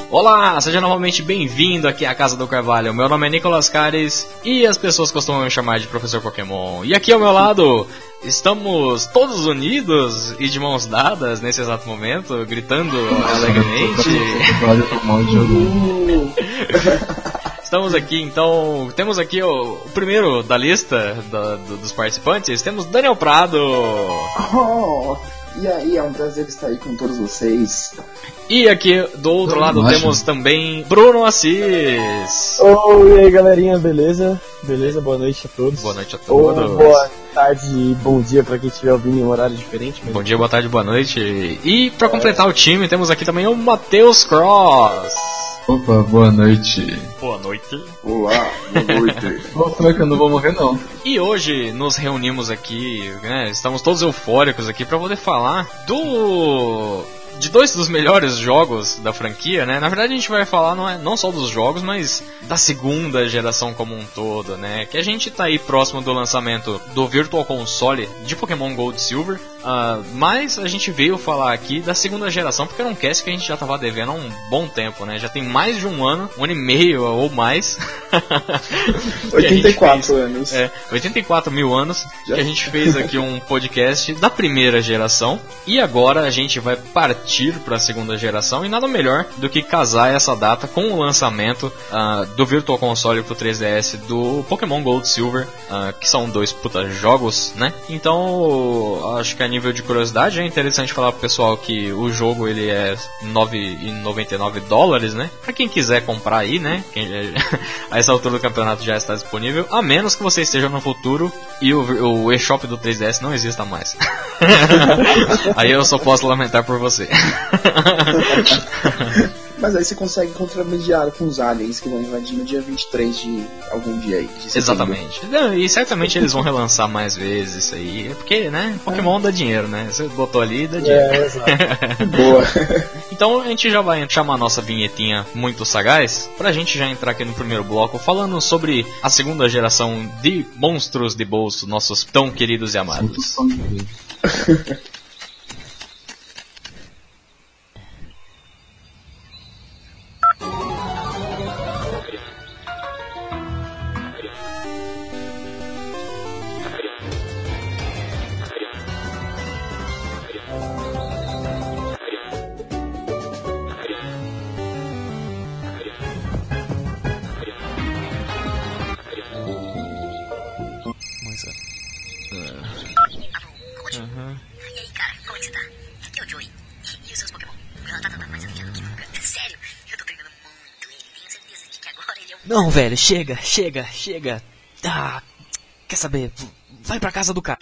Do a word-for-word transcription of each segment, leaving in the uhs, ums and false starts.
Olá, seja novamente bem-vindo aqui à Casa do Carvalho. Meu nome é Nicolas Cares e as pessoas costumam me chamar de Professor Pokémon. E aqui ao meu lado estamos todos unidos e de mãos dadas nesse exato momento, gritando alegremente. Estamos aqui, então, temos aqui o, o primeiro da lista do, do, dos participantes, temos Daniel Prado. Oh, e aí, é um prazer estar aí com todos vocês. E aqui do outro Eu lado acho. temos também Bruno Assis. Oi, e aí galerinha, beleza? Beleza, boa noite a todos. Boa noite a todos. Ou boa tarde e bom dia pra quem estiver ouvindo em um horário diferente. Mas... Bom dia, boa tarde, boa noite. E pra completar é... o time, temos aqui também o Matheus Cross. Opa, boa noite. Boa noite. Olá, boa noite. Será que eu não vou morrer não? E hoje nos reunimos aqui, né, estamos todos eufóricos aqui pra poder falar do... de dois dos melhores jogos da franquia, né? Na verdade a gente vai falar não, é, não só dos jogos, mas da segunda geração como um todo, né? Que a gente tá aí próximo do lançamento do Virtual Console de Pokémon Gold e Silver. Uh, mas a gente veio falar aqui da segunda geração, porque era um cast que a gente já tava devendo há um bom tempo, né? Já tem mais de um ano, um ano e meio ou mais. oitenta e quatro anos. É, oitenta e quatro mil anos já. Que a gente fez aqui um podcast da primeira geração. E agora a gente vai partir para a segunda geração. E nada melhor do que casar essa data com o lançamento uh, do Virtual Console pro três D S do Pokémon Gold e Silver, uh, que são dois puta jogos, né? Então, acho que a nível de curiosidade é interessante falar pro pessoal que o jogo ele é nove reais e noventa e nove dólares, né? Pra quem quiser comprar aí, né? Quem, a essa altura do campeonato já está disponível, a menos que você esteja no futuro e o, o eShop do três D S não exista mais. Aí eu só posso lamentar por você. Mas aí você consegue contrabandear com os aliens que vão invadir no dia vinte e três de algum dia aí. Exatamente. Não, e certamente eles vão relançar mais vezes isso aí. É porque, né? Pokémon é. dá dinheiro, né? Você botou ali e dá dinheiro. É, exato. Boa. Então a gente já vai chamar a nossa vinhetinha muito sagaz pra gente já entrar aqui no primeiro bloco falando sobre a segunda geração de monstros de bolso, nossos tão queridos e amados. Não, velho, chega, chega, chega. Ah, quer saber? Vai pra casa do cara.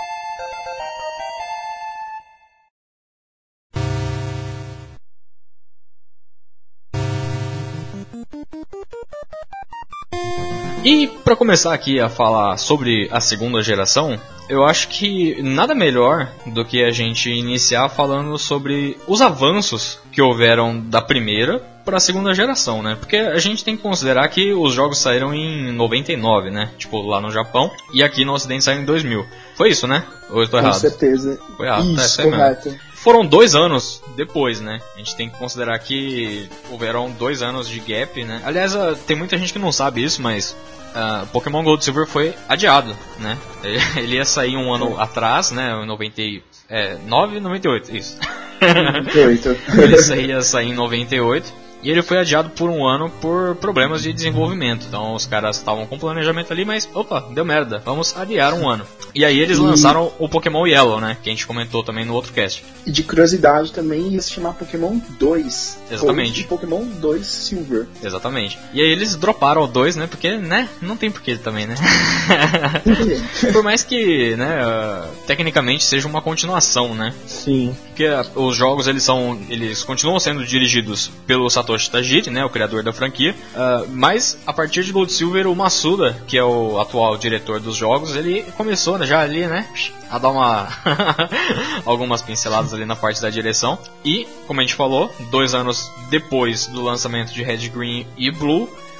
E pra começar aqui a falar sobre a segunda geração, eu acho que nada melhor do que a gente iniciar falando sobre os avanços que houveram da primeira para a segunda geração, né? Porque a gente tem que considerar que os jogos saíram em noventa e nove, né? Tipo, lá no Japão, e aqui no Ocidente saíram em dois mil. Foi isso, né? Ou eu tô errado? Com certeza. Foi errado, isso, tá, correto. Mesmo. Foram dois anos depois, né? A gente tem que considerar que houveram dois anos de gap, né? Aliás, tem muita gente que não sabe isso, mas uh, Pokémon Gold e Silver foi adiado, né? Ele ia sair um ano atrás, né? Em noventa e nove, noventa e oito, isso. noventa e oito. Ele ia sair em noventa e oito. E ele foi adiado por um ano por problemas de desenvolvimento. Então os caras estavam com planejamento ali, mas opa, deu merda, vamos adiar um ano. E aí eles lançaram o Pokémon Yellow, né? Que a gente comentou também no outro cast. E de curiosidade também ia se chamar Pokémon dois. Exatamente. E Pokémon dois Silver. Exatamente. E aí eles droparam o dois, né? Porque, né? Não tem porquê também, né? Por mais que, né? Uh, tecnicamente seja uma continuação, né? Sim. Porque uh, os jogos eles são, eles continuam sendo dirigidos pelo Satoshi Tajiri, né? O criador da franquia. Uh, mas a partir de Gold Silver, o Masuda, que é o atual diretor dos jogos, ele começou já ali, né? A dar uma algumas pinceladas ali na parte da direção. E, como a gente falou, dois anos depois do lançamento de Red, Green e Blue,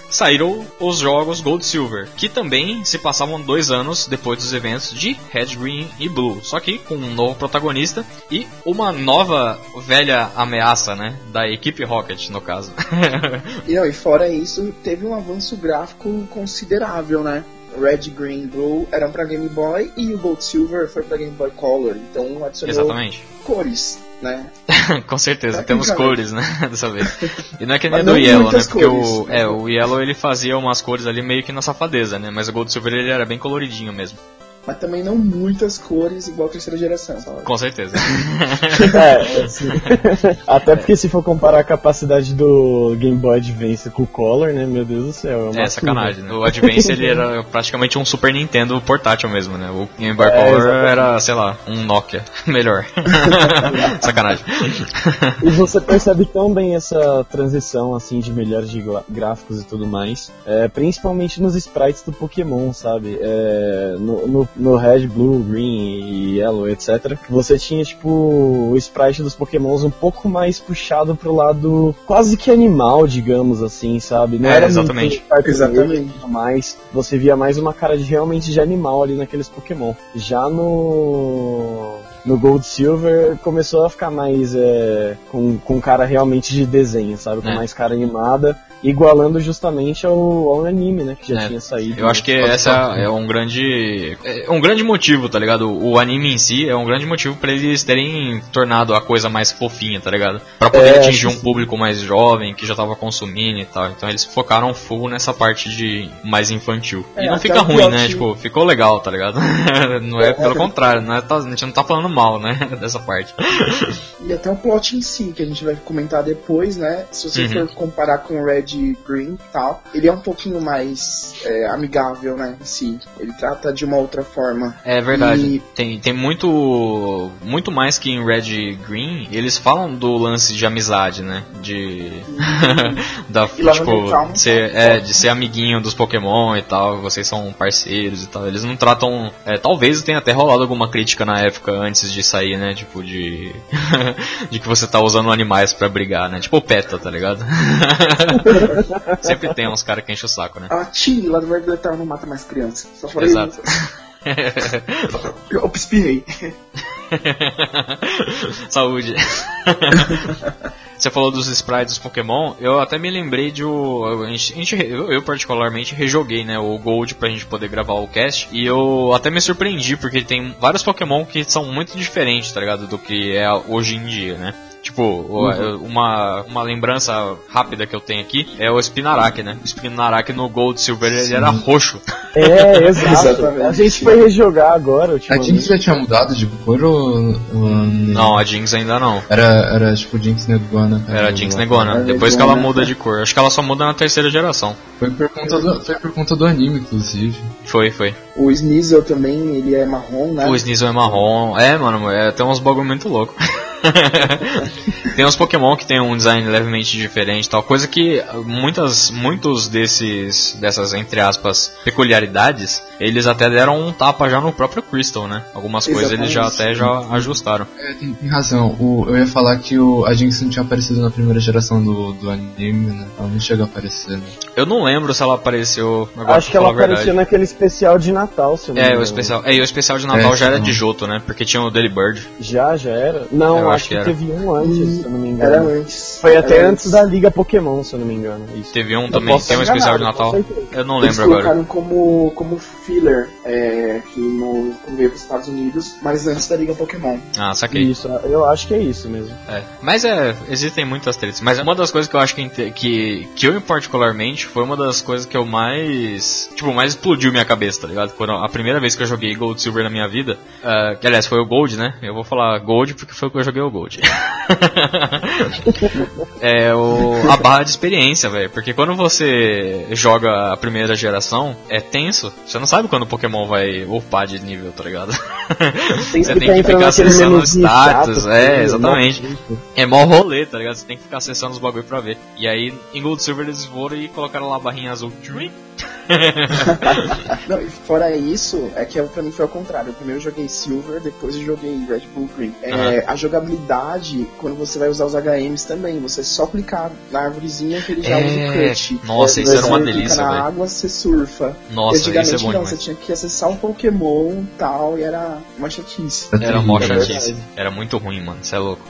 saíram os jogos Gold e Silver, que também se passavam dois anos depois dos eventos de Red, Green e Blue, só que com um novo protagonista e uma nova velha ameaça, né, da equipe Rocket, no caso. E, não, e fora isso, teve um avanço gráfico considerável, né? Red, Green, Blue eram pra Game Boy e o Gold Silver foi pra Game Boy Color, então adicionou Exatamente. cores, né? Com certeza, temos cores, né, dessa vez. E não é que nem Mas do não Yellow, né, muitas porque cores, o, né? é, o Yellow ele fazia umas cores ali meio que na safadeza, né, mas o Gold Silver ele era bem coloridinho mesmo. Mas também não muitas cores igual a terceira geração, sabe? Com certeza. É, assim, até porque se for comparar a capacidade do Game Boy Advance com o Color, né, meu Deus do céu. É, uma É sacanagem, né? O Advance ele era praticamente um Super Nintendo portátil mesmo, né? O Game Boy É, Color exatamente. era, sei lá, um Nokia. Melhor. Sacanagem. E você percebe tão bem essa transição, assim, de melhores de gra- gráficos e tudo mais, é, principalmente nos sprites do Pokémon, sabe? É, no, no, no Red, Blue, Green e Yellow, etcétera, você tinha, tipo, o sprite dos Pokémons um pouco mais puxado pro lado quase que animal, digamos assim, sabe? Não É, era exatamente. muito cartunesco Exatamente. e tudo mais, você via mais uma cara de, realmente de animal ali naqueles Pokémon. Já no... no Gold Silver começou a ficar mais é, com, com cara realmente de desenho, sabe? Com É. mais cara animada, igualando justamente ao, ao anime, né? Que já É. tinha saído. Eu acho que essa é um grande é um grande motivo, tá ligado? O anime em si é um grande motivo pra eles terem tornado a coisa mais fofinha, tá ligado? Pra poder É, atingir um sim. público mais jovem, que já tava consumindo e tal. Então eles focaram full nessa parte de mais infantil. É, E não até fica o ruim, plot- né? Tipo, ficou legal, tá ligado? Não é, É, pelo é. contrário, não é, tá- a gente não tá falando mal, né? Dessa parte. E até o plot em si, que a gente vai comentar depois, né? Se você Uhum. for comparar com Red e Green e tal, ele é um pouquinho mais é, amigável, né? Em si. Ele trata de uma outra forma. É verdade. E- Tem, tem muito muito mais que em Red e Green. Eles falam do lance de amizade, né? De. da, E lá no tipo, Metal, de ser, é, de ser amiguinho dos Pokémon e tal. Vocês são parceiros e tal. Eles não tratam. É, talvez tenha até rolado alguma crítica na época antes de sair, né? Tipo, de. de que você tá usando animais pra brigar, né? Tipo o PETA, tá ligado? Sempre tem uns caras que enchem o saco, né? A Tilly lá do Red Letter não mata mais criança. Só falei Exato. Eu espirrei. Saúde. Você falou dos sprites dos Pokémon, eu até me lembrei de o. A gente, a gente- eu, eu particularmente rejoguei, né, o Gold pra gente poder gravar o cast. E eu até me surpreendi, porque tem vários Pokémon que são muito diferentes, tá ligado? Do que é hoje em dia, né? Tipo, o- eu- uma, uma lembrança rápida que eu tenho aqui é o Spinarak, né? O Spinarak no Gold Silver ele era roxo. É, exato. Exatamente. A gente foi rejogar agora, A ultimamente. Jinx já tinha mudado de cor ou. ou Não, a Jinx ainda não. Era, era tipo Jinx Negona. cara. Era a Jinx Negona. Era Depois que ela Negona. muda de cor. Acho que ela só muda na terceira geração. Foi por conta do, foi por conta do anime, inclusive. Foi, foi. O Sneasel também, ele é marrom, né? O Sneasel é marrom. É, mano, é, tem uns bagulho muito louco. Tem uns Pokémon que tem um design levemente diferente e tal. Coisa que muitas, muitos desses, dessas, entre aspas, peculiaridades, eles até deram um tapa já no próprio Crystal, né? Algumas coisas eles já até já ajustaram. É, tem, tem razão. O, eu ia falar que o, a Jinx não tinha aparecido na primeira geração do, do anime, né? Ela não chegou a aparecer, né? Eu não lembro se ela apareceu. Agora, Acho que pra ela falar a verdade. apareceu naquele especial de Natal, se eu não me É, o engano. especial, é, e o especial de Natal É, já era sim. de Johto, né? Porque tinha o Delibird. Já, já era? Não, Eu acho, acho que que, era. teve um antes, se eu não me engano. Era antes. Foi até Era antes da Liga Pokémon, se eu não me engano. Isso. Teve um Eu também, posso tem um estar especial de enganado, Natal. com certeza. Eu não Eles lembro agora. colocaram como, como filler é, que no, quando veio para os Estados Unidos, mas antes da Liga Pokémon. Ah, saquei. Isso, eu acho que é isso mesmo. É. Mas é, existem muitas tretas. Mas uma das coisas que eu acho que, inte- que, que eu particularmente foi uma das coisas que eu mais. Tipo, mais explodiu minha cabeça, tá ligado? Quando a primeira vez que eu joguei Gold Silver na minha vida. ah, que aliás foi o Gold, né? Eu vou falar Gold porque foi o que eu joguei o Gold. É o, a barra de experiência, velho. Porque quando você joga a primeira geração, é tenso. Você não sabe quando o Pokémon vai upar de nível, tá ligado? Tem Você que tem que entrando ficar naquele acessando o menuzinho status, chato, é, assim, exatamente. nossa, É mó rolê, tá ligado? Você tem que ficar acessando os bagulho pra ver. E aí, em Gold Silver eles foram e colocaram lá a barrinha azul. Tchuim. Não, e fora isso, é que pra mim foi ao contrário. Eu primeiro joguei Silver, depois eu joguei Red Bull Green. É, uhum. A jogabilidade, quando você vai usar os H Ms também, você só clicar na árvorezinha que ele já é... usa o cut. Nossa, é, isso era uma delícia, velho. Na água, você surfa. Nossa, isso é bom não, demais. Você tinha que acessar um Pokémon e tal, e era uma chatice. Era uma chatice. Era muito ruim, mano, você é louco.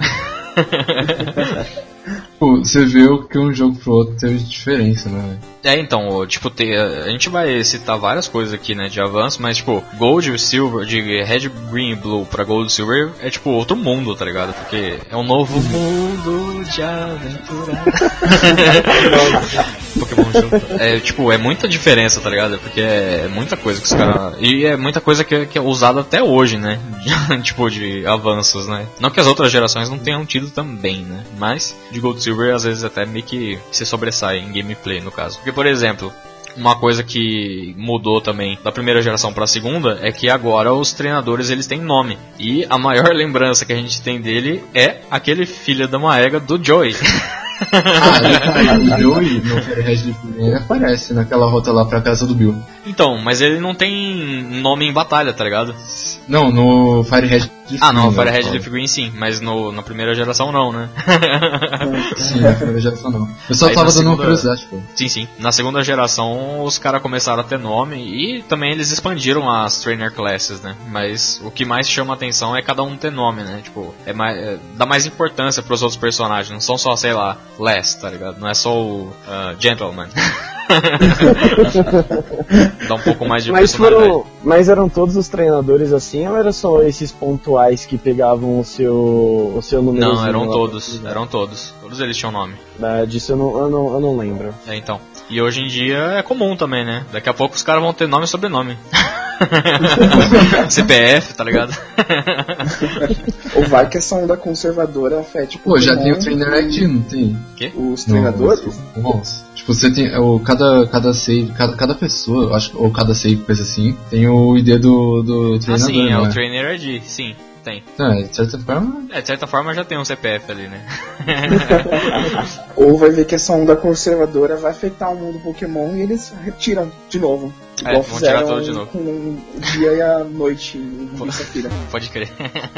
Pô, você vê o que um jogo pro outro teve diferença, né? É, então, tipo, te, a gente vai citar várias coisas aqui, né, de avanço, mas, tipo, Gold e Silver, de Red, Green e Blue pra Gold e Silver é, tipo, outro mundo, tá ligado? Porque é um novo mundo de aventura. Pokémon junto. É, tipo, é muita diferença, tá ligado? Porque é muita coisa que os caras... E é muita coisa que, que é usada até hoje, né? Tipo, de avanços, né? Não que as outras gerações não tenham tido também, né? Mas, de Gold e Silver, às vezes até meio que se sobressai em gameplay, no caso. Porque, por exemplo... Uma coisa que mudou também da primeira geração para a segunda é que agora os treinadores eles têm nome. E a maior lembrança que a gente tem dele é aquele filho da maega do Joey. Ah, o Joey no Fire Red de primeira aparece naquela rota lá pra casa do Bill. Então, mas ele não tem nome em batalha, tá ligado? Não, no Fire Red Leaf Ah, não, Fire Red Leaf Green sim, mas no, na primeira geração não, né? Sim, na primeira geração não. Eu só Aí tava dando segunda... uma curiosidade, pô. Sim, sim. Na segunda geração os caras começaram a ter nome e também eles expandiram as Trainer Classes, né? Mas o que mais chama a atenção é cada um ter nome, né? Tipo, é mais, é, dá mais importância pros outros personagens, não são só, sei lá, Les, tá ligado? Não é só o uh, Gentleman. Dá um pouco mais de mas personalidade. Foram, mas eram todos os treinadores assim ou eram só esses pontuais que pegavam o seu, o seu número? Não, eram todos, eram todos. Todos eles tinham nome. É, disso eu não, eu, não, eu não lembro. É, então. E hoje em dia é comum também, né? Daqui a pouco os caras vão ter nome e sobrenome. C P F, tá ligado? Ou vai que essa onda conservadora afete o Pô, já tem o Trainer I D, não tem? Quê? Os treinadores? Nossa. Tipo, você tem. O, cada, cada save, cada, cada pessoa, eu acho, ou cada save, coisa assim, tem o I D do, do treinador. Ah, sim, né? é o Trainer I D, sim. Tem. É, de certa forma. É, de certa forma já tem um C P F ali, né? Ou vai ver que essa onda conservadora vai afetar o mundo Pokémon e eles retiram de novo. É, Igual vão tirar fizeram tudo de novo. com o dia e a noite em terça-feira. Pode crer.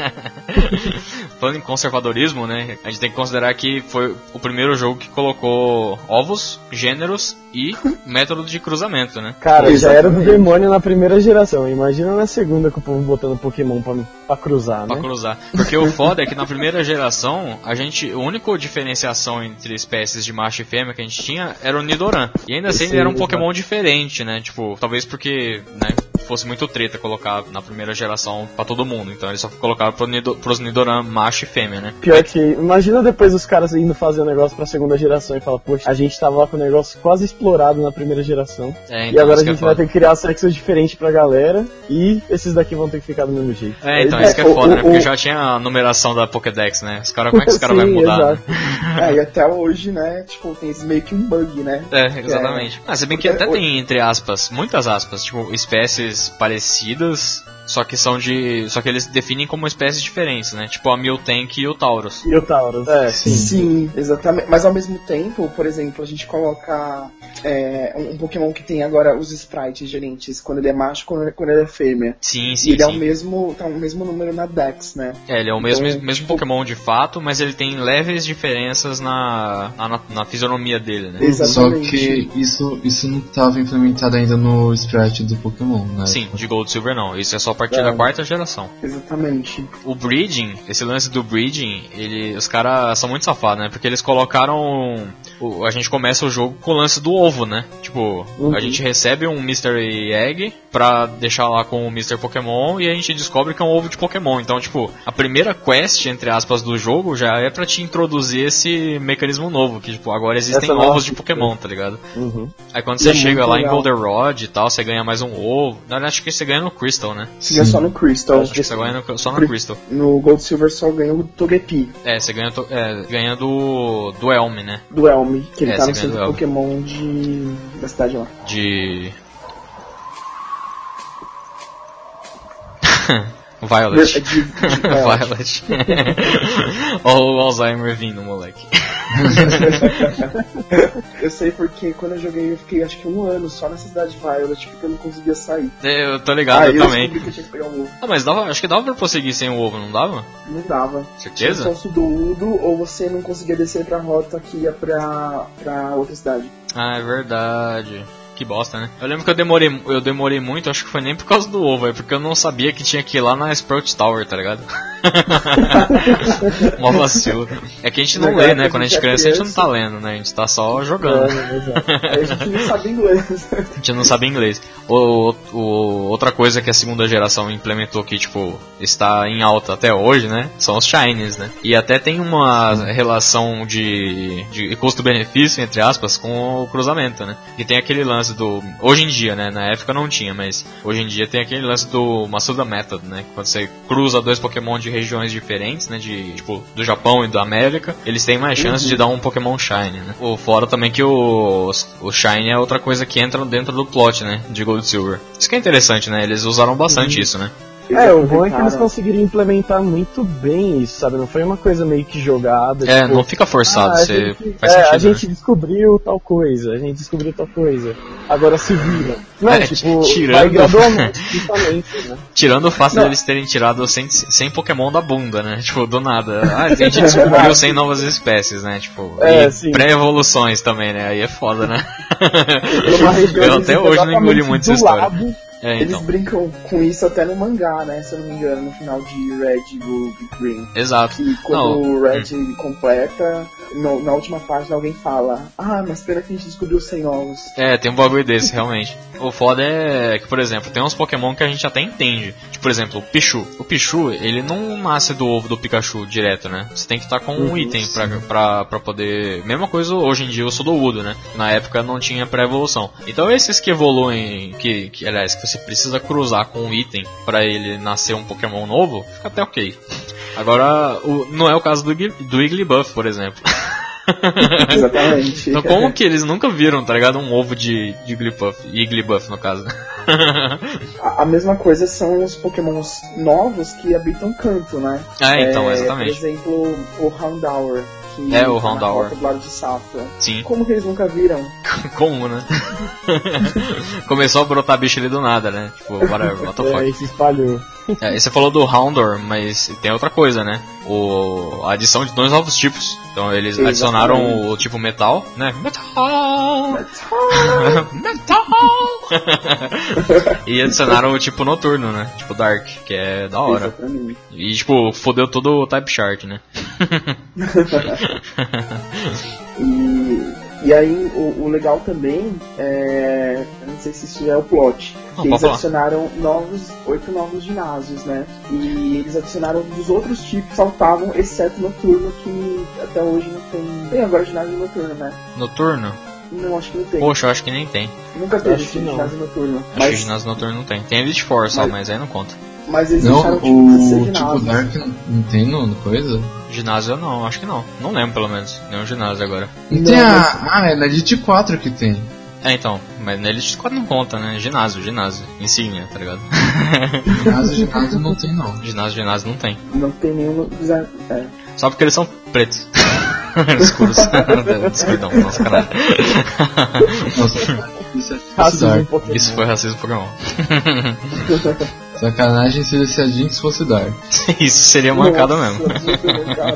Falando em conservadorismo, né? A gente tem que considerar que foi o primeiro jogo que colocou ovos, gêneros e método de cruzamento, né? Cara, já era do demônio na primeira geração. Imagina na segunda com o povo botando Pokémon pra, pra cruzar, pra né? Pra cruzar. Porque o foda é que na primeira geração, a gente, a única diferenciação entre espécies de macho e fêmea que a gente tinha era o Nidoran. E ainda assim ele era um Pokémon diferente, né? Tipo, talvez porque, né, fosse muito treta colocar na primeira geração pra todo mundo. Então eles só colocaram pro Nido, pros Nidoran macho e fêmea, né? Pior que, imagina depois os caras indo fazer o negócio pra segunda geração e falar, poxa, a gente tava lá com o negócio quase explorado na primeira geração. É, então, e agora a que gente é vai ter que criar sexos diferentes pra galera e esses daqui vão ter que ficar do mesmo jeito. É, então, é, isso que é o, foda, o, né? Porque o... já tinha a numeração da Pokédex, né? Os cara, como é que os caras vão mudar? Exato. Né? É, e até hoje, né, tipo, tem esse meio que um bug, né? É, exatamente. É... Ah, se bem que até tem, entre aspas, muitas aspas, tipo, espécies parecidas, só que são de... Só que eles definem como espécies diferentes, né? Tipo a Miltank e o Taurus. E o Taurus, é, sim. Sim, exatamente. Mas ao mesmo tempo, por exemplo, a gente coloca é, um Pokémon que tem agora os sprites diferentes, quando ele é macho, quando ele, quando ele é fêmea. Sim, sim, e ele sim. é o mesmo, tá o mesmo número na Dex, né? É, ele é o mesmo, então, mesmo tipo... Pokémon de fato, mas ele tem leves diferenças na, na, na fisionomia dele, né? Exatamente. Só que isso, isso não estava implementado ainda no sprite do Pokémon, né? Sim, de Gold e Silver não. Isso é só a partir é. da quarta geração. Exatamente. O breeding, esse lance do breeding, ele, os caras são muito safados, né? Porque eles colocaram... O, a gente começa o jogo com o lance do ovo, né? Tipo, uhum. a gente recebe um Mystery Egg pra deixar lá com o mister Pokémon e a gente descobre que é um ovo de Pokémon. Então, tipo, a primeira quest, entre aspas, do jogo já é pra te introduzir esse mecanismo novo, que, tipo, agora existem Essa ovos nossa, de Pokémon, tá ligado? Uhum. Aí quando você é chega lá legal. em Goldenrod e tal, você ganha mais um ovo. Na verdade, acho que você ganha no Crystal, né? Você ganha só no Crystal. Acho que você ganha no, só no Crystal. No Gold Silver só ganha o Togepi. É, você ganha, é, ganha do, do Elm, né? Do Elm, que ele É, tá você no ganha centro do Elm. Pokémon de... da cidade lá. De... Violet. De, de Violet. Olha o Alzheimer vindo, moleque. Eu sei porque quando eu joguei eu fiquei acho que um ano só nessa cidade de Violet porque eu não conseguia sair. Eu tô ligado, ah, eu, eu também. Que eu tinha que pegar um ovo. Ah, mas dava, acho que dava pra prosseguir sem o ovo, não dava? Não dava. Certeza? Tinha só o Sudoudo ou você não conseguia descer pra rota que ia pra, pra outra cidade. Ah, é verdade. Que bosta, né? Eu lembro que eu demorei, eu demorei muito, acho que foi nem por causa do ovo, é porque eu não sabia que tinha que ir lá na Sprout Tower, tá ligado? Mó vacilo. É que a gente não lê, né? Quando a gente é criança, a gente não tá lendo, né? A gente tá só jogando. É, aí a gente não sabe inglês. A gente não sabe inglês. O, o, outra coisa que a segunda geração implementou que, tipo, está em alta até hoje, né? São os Shinies, né? E até tem uma relação de, de custo-benefício, entre aspas, com o cruzamento, né? E tem aquele lance do... Hoje em dia, né? Na época não tinha, mas hoje em dia tem aquele lance do Masuda Method, né? Quando você cruza dois Pokémon de regiões diferentes, né? De, tipo, do Japão e da América, eles têm mais chance uhum. de dar um Pokémon Shine, né? O fora também que o, o Shine é outra coisa que entra dentro do plot, né? De Gold e Silver. Isso que é interessante, né? Eles usaram bastante uhum. isso, né? É, o bom é que eles conseguiram implementar muito bem isso, sabe? Não foi uma coisa meio que jogada. É, tipo, não fica forçado, ah, você gente, faz é, sentido, a gente né? descobriu tal coisa, a gente descobriu tal coisa. Agora se vira. Não, é, tipo, tirando... vai gradualmente, justamente, né? Tirando o fato deles terem tirado cem, cem Pokémon da bunda, né? Tipo, do nada. Ah, a gente descobriu cem novas espécies, né? Tipo, é, e pré-evoluções também, né? Aí é foda, né? Eu, eu até hoje não engoli muito essa história. Lado. É, então. Eles brincam com isso até no mangá, né? Se eu não me engano, no final de Red, Ruby, Green. Exato. Que quando não. o Red hum. completa, no, na última página alguém fala: ah, mas pena que a gente descobriu cem novos. É, tem um bagulho desse, realmente. O foda é que, por exemplo, tem uns Pokémon que a gente até entende. Tipo, por exemplo, o Pichu. O Pichu, ele não nasce do ovo do Pikachu direto, né? Você tem que estar com um uhum, item pra, pra, pra poder... Mesma coisa hoje em dia o Sudowoodo, né? Na época não tinha pré-evolução. Então esses que evoluem, que, que aliás, que você precisa cruzar com um item pra ele nascer um Pokémon novo, fica até ok. Agora, o, não é o caso do, do Igglybuff, por exemplo. Exatamente. Então como que eles nunca viram, tá ligado? Um ovo de, de Igglybuff, Igglybuff no caso. a, a mesma coisa são os Pokémons novos que habitam canto, né? É, então, exatamente. Por exemplo, o Houndour. Que é o Houndour. Do lado de Safra. Sim. Como que eles nunca viram? Como, né? Começou a brotar bicho ali do nada, né? Tipo, whatever, what the fuck. É, e se espalhou. É, e você falou do Houndour, mas tem outra coisa, né? O, a adição de dois novos tipos. Então eles Sim, adicionaram exatamente. o tipo metal, né? Metal! Metal! Metal! E adicionaram o tipo noturno, né? Tipo Dark, que é da hora. Exatamente. E tipo, fodeu todo o Type Chart, né? e, e aí o, o legal também é. Eu não sei se isso é o plot. Não, que eles falar. adicionaram novos, oito novos ginásios, né? E eles adicionaram dos outros tipos, faltavam, exceto noturno, que até hoje não tem. Tem agora ginásio noturno, né? Noturno? Não, acho que não tem. Poxa, eu acho que nem tem. Nunca teve acho que ginásio noturno. Acho mas... que ginásio noturno não tem. Tem Elite Four só, mas... mas aí não conta. Mas eles não, deixaram tipo, o ginásio. tipo Dark não, não tem no, no coisa? Ginásio não, acho que não. Não lembro pelo menos. Nenhum ginásio agora. Não, não tem a. mas... Ah, é na Elite quatro que tem. É, então, mas na Elite quatro não conta, né? Ginásio, ginásio, insígnia, tá ligado? Ginásio, ginásio não tem não. Ginásio, ginásio não tem. Não tem nenhum. É. Só porque eles são pretos. Escuros. Escuridão, nossa, caralho. Nossa, isso é racismo. Isso foi racismo Pokémon. Sacanagem seria se a Jinx fosse Dark. Isso seria mancada mesmo. Mancada.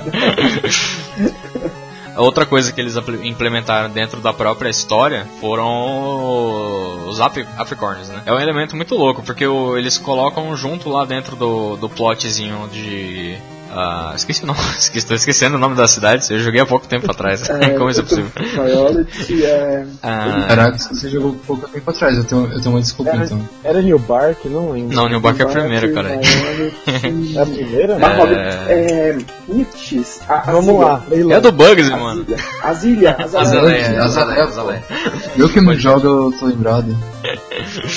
Outra coisa que eles implementaram dentro da própria história foram os Af- Africorns, né? É um elemento muito louco, porque o, eles colocam junto lá dentro do, do plotzinho de... Uh, esqueci o nome, estou esquecendo o nome da cidade, eu joguei há pouco tempo atrás. É, Como isso é possível? Violet é... Uh, Caraca, você jogou pouco tempo atrás, eu tenho, eu tenho uma desculpa era, então. Era New Bark? Não lembro. Não, New Bark é a primeira, cara. É a primeira? Mas, Robert, é... Putz, a- Vamos lá, leilão. É do Bugsy, mano. Azilha, Azalea. Azaleia, Azaleia, Azaleia. Eu que não jogo, eu tô lembrado.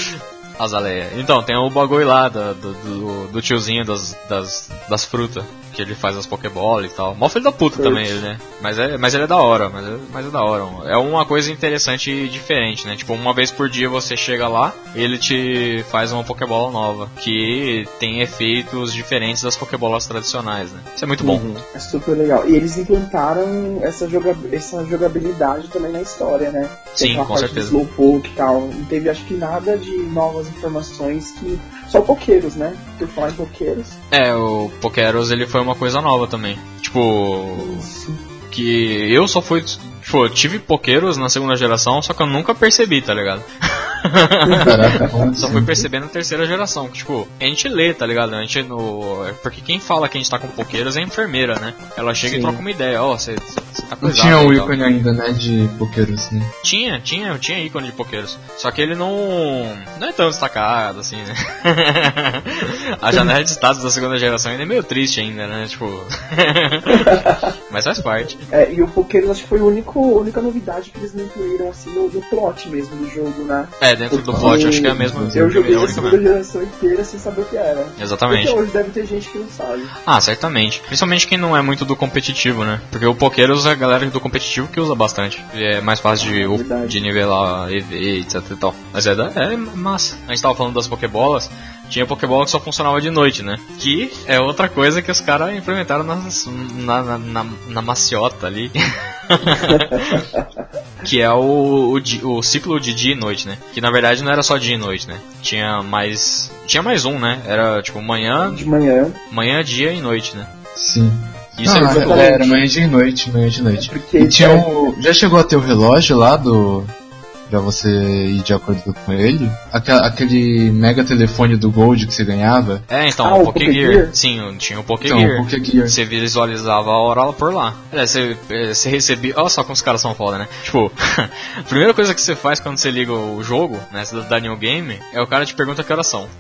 Azaleia. Então, tem o bagulho lá do, do, do, do tiozinho das, das, das frutas. que ele faz as Pokébola e tal. Mó filho da puta também ele, né? Mas é, mas ele é da hora, mas é, mas é da hora. É uma coisa interessante e diferente, né? Tipo, uma vez por dia você chega lá, ele te faz uma Pokébola nova, que tem efeitos diferentes das Pokébolas tradicionais, né? Isso é muito bom. Uhum. É super legal. E eles implantaram essa, joga essa jogabilidade também na história, né? Sim, com certeza. Slowpoke e tal. Não teve, acho que, nada de novas informações que... Só o Pokéros, né? Por falar em Pokéros. É, o Pokéros, ele foi uma coisa nova também. Tipo... Isso. Que eu só fui... Tipo, eu tive Pokéros na segunda geração, só que eu nunca percebi, tá ligado? Caraca, só fui perceber na terceira geração, que tipo, a gente lê, tá ligado? A gente no... Porque quem fala que a gente tá com Pokéros é a enfermeira, né? Ela chega Sim. e troca uma ideia, ó, oh, você tá coisado. Não tinha o ícone ainda, né, de Pokéros, né? Tinha, tinha, tinha ícone de Pokéros. Só que ele não... Não é tão destacado, assim, né? A janela de status da segunda geração ainda é meio triste ainda, né? Tipo... Mas faz parte. É, e o Pokéros acho que foi o único, a única novidade que eles não incluíram, assim, no, no plot mesmo do jogo, né? É, dentro do plot eu acho que é a mesma. Eu joguei a segunda geração inteira sem saber o que era. Exatamente. Porque hoje deve ter gente que não sabe. Ah, certamente. Principalmente quem não é muito do competitivo, né? Porque o Pokéros é a galera do competitivo que usa bastante. E é mais fácil de, é de nivelar E V, etc e tal. Mas é, é massa. A gente tava falando das Pokébolas. Tinha Pokébola que só funcionava de noite, né? Que é outra coisa que os caras implementaram nas, na, na, na, na maciota ali. Que é o, o, o ciclo de dia e noite, né? Que na verdade não era só dia e noite, né? Tinha mais... Tinha mais um, né? Era tipo manhã... De manhã. Manhã, dia e noite, né? Sim. Isso ah, é muito era, era manhã, dia e noite, manhã, dia e noite. É e tinha um, já chegou a ter o relógio lá do... Pra você ir de acordo com ele. Aquela, aquele mega telefone do Gold que você ganhava. É, então, ah, o o Pokégear. Pokégear. Sim, tinha o Pokégear. Então, o Pokégear. Você visualizava a hora por lá. É, você, você recebia... Olha só como os caras são foda, né? Tipo, a primeira coisa que você faz quando você liga o jogo, né, da New Game, é o cara te pergunta que horas são.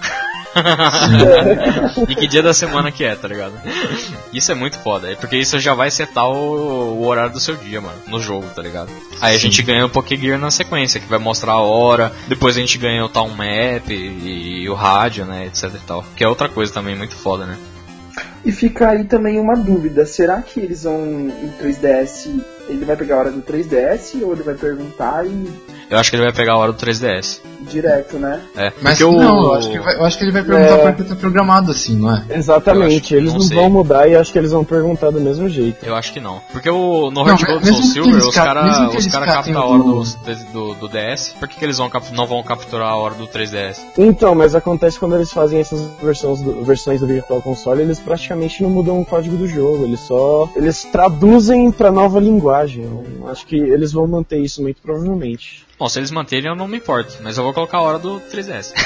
E que dia da semana que é, tá ligado? Isso é muito foda, porque isso já vai setar o, o horário do seu dia, mano, no jogo, tá ligado? Aí a gente ganha o Pokégear na sequência, que vai mostrar a hora, depois a gente ganha o Town Map e, e o rádio, né, etc e tal. Que é outra coisa também muito foda, né? E fica aí também uma dúvida, será que eles vão em três D S, ele vai pegar a hora do três D S ou ele vai perguntar e... Eu acho que ele vai pegar a hora do três D S. Direto, né? É, mas eu... não, eu acho, que vai, eu acho que ele vai perguntar é... porque tá programado assim, não é? Exatamente, eles não, não vão mudar e acho que eles vão perguntar do mesmo jeito. Eu acho que não. Porque o, no Heart Gold Soul Silver, os caras os cara captam a hora do, do, do D S, por que, que eles vão cap, não vão capturar a hora do três D S? Então, mas acontece quando eles fazem essas versões do, versões do Virtual Console, eles praticamente não mudam o código do jogo, eles só eles traduzem pra nova linguagem. Eu acho que eles vão manter isso muito provavelmente. Bom, se eles manterem eu não me importo, mas eu vou colocar a hora do três D S.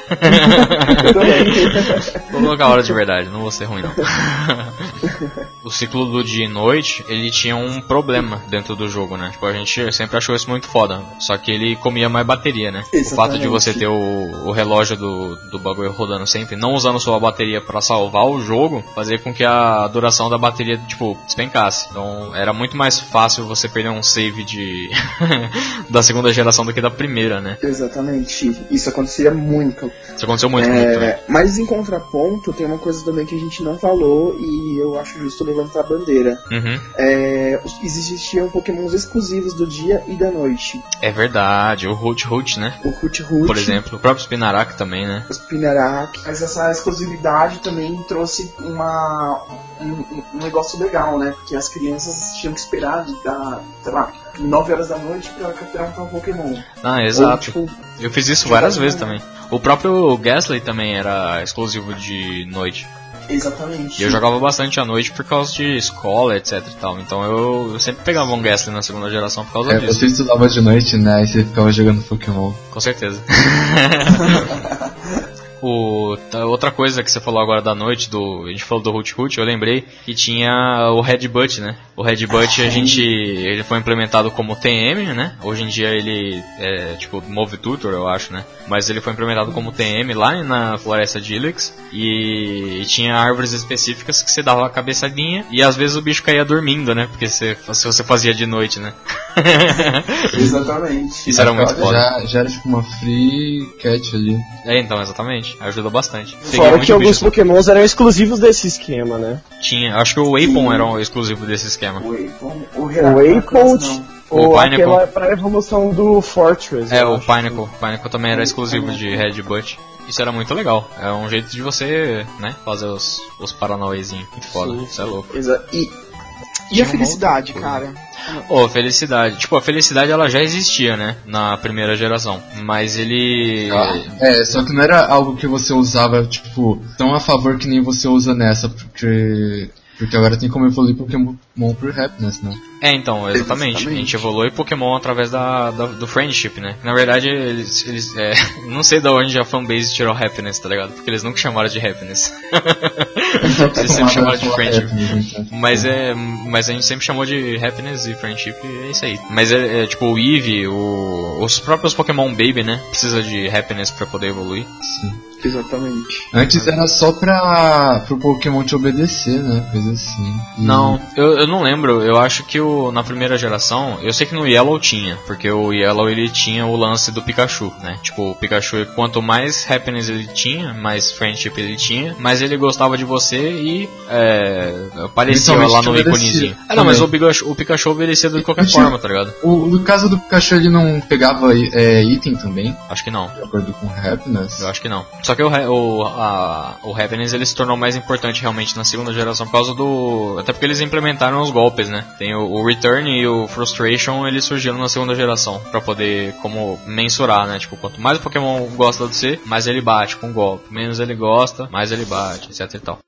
Vou colocar a hora de verdade, não vou ser ruim não. O ciclo do dia e noite, ele tinha um problema dentro do jogo, né? Tipo, a gente sempre achou isso muito foda, só que ele comia mais bateria, né? Exatamente. O fato de você ter o, o relógio do, do bagulho rodando sempre, não usando sua bateria pra salvar o jogo, fazia com que a duração da bateria, tipo, despencasse. Então, era muito mais fácil você perder um save de da segunda geração do que da primeira, né? Exatamente. Isso acontecia muito. Isso aconteceu muito, é, muito, né? Mas em contraponto, tem uma coisa também que a gente não falou e eu acho justo levantar a bandeira. Uhum. É, existiam pokémons exclusivos do dia e da noite. É verdade, o Hoot Hoot, né? O Hoot Hoot. Por exemplo, o próprio Spinarak também, né? O Spinarak. Mas essa exclusividade também trouxe uma, um, um negócio legal, né? Porque as crianças tinham que esperar da, sei lá, nove horas da noite pra capturar um tal Pokémon. Ah, exato. Ou, tipo, eu fiz isso várias vezes também. O próprio Gastly também era exclusivo de noite. Exatamente. E eu jogava bastante à noite por causa de escola, etc e tal. Então eu, eu sempre pegava um Gastly na segunda geração por causa é, disso. Você estudava de noite, né? E você ficava jogando Pokémon. Com certeza. O, outra coisa que você falou agora da noite, do, a gente falou do Hoot Hoot, eu lembrei que tinha o Headbutt, né? O Headbutt a gente, ele foi implementado como T M, né? Hoje em dia ele é tipo Move Tutor, eu acho, né? Mas ele foi implementado como T M lá na floresta de Ilex e, e tinha árvores específicas que você dava a cabeçadinha e às vezes o bicho caía dormindo, né? Porque você, se você fazia de noite, né? Exatamente. Isso era muito foda. Já, já era tipo uma free cat ali. É, então, exatamente. bastante, ajuda bastante. Fora que alguns pokémons eram exclusivos desse esquema, né? Tinha, acho que o Waypon era um exclusivo desse esquema. O Waypon, o Waypon, o ou Pineapple. aquela pra evolução do Fortress. É, eu o acho. Pineapple. O Pineapple também era exclusivo de Headbutt. Isso era muito legal. É um jeito de você, né, fazer os, os paranauêzinhos. Muito foda, Sim. isso é louco. Exa- E, e a felicidade, cara? Ô, felicidade. Tipo, a felicidade ela já existia, né? Na primeira geração. Mas ele. É, só que não era algo que você usava, tipo, tão a favor que nem você usa nessa, porque. Porque agora tem como evoluir Pokémon por Happiness, né? É, então, exatamente. Exatamente. A gente evolui Pokémon através da, da- do Friendship, né? Na verdade, eles. eles é, não sei de onde a fanbase tirou Happiness, tá ligado? Porque eles nunca chamaram de Happiness. Eles sempre chamaram de Friendship. Mas é. Mas a gente sempre chamou de Happiness e Friendship e é isso aí. Mas é, é tipo o Eevee, o, os próprios Pokémon Baby, né? Precisa de Happiness pra poder evoluir. Sim. Exatamente. Antes era só pra pro Pokémon te obedecer, né? Coisa assim. E- Não, eu, eu não lembro. Eu acho que o, na primeira geração, eu sei que no Yellow tinha, porque o Yellow ele tinha o lance do Pikachu, né? Tipo, o Pikachu, quanto mais Happiness ele tinha, mais Friendship ele tinha, mais ele gostava de você e é, aparecia Principalmente lá te no obedecia íconezinho. Ah, não, mas o também. Pikachu, o Pikachu obedecia de qualquer Pikachu- forma, tá ligado? O, no caso do Pikachu ele não pegava é, item também, Acho que não. de acordo com Happiness. Eu acho que não. Só que o, ha- o, a, o Happiness ele se tornou mais importante realmente na segunda geração por causa do. Até porque eles implementaram os golpes, né? Tem o, o Return e o Frustration, eles surgiram na segunda geração pra poder como mensurar, né? Tipo, quanto mais o Pokémon gosta de você, mais ele bate com o golpe. Menos ele gosta, mais ele bate, etc e tal.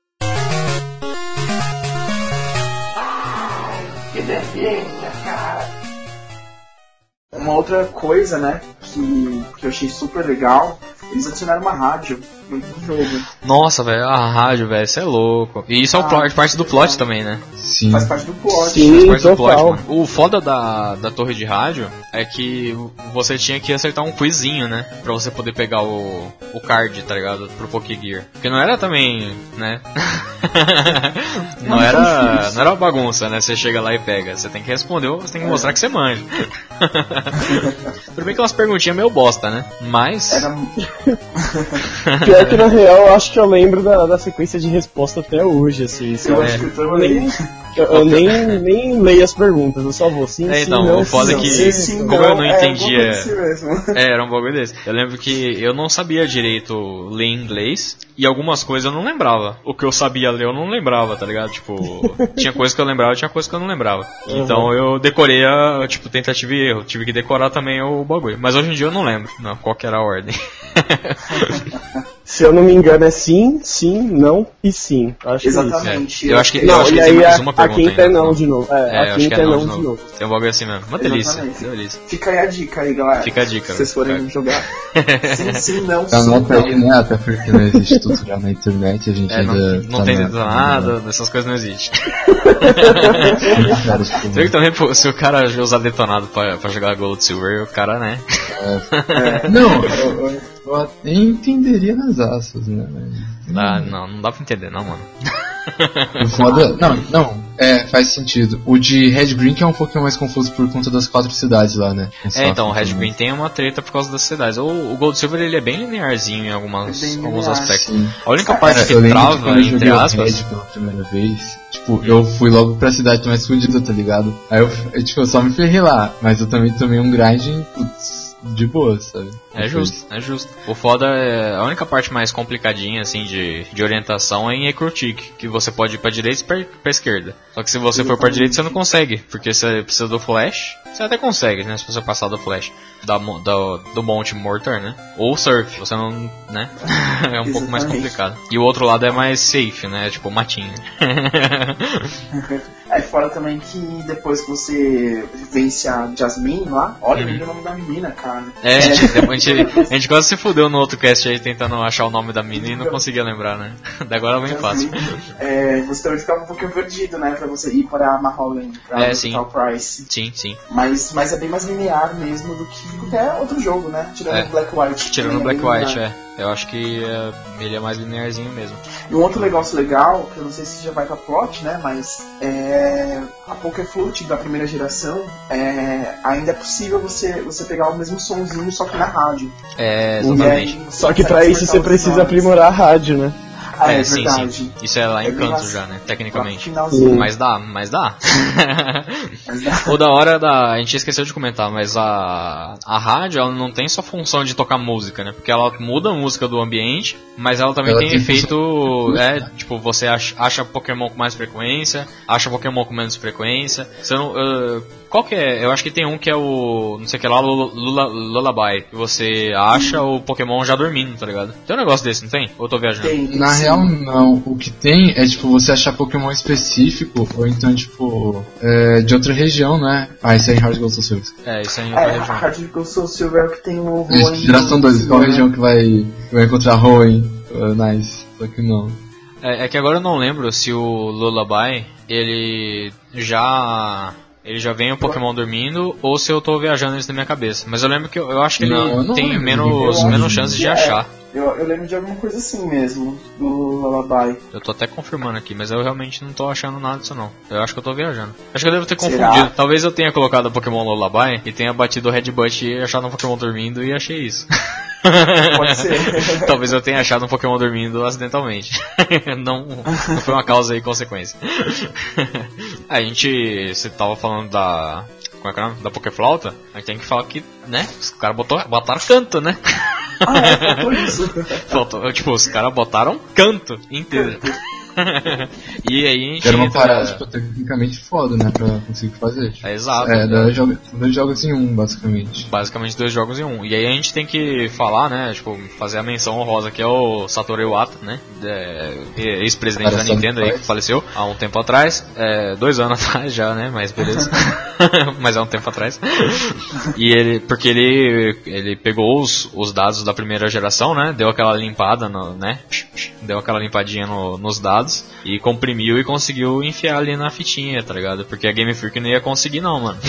Uma outra coisa, né, que, que eu achei super legal, eles adicionaram uma rádio no jogo. Nossa, velho, a rádio, velho, isso é louco. E isso é o Ah, plot, parte do plot também, né? Sim. Faz parte do plot. Sim, Parte do plot, total. mano. O foda da, da torre de rádio é que você tinha que acertar um quizinho, né? Pra você poder pegar o, o card, tá ligado? Pro Pokégear. Porque não era também, né? não, era, não era uma bagunça, né? Você chega lá e pega. Você tem que responder, você tem que mostrar que você manja. Tudo bem que umas perguntinhas meio bosta, né? Mas. Era... Pior que na real, eu acho que eu lembro da, da sequência de resposta até hoje, assim. Eu sabe? acho que eu Eu nem, também. eu, eu nem, nem leio as perguntas, eu só vou sim, É, sim, então, não, o foda sim, é não, que- sim, Sim, sim, como não. eu não é, um entendia- pouco assim mesmo. É, era um bagulho desse. Eu lembro que eu não sabia direito ler inglês e algumas coisas eu não lembrava. O que eu sabia ler eu não lembrava, tá ligado? Tipo, tinha coisa que eu lembrava, tinha coisa que eu não lembrava. Uhum. Então eu decorei a, tipo, tentativa e erro. Tive que decorar também o bagulho. Mas hoje em dia eu não lembro, não, qual que era a ordem. Se eu não me engano é sim, sim, não e sim. Acho que é isso. Exatamente. É, eu acho que- Não, acho e tem aí mais a, uma a pergunta quinta é ainda. não de novo. É, É, eu a acho que quinta é é não não de de novo. novo. Tem um bagulho assim mesmo. Uma delícia, Exatamente. delícia. Fica aí a dica aí, galera. Fica a dica, Se vocês forem velho. jogar. Sim, sim, não, sim, Anota aí, não. né? Até porque não existe tutorial na internet, a gente É, não, ainda. não tá tem na- dentro nada, dessas coisas não existem. Cara, tipo, Você vê que também, pô, se o cara usar detonado pra, pra jogar Gold Silver, o cara, né? Não, eu, eu, eu até entenderia nas asas, né? Mas- Dá, não, não dá pra entender, não, mano. O foda. Não, não, é, faz sentido. O de Red Green que é um pouquinho mais confuso por conta das quatro cidades lá, né? É, então, o Red Green tem uma treta por causa das cidades. O, o Gold Silver ele é bem linearzinho em algumas, É bem alguns linear, aspectos. Sim. A única Cara, parte Cara, que eu lembro que trava, quando eu entre joguei o aspas. Red pela primeira vez, tipo, eu fui logo pra cidade mais fodida, tá ligado? Aí eu, eu, tipo, eu só me ferrei lá, mas eu também tomei um grind, putz, de boa, sabe? É justo, é justo. O foda é. A única parte mais complicadinha, assim, de, de orientação é em Ecrutic, que você pode ir pra direita e pra, pra esquerda. Só que se você for pra direita, você não consegue, porque você precisa do flash. Você até consegue, né? Se você passar do flash da, mo- da, do Monte Mortar, né? Ou surf, você não. Né? É um pouco mais Exatamente. complicado. E o outro lado é mais safe, né? É tipo matinho. É fora também que depois que você vence a Jasmine lá, olha, Uhum. lembra o nome da menina, cara. É, a gente, a, gente, a gente quase se fudeu no outro cast aí tentando achar o nome da mina e não conseguia lembrar, né? Da agora vem fácil. Jasmine, é, você também ficava um pouquinho perdido, né, pra você ir para Maholen, pra É, é, sim. Price. Sim, sim. Mas, mas é bem mais linear mesmo do que qualquer outro jogo, né? Tirando É. o Black White. Tirando o é Black bem White, linear. é. Eu acho que é, ele é mais linearzinho mesmo. E um outro negócio legal, que eu não sei se já vai pra plot, né? Mas é, a Pokéflute da primeira geração, é, ainda é possível você, você pegar o mesmo sonzinho, só que na rádio. É, E exatamente. aí, Só que você pra consegue isso cortar você os precisa nomes. aprimorar a rádio, né? Ah, é, sim, verdade. sim. Isso é lá É em bem canto mais- já, né? Lá Tecnicamente. no finalzinho. Mas dá, mas dá. Mas dá. O da hora da. A gente esqueceu de comentar, mas a. A rádio ela não tem só função de tocar música, né? Porque ela muda a música do ambiente, mas ela também Ela tem tem efeito. função- É, tipo, você acha, acha Pokémon com mais frequência, acha Pokémon com menos frequência. Você não. Uh, qual que é? Eu acho que tem um que é o. Não sei o que lá, Lula, Lula, Lullaby. Que você acha o Pokémon já dormindo, tá ligado? Tem um negócio desse, não tem? Ou eu tô viajando? Tem, tem Na sim. real, não. O que tem é, tipo, você achar Pokémon específico, ou então, tipo, é, de outra região, né? Ah, isso é em Hard Gold Soul Silver. É, isso aí em outra É, a região. Rádio Gold Soul Silver é o que tem o Isso, Hoenn. Geração dois, qual né? região que vai, vai encontrar Hoenn? Uh, nice. Só que não. É, é que agora eu não lembro se o Lullaby, ele já... Ele já vem o Pokémon dormindo ou se eu tô viajando isso na minha cabeça. Mas eu lembro que eu, eu acho que ele Não, eu não tem lembro. menos, Eu menos acho chances que de é. achar. Eu, eu lembro de alguma coisa assim mesmo, do Lullaby. Eu tô até confirmando aqui, mas eu realmente não tô achando nada disso não. Eu acho que eu tô viajando. Acho que eu devo ter Será? confundido. Talvez eu tenha colocado o Pokémon Lullaby e tenha batido o Headbutt e achado um Pokémon dormindo e achei isso. Pode ser. Talvez eu tenha achado um Pokémon dormindo acidentalmente. não, não foi uma causa e consequência. A gente, você tava falando da... Como é que é o nome? Da Pokéflauta? A gente tem que falar que, né? Os caras botou, botaram canto, né? Ah, é, faltou isso. Faltou, tipo, os caras botaram canto inteiro. E aí a gente Era uma entra- parada, tipo, tecnicamente foda, né? Pra conseguir fazer. Tipo. É exato. É, dois jogos, dois jogos em um, basicamente. Basicamente dois jogos em um. E aí a gente tem que falar, né? Tipo, fazer a menção honrosa que é o Satoru Iwata, né? É, ex-presidente da Cara, Nintendo aí, faz. que faleceu há um tempo atrás. É, dois anos atrás já, né? Mas beleza. Mas é um tempo atrás. E ele, porque ele, ele pegou os, os dados da primeira geração, né? Deu aquela limpada, no, né? Deu aquela limpadinha no, nos dados e comprimiu e conseguiu enfiar ali na fitinha, tá ligado? Porque a Game Freak não ia conseguir não, mano.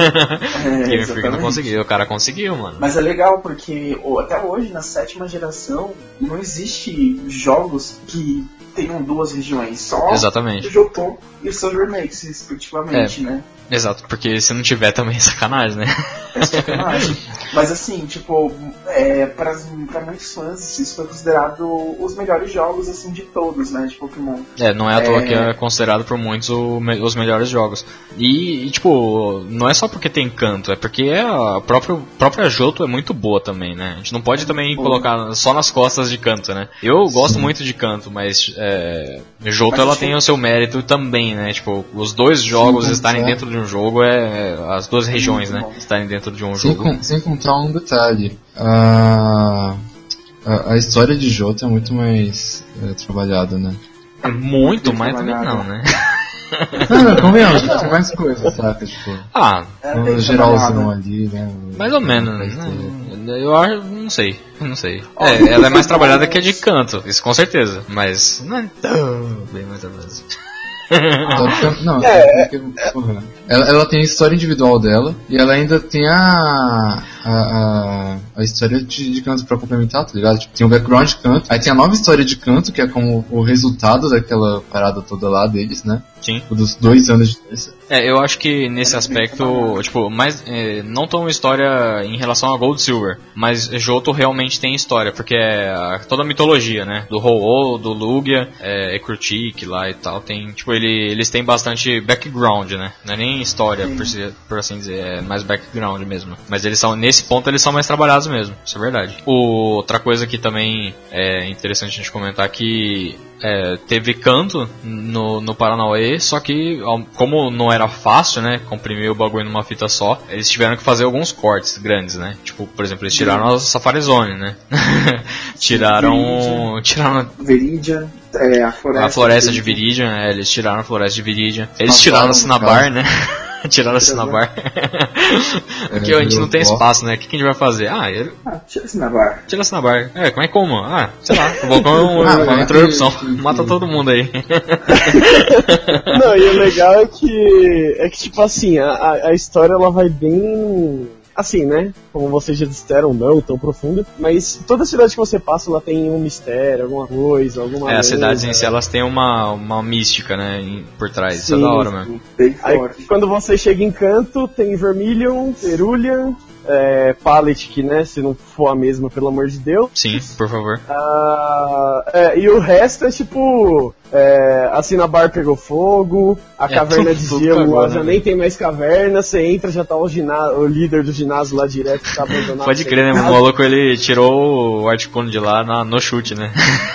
É, Game Freak não exatamente. conseguiu, o cara conseguiu, mano. Mas é legal porque ó, até hoje, na sétima geração, não existe jogos que tenham duas regiões, só Exatamente. o Jotô e os seus remakes, respectivamente, né? Exato, porque se não tiver também é sacanagem, né? É sacanagem. Mas assim, tipo, é, pra, pra muitos fãs, isso foi considerado os melhores jogos assim de todos, né? De Pokémon. É, não é à toa É. que é considerado por muitos o me- os melhores jogos. E, e, tipo, não é só porque tem canto, é porque a própria, própria Johto é muito boa também, né? A gente não pode também boa. colocar só nas costas de canto, né? Eu gosto muito de canto, mas é, Johto Mas ela acho tem que- o seu mérito também, né? Tipo, os dois jogos Sim, estarem é. dentro de um jogo é, é as duas regiões, né? bom. Estarem dentro de um Sem, jogo. con- sem contar um detalhe. A, a, a história de Johto é muito mais é, trabalhada, né? É muito, Bem mas também trabalhado. não, né? Não, não, convenhamos, tem mais coisas, saca? Tipo, Ah, É um bem geralzão trabalhado. ali, né? mais ou menos, Vai ter- né? Eu acho, não sei, não sei. É, ela é mais trabalhada que a de canto, isso com certeza, mas não é tão bem mais ou menos. Ela fica- Não, é, porque, porra, ela, ela tem a história individual dela e ela ainda tem a a, a, a história de, de canto pra complementar, tá ligado? Tipo, tem o background de canto, aí tem a nova história de canto, que é como o resultado daquela parada toda lá deles, né? Sim. O dos dois anos de diferença. É, eu acho que nesse aspecto, tipo, mais, é, não tão uma história em relação a Gold Silver, mas Johto realmente tem história, porque é a- toda a mitologia, né? Do Ho-Oh, do Lugia, é, Ecrutik lá e tal, tem, tipo, ele, eles têm bastante background, né? Não é nem história, por, si- por assim dizer, é mais background mesmo. Mas eles são, nesse ponto, eles são mais trabalhados mesmo, isso é verdade. O, outra coisa que também é interessante a gente comentar que é, teve canto no, no Paranauê, só que ao- como não era fácil, né, comprimir o bagulho numa fita só, eles tiveram que fazer alguns cortes grandes, né? Tipo, por exemplo, eles tiraram a Safari Zone, né? tiraram, tiraram Viridian, é, a floresta, a floresta de Viridian, é, eles tiraram a floresta de Viridian. Eles Passaram tiraram o no Cinnabar, caso. né? Tiraram a Cinnabar. Porque a gente não tem espaço, né? O que, que a gente vai fazer? Ah, ele... Ah, tira a Cinnabar. Tira a Cinnabar. É, como é como? Ah, sei lá. O Vulcão é um- Ah, uma mas interrupção. que- Mata todo mundo aí. Não, e o legal é que, é que tipo assim, a, a a história ela vai bem... Assim, né? Como vocês já disseram, não tão profunda. Mas toda cidade que você passa, ela tem um mistério, alguma coisa, alguma É, as cidades em lenda. si, elas têm uma, uma mística, né? em- Por trás. Isso é Sim, da hora mesmo. Bem Aí, forte. quando você chega em Canto, tem Vermilion, Cerulean, é, Pallet, que, né, se não for a mesma, pelo amor de Deus. Sim, por favor. Ah, é, e o resto é tipo... É, a Cinnabar pegou fogo, a É, caverna tudo- de tudo gelo cagou, lá né, já velho? nem tem mais caverna, você entra, já tá o, giná- o líder do ginásio lá direto, tá abandonado. Pode sem crer, né? O casa. maluco ele tirou o Articuno de lá na- no chute, né?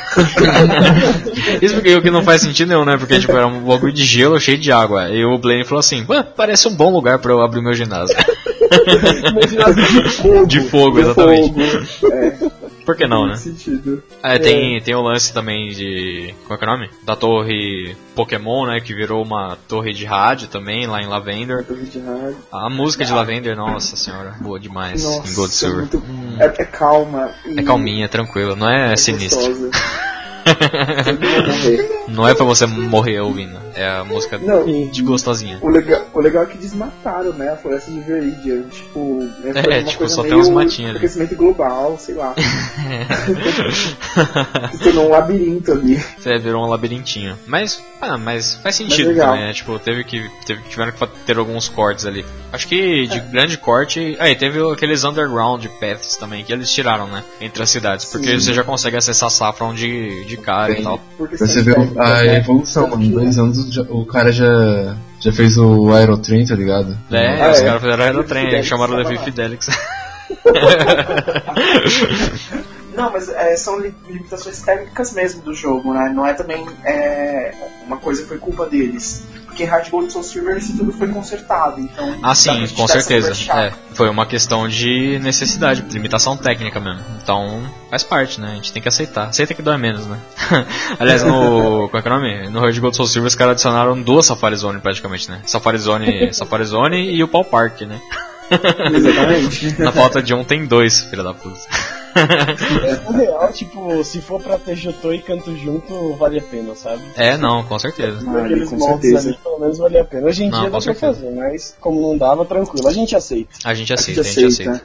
Isso porque o que não faz sentido nenhum, né? Porque tipo, era um bagulho de gelo cheio de água. E o Blaine falou assim: "Ué, parece um bom lugar pra eu abrir meu ginásio." Meu ginásio de fogo. De fogo, Do exatamente. fogo. É, Por que não, né? faz sentido. É, tem, tem o lance também de. Como é que é o nome? Da torre Pokémon, né? Que virou uma torre de rádio também, lá em Lavender. Torre de rádio. A música de Lavender, nossa senhora, boa demais Nossa, em Gold é, Silver. muito- é, é calma. e É calminha, tranquila, não é, é sinistro. gostosa. Sempre vai morrer. Não é pra você morrer ouvindo, é a música Não, de gostosinha. O legal, o legal é que desmataram, né, a floresta de Viridian. Tipo, né, foi É, uma tipo, coisa só tem meio uns matinhos ali. aquecimento global, sei lá. Se tornou um labirinto ali. É, virou um labirintinho. Mas, ah, mas faz sentido legal. também, né? Tipo, teve que, teve, tiveram que fa- ter alguns cortes ali. Acho que de grande corte. Aí, teve aqueles underground paths também que eles tiraram, né? Entre as cidades. Porque Sim. você já consegue acessar Saffron de, de cara e Bem, tal. Porque Pra você são ver o- técnicas, a né, evolução, tanto mano. Em que- dois anos já- o cara já, já fez o Aerotrem, tá ligado? É, Ah, os é. caras fizeram a do trem, Fidelix chamaram o tava Levi lá. Fidelix. Não, mas é, são li- limitações técnicas mesmo do jogo, né? Não é também é, uma coisa que foi culpa deles. Porque Hard Gold Soul Silver isso tudo foi consertado, então... Ah, dá sim, pra gente com dar essa certeza. conversa. É, foi uma questão de necessidade, limitação técnica mesmo. Então, faz parte, né? A gente tem que aceitar. Aceita que dói menos, né? Aliás, no. Como é que é o nome? No Hard Gold Soul Silver os caras adicionaram duas Safari Zone praticamente, né? Safari Zone, Safari Zone e o Paul Park, né? Exatamente. Na falta de um tem dois, filha da puta. Na real, tipo, se for pra ter Jotô e Canto junto, vale a pena, sabe? É, não, com certeza. Ah, Aqueles com moldes certeza. ali, pelo menos vale a pena. Hoje em Não, dia com dá pra certeza. fazer, mas como não dava, tranquilo. A gente aceita. A gente A aceita, a gente aceita.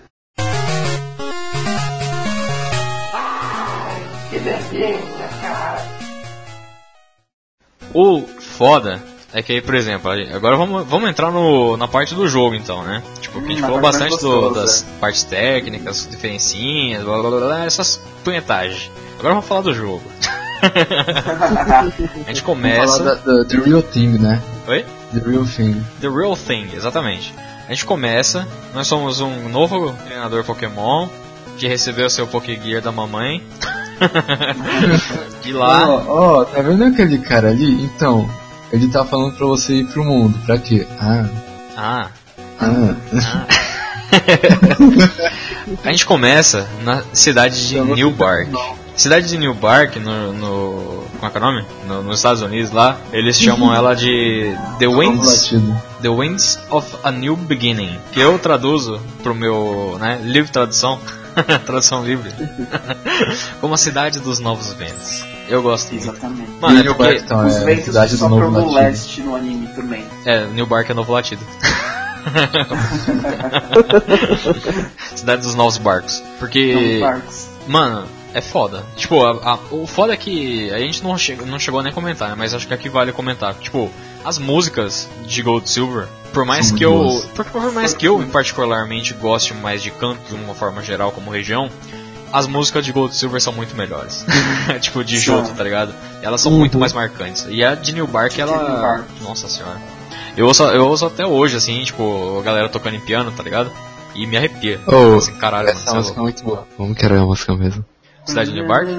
O foda é que aí, por exemplo, aí- agora vamos, vamos entrar no, na parte do jogo então, né? Tipo, que a gente Hum, a falou parte mais bastante do- gostosa. das partes técnicas, diferencinhas, blá, blá, blá, blá, essas punhetagens. Agora vamos falar do jogo. A gente Vamos começa. falar da, da The Real Thing, né? Oi? The Real Thing. The Real Thing, exatamente. A gente começa, nós somos um novo treinador Pokémon que recebeu seu Pokégear da mamãe. De lá. Ó, ó, tá vendo aquele cara ali? Então, ele tá falando pra você ir pro mundo. Pra quê? Ah, Ah, ah. ah. A gente começa na cidade de New Bark. Cidade de New Bark, no, no como é que é o nome? No, nos Estados Unidos lá, eles chamam ela de The Novo Winds, latido. The Winds of a New Beginning, que eu traduzo pro meu, né, livre tradução, tradução livre, como a cidade dos novos ventos. Eu gosto muito. Exatamente. Mano, é New porque Bark, então, Os é a ventos cidade do sopram novo no latido. leste no anime também. é, New Bark é novo latido. Cidade dos novos barcos. Porque, São parques. mano, é foda. Tipo, a- a- o foda é que a gente não, che não chegou nem a comentar, né, mas acho que aqui vale comentar. Tipo, as músicas de Gold Silver, por mais São que muito eu. boas. Por, por mais que eu particularmente goste mais de canto de uma forma geral como região, as músicas de Gold Silver são muito melhores. Tipo, de São. Johto, tá ligado? Elas são Uhum. muito mais marcantes. E a de New Bark, New ela. Bark. Nossa senhora. Eu ouço, eu ouço até hoje, assim, tipo, a galera tocando em piano, tá ligado? E me arrepia. Oh, assim, caralho, mano, essa cê é música é louco. muito boa. Como que era a música mesmo? Cidade de New Bark?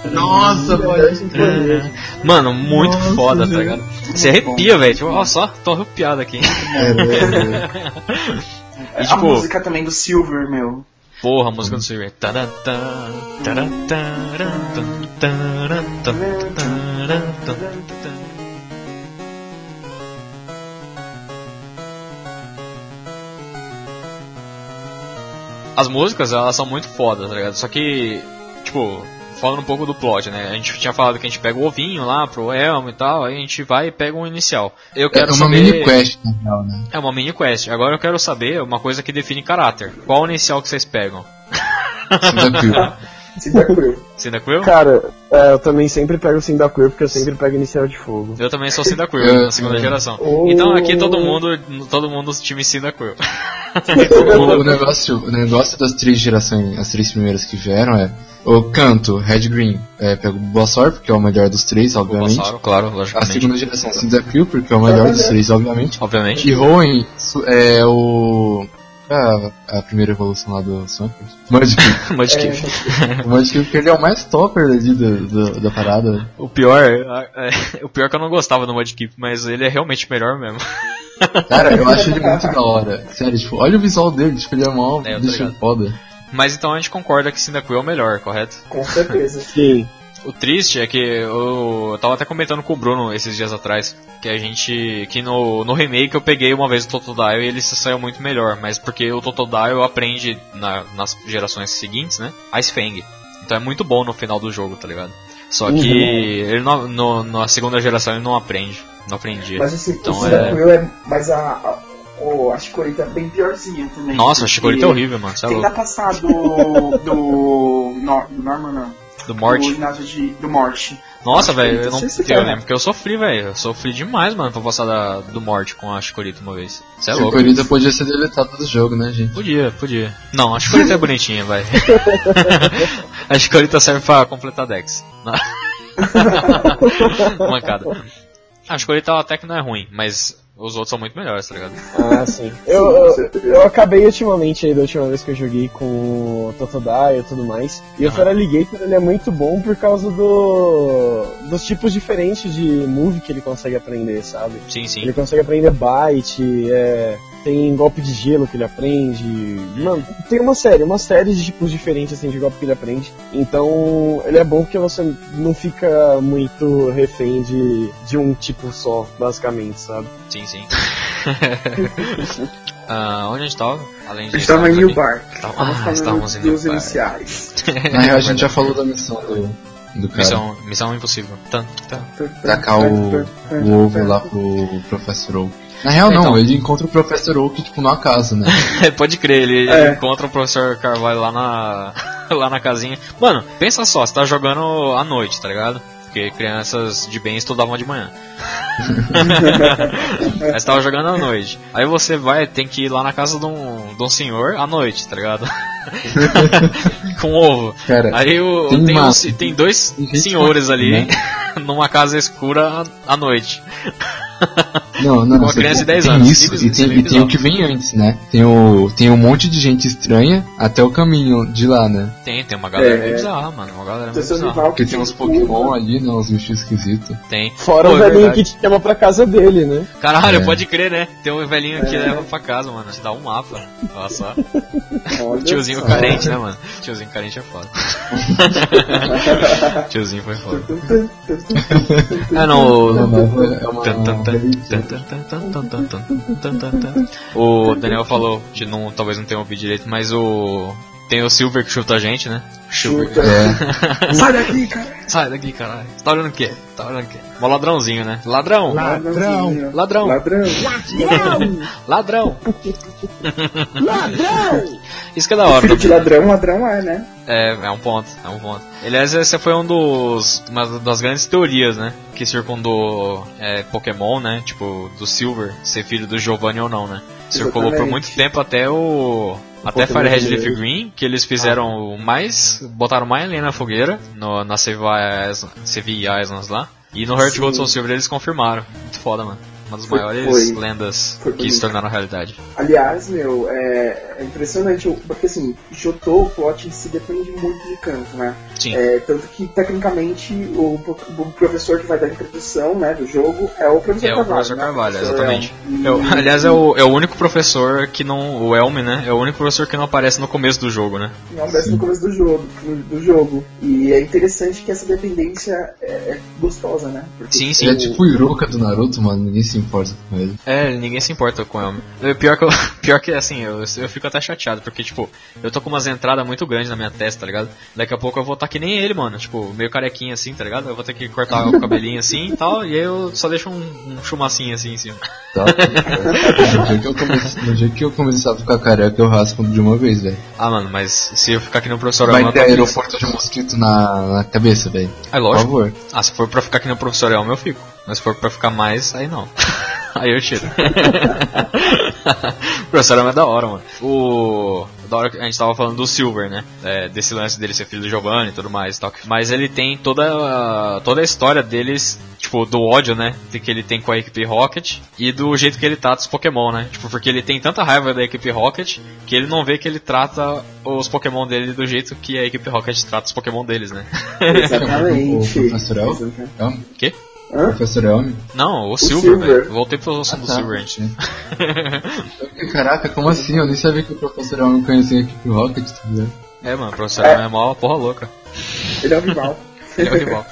Nossa, velho. Mano, muito Nossa, foda, velho. tá ligado? Você arrepia, velho. Tipo, ó, só, tô arrepiado aqui. É, velho. E, A tipo, música também do Silver, meu. porra, a música do Silver. Taratã, taratã, taratã, taratã, taratã. As músicas, elas são muito fodas, tá ligado? Só que, tipo, falando um pouco do plot, né? A gente tinha falado que a gente pega o ovinho lá pro elmo e tal, aí a gente vai e pega um inicial. Eu quero É uma saber... mini quest, na real, né? É uma mini quest. Agora eu quero saber uma coisa que define caráter. Qual o inicial que vocês pegam? Cyndaquil. Cyndaquil. Cyndaquil? Cara, é, eu também sempre pego o Cyndaquil porque eu sempre pego inicial de fogo. Eu também sou Cyndaquil, Eu- na segunda eu- geração. Oh. Então aqui todo mundo, todo mundo time Cyndaquil. o, o, negócio, o negócio das três gerações, as três primeiras que vieram é o canto, Red Green, é, pego o Bulbasaur, porque é o melhor dos três, obviamente. Bulbasaur, claro, A logicamente. segunda geração, Cyndaquil, porque é o melhor dos três, obviamente. Obviamente. E Hoenn su- é o... A, a primeira evolução lá do Swampert. Mudkip. Mudkip. O Mudkip, porque ele é o mais topper ali da, da, da parada. O pior, é, é, o pior é que eu não gostava do Mudkip, mas ele é realmente melhor mesmo. Cara, eu acho ele muito da hora. Sério, tipo, olha o visual dele, tipo, ele é mó É, eu tô bicho ligado. foda. Mas então a gente concorda que Cyndaquil é o melhor, correto? Com certeza. Sim. O triste é que eu, eu tava até comentando com o Bruno esses dias atrás que a gente, que no, no remake eu peguei uma vez o Totodile e ele se saiu muito melhor, mas porque o Totodile aprende na, nas gerações seguintes, né, Ice Fang. Então é muito bom no final do jogo, tá ligado? Só que Uhum. ele não, no, na segunda geração ele não aprende, não aprendia. Mas esse, Então o é... Cyndaquil é... Mas a... a oh, a Chikorita é bem piorzinha também. Nossa, a Chikorita é porque horrível, mano, você é Tenta louco. passar do... do... Nor, do Norman, não. Do Morte. Do ginásio de, do Morte. Nossa, Acho que velho, ele eu não tá se eu ferra. lembro que eu sofri, velho. Eu sofri demais, mano, pra passar da, do Morte com a Chikorita uma vez. Você é A louco. Chikorita podia ser deletada do jogo, né, gente? Podia, podia. Não, a Chikorita é bonitinha, vai. A Chikorita serve pra completar decks. Mancada. A Chikorita até que não é ruim, mas os outros são muito melhores, tá ligado? Ah, sim. Eu, eu, eu acabei ultimamente aí, da última vez que eu joguei com o Totodile e tudo mais. E o Aham. Feraligatr ele é muito bom por causa do dos tipos diferentes de move que ele consegue aprender, sabe? Sim, sim. Ele consegue aprender bite, é, tem golpe de gelo que ele aprende. Mano, tem uma série, uma série de tipos diferentes assim, de golpe que ele aprende. Então, ele é bom porque você não fica muito refém de, de um tipo só, basicamente, sabe? Sim, sim. Ah, onde a gente tava? Além A de gente tava em New Bar. Tava- Tava ah, falando estávamos em New dos Bar. iniciais. Na real, a gente já falou da missão do, do cara. Missão, missão impossível. Tan, tan. Tacar o, o ovo lá pro Professor Oak. Na real, Então. não, ele encontra o Professor Oak, tipo, numa casa, né? Pode crer, ele, É. ele encontra o professor Carvalho lá na, lá na casinha. Mano, pensa só, você tá jogando à noite, tá ligado? Porque crianças de bem estudavam de manhã. Aí você tava jogando à noite. Aí você vai, tem que ir lá na casa de um, de um senhor à noite, tá ligado? Com ovo. Cara, Aí o, tem tem, uma- um- tem dois tem gente senhores com- ali né? numa casa escura à, à noite. Não, não, Com uma você- criança de dez tem anos. isso, Simples- e tem, simples e tem o que vem antes, né? Tem, o, tem um monte de gente estranha até o caminho de lá, né? Tem, tem uma galera É. meio bizarra, mano. Uma galera meio Tem seu bizarra. rival Porque que tem uns tem Pokémon ali, né? Uns bichos esquisitos. Tem. Fora Pô, o é velhinho verdade. que te chama pra casa dele, né? Caralho, É. pode crer, né? Tem um velhinho que É. leva pra casa, mano. Te dá um mapa. Olha só. Olha Tiozinho só. carente, né, mano? Tiozinho carente é foda. Tiozinho foi foda. Ah, não, o... Não, mas é uma... Tan, tan, tan, tan, tan, tan, tan, tan, tan, tan, tan. O Daniel falou, que não, talvez não tenha ouvido direito, mas o... Tem o Silver que chuta a gente, né? Chuta. É, Sai daqui, cara. Sai daqui, caralho. Tá olhando o quê? Tá olhando o quê? Mó ladrãozinho, né? Ladrão! Ladrão. Ladrão! Ladrão. Ladrão! Isso que é da hora Filho de também. ladrão, ladrão é, né? É, é um ponto, é um ponto. Aliás, esse foi um dos, uma das grandes teorias, né? Que circundou é, Pokémon, né? Tipo, do Silver ser filho do Giovanni ou não, né? Circulou por Exatamente. muito tempo até o... Até Pokémon Fire Red brasileiro. Leaf Green, que eles fizeram mais... Botaram mais lenha na fogueira, no, na C V I Islands lá. E no Heart Sim. Gold Soul Silver eles confirmaram. Muito foda, mano. Uma das Foi- maiores foi. lendas Foi que se bonito. tornaram realidade. Aliás, meu, é, é impressionante, porque assim, Jotô, o plot em si depende muito de canto, né? Sim. É, tanto que, tecnicamente, o, o professor que vai dar a introdução, né, do jogo é o professor É Carvalho. o professor né? Carvalho, Professor exatamente. Elm. É o- aliás, é o, é o único professor que não. O Elm, né? É o único professor que não aparece no começo do jogo, né? Não desce no começo do jogo, do jogo. E é interessante que essa dependência é, é gostosa, né? Porque Sim, sim. Ele é tipo o Hiruka do Naruto, mano, ninguém se importa com ele. É, ninguém se importa com o Elm. Pior que, eu, pior que assim, eu, eu fico até chateado, porque, tipo, eu tô com umas entradas muito grandes na minha testa, tá ligado? Daqui a pouco eu vou estar que nem ele, mano. Tipo, meio carequinha assim, tá ligado? Eu vou ter que cortar o cabelinho assim e tal, e aí eu só deixo um, um chumacinho assim em cima. Tá? no, dia que eu comece, no dia que eu começar a ficar careca, eu raspo de uma vez, velho. Ah, mano, mas se eu ficar aqui no professor Vai Elm, eu ter tô feliz. aeroporto de mosquito na, na cabeça, velho. É Por lógico. favor. Ah, se for pra ficar aqui no professor Elm, eu fico. Mas se for pra ficar mais, aí não. Aí eu tiro. O professor Elm é da hora, mano. O... Da hora que a gente tava falando do Silver, né? É, desse lance dele ser filho do Giovanni e tudo mais e tal. Mas ele tem toda a, toda a história deles, tipo, do ódio, né? De que ele tem com a equipe Rocket e do jeito que ele trata os Pokémon, né? Tipo, porque ele tem tanta raiva da equipe Rocket que ele não vê que ele trata os Pokémon dele do jeito que a equipe Rocket trata os Pokémon deles, né? Exatamente. O professor Elm? Exatamente. Elm? Quê? Hã? Professor Elm? Não, o, O Silver, Silver. velho. Voltei pro assunto do tá. Silver, gente. Caraca, como assim? Eu nem sabia que o professor Elm conhecia a equipe Rocket, tá ligado? É, mano, o professor é, é mó porra louca. Ele é o rival. Ele é o rival.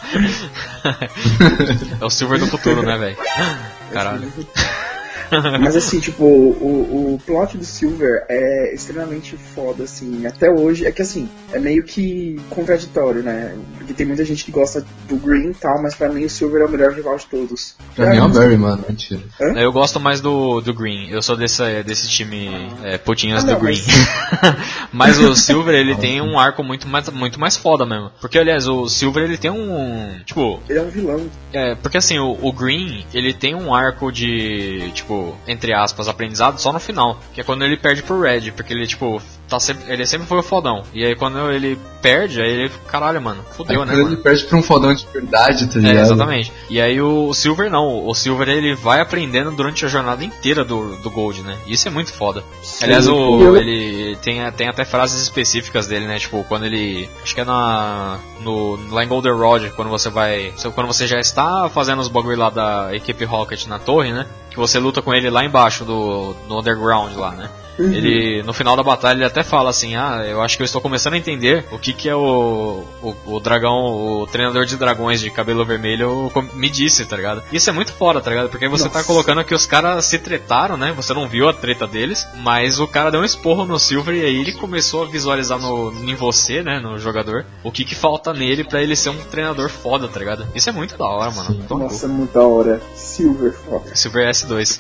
É o Silver do futuro, né, velho? Caralho. Mas assim, tipo, o, o plot do Silver é extremamente foda, assim, até hoje. É que assim, é meio que contraditório, né? Porque tem muita gente que gosta do Green e tal, mas pra mim o Silver é o melhor rival de todos. Pra mim é o Barry, mano, mentira. Eu gosto mais do, do Green. Eu sou desse, desse time é, putinhas Ah, do não, Green. Mas o Silver, ele tem um arco muito mais, muito mais foda mesmo. Porque, aliás, o Silver, ele tem um... Tipo... Ele é um vilão. É, porque assim, o, o Green, ele tem um arco de, tipo, entre aspas, aprendizado só no final. Que é quando ele perde pro Red, porque ele, tipo, tá sempre, ele sempre foi o fodão. E aí quando ele perde, aí ele, caralho, mano, fodeu, É, né, quando mano? ele perde pra um fodão de verdade, tá ligado? É, exatamente. E aí o, o Silver não, o Silver ele vai aprendendo durante a jornada inteira do, do Gold, né? Isso é muito foda. Aliás, o, ele tem, tem até frases específicas dele, né? Tipo, quando ele. Acho que é na. No, lá em Goldenrod, quando você vai. Quando você já está fazendo os bagulho lá da equipe Rocket na torre, né? Que você luta com ele lá embaixo do, do underground lá, né? Uhum. Ele, no final da batalha, ele até fala assim: ah, eu acho que eu estou começando a entender o que que é o, o, o dragão, o treinador de dragões de cabelo vermelho me disse, tá ligado? Isso é muito foda, tá ligado? Porque você Nossa. tá colocando que os caras se tretaram, né? Você não viu a treta deles, mas o cara deu um esporro no Silver e aí ele começou a visualizar no, em você, né? No jogador, o que que falta nele pra ele ser um treinador foda, tá ligado? Isso é muito da hora, mano. Nossa, muito da hora. Silver foda. Silver S dois.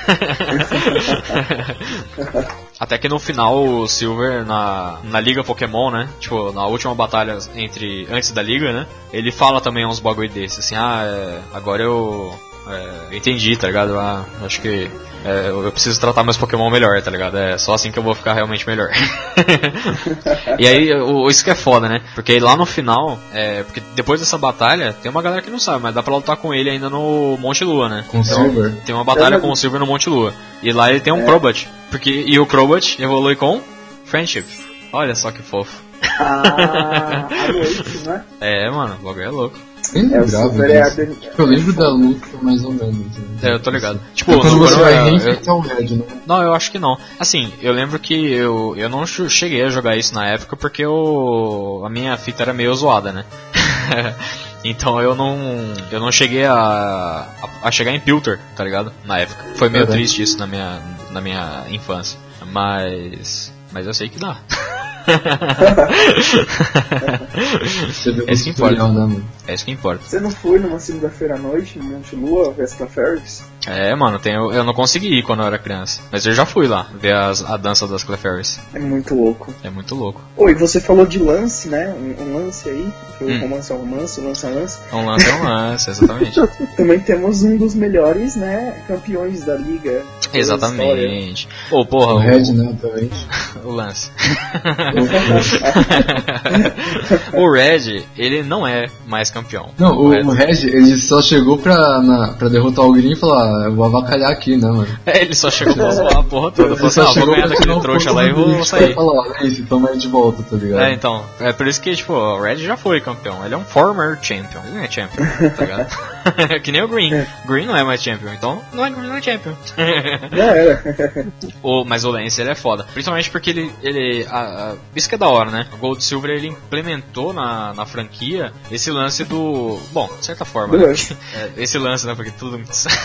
Até que no final o Silver na, na Liga Pokémon, né? Tipo, na última batalha entre antes da Liga, né? Ele fala também uns bagulho desses, assim, ah, é, agora eu é, entendi, tá ligado? Ah, acho que é, eu preciso tratar meus Pokémon melhor, tá ligado? É só assim que eu vou ficar realmente melhor. E aí, o, isso que é foda, né? Porque aí lá no final, é, porque depois dessa batalha, tem uma galera que não sabe, mas dá pra lutar com ele ainda no Monte Lua, né? Com o então, Silver. Tem uma batalha é, com o Silver no Monte Lua. E lá ele tem um é. Crobat. Porque, e o Crobat evolui com Friendship. Olha só que fofo. Ah, a noite, né? É, mano, o bagulho é louco. Bem lembrado, é, é, tipo, eu lembro da luta mais ou menos. Né? É, eu tô ligado. Tipo, é quando você vai eu, reinfectar o Red, né? Não, eu acho que não. Assim, eu lembro que eu, eu não cheguei a jogar isso na época porque eu, a minha fita era meio zoada, né? Então eu não eu não cheguei a, a, a chegar em Pilter, tá ligado? Na época. Foi meio é triste isso na minha, na minha infância. Mas mas eu sei que dá. É isso que importa. Né, é isso que importa. Você não foi numa segunda-feira à noite no Monte Lua ver as Clefairies? É, mano, tem, eu, eu não consegui ir quando eu era criança. Mas eu já fui lá ver as, a dança das Clefairies. É muito louco. É muito louco. Oi, você falou de lance, né? Um, um lance aí. Que hum. O romance é um romance, o lance é um lance. Um lance é um lance, exatamente. Também temos um dos melhores, né? Campeões da liga. Exatamente. Pô, porra. O Red, né? Obviamente. O lance. O Red, ele não é mais campeão. Não, o, o Red, ele só chegou pra, na, pra derrotar o Green e falar, ah, eu vou avacalhar aqui, né, mano? É, ele só chegou pra zoar a porra toda. Falou assim, ah, vou ganhar daquele trouxa lá e vou sair. Falar, é isso, toma aí de volta, tá ligado? É, então, é por isso que, tipo, o Red já foi campeão. Ele é um former champion, ele não é champion, tá ligado? Que nem o Green. Green não é mais champion, então não é, não é champion. o, mas o Lance, ele é foda. Principalmente porque ele, ele a, a, isso que é da hora, né? O Gold Silver, ele implementou na, na franquia esse lance do... Bom, de certa forma, né? É, esse lance, né? Porque tudo...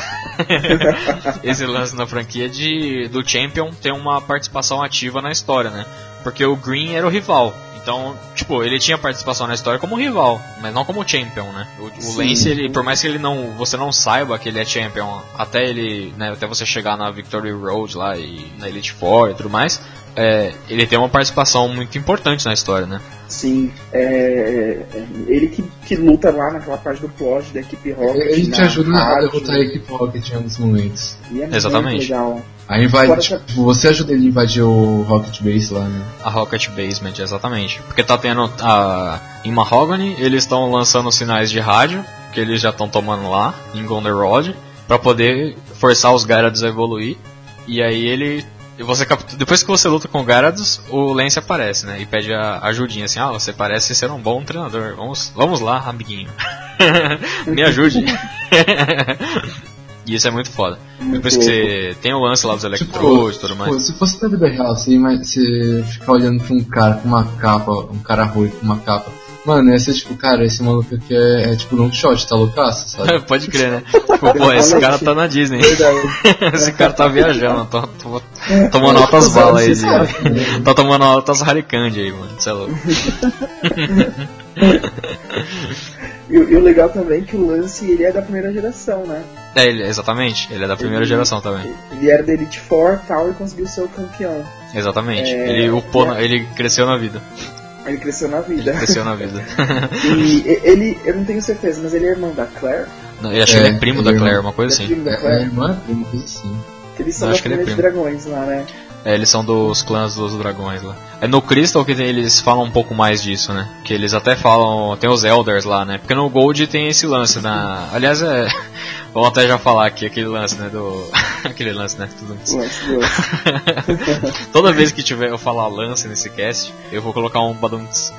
esse lance na franquia de, do Champion ter uma participação ativa na história, né? Porque o Green era o rival. Então, tipo, ele tinha participação na história como rival, mas não como champion, né? O, o Lance, ele, por mais que ele não, você não saiba que ele é champion, até ele, né, até você chegar na Victory Road lá e na Elite Four e tudo mais, é, ele tem uma participação muito importante na história, né? Sim, é, é ele que, que luta lá naquela parte do plot da equipe Rocket. Ele te ajuda a derrotar a equipe Rocket em alguns momentos. E é exatamente. Legal. Aí invade, tipo, você ajuda ele a invadir o Rocket Base lá, né? A Rocket Basement, exatamente. Porque tá tendo a, em Mahogany, eles estão lançando sinais de rádio, que eles já estão tomando lá, em Goldenrod, pra poder forçar os Gyarados a evoluir. E aí ele... Você captura, depois que você luta com o Gyarados, o Lance aparece, né? E pede a ajudinha, assim, ah, você parece ser um bom treinador. Vamos, vamos lá, amiguinho. Me ajude. E isso é muito foda. Depois que você tem o lance lá dos Electrodes e tudo mais. Tipo, se fosse na vida real, assim, mas você ficar olhando pra um cara com uma capa, um cara ruim com uma capa. Mano, esse é tipo, cara, esse maluco aqui é, é tipo long shot, tá loucaço, sabe? Pode crer, né? Tipo, pô, esse cara tá na Disney. Esse cara tá viajando, tô, tô, tomando altas balas aí. De, tá tomando altas Harikandi aí, mano. Isso é louco. E, e o legal também é que o Lance, ele é da primeira geração, né? É, ele, exatamente, ele é da primeira ele, geração também. Ele era da Elite Four e tal e conseguiu ser o campeão. Exatamente, é, ele, upou, é, ele cresceu na vida. Ele cresceu na vida. Ele cresceu na vida. E ele, eu não tenho certeza, mas ele é irmão da Claire? Não, eu acho é, que ele é primo da Claire, uma coisa assim. É primo da É, Claire? é irmã, primo, coisa assim. Eles são Não, da acho que ele é família de dragões lá, né? É, eles são dos clãs dos dragões lá. É no Crystal que tem, eles falam um pouco mais disso, né? Que eles até falam, tem os Elders lá, né? Porque no Gold tem esse lance na... Aliás, é... Vamos até já falar aqui, aquele lance, né, do... aquele lance, né, tudo isso. Toda vez que tiver eu falar lance nesse cast, eu vou colocar um badunts.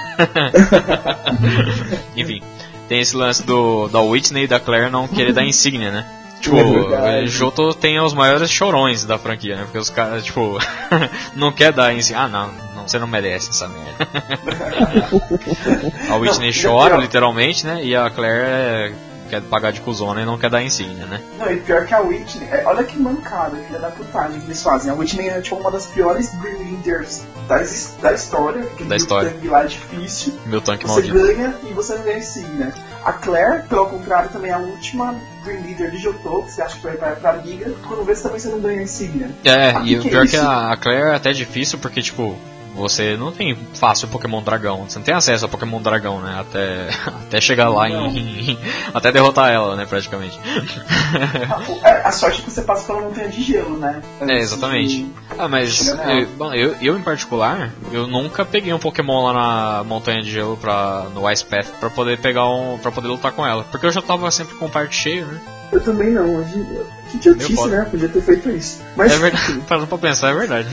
Enfim, tem esse lance do da Whitney e da Claire não querer dar insígnia, né? Tipo, o Johto tem os maiores chorões da franquia, né? Porque os caras, tipo, não quer dar insígnia. Ah, não, não, você não merece essa merda. A Whitney chora, literalmente, né? E a Claire quer pagar de cuzona e não quer dar insígnia, né? Não, e pior que a Whitney, é, olha que mancada, filha da putagem que eles fazem. A Whitney é tipo uma das piores Green Leaders da, da história, porque da história. O tanque lá é difícil. Meu tanque você maldito. Você ganha e você não ganha insígnia. A Claire, pelo contrário, também é a última Green Leader de Johto, que você acha que vai pra, pra liga, quando vê se também você não ganha insígnia. É, ah, e o que pior é é que a, a Claire é até difícil, porque tipo... Você não tem fácil Pokémon Dragão, você não tem acesso a Pokémon Dragão, né? Até, até chegar lá em, em. Até derrotar ela, né? Praticamente. A, a sorte é que você passa pela montanha de gelo, né? É, exatamente. Ah, mas. Eu, bom, eu, eu em particular, eu nunca peguei um Pokémon lá na montanha de gelo pra, no Ice Path pra poder pegar um. Pra poder lutar com ela. Porque eu já tava sempre com o parque cheio, né? Eu também não. Que idiotice, né? Podia ter feito isso. Mas, é verdade. Parando pra pensar, é verdade.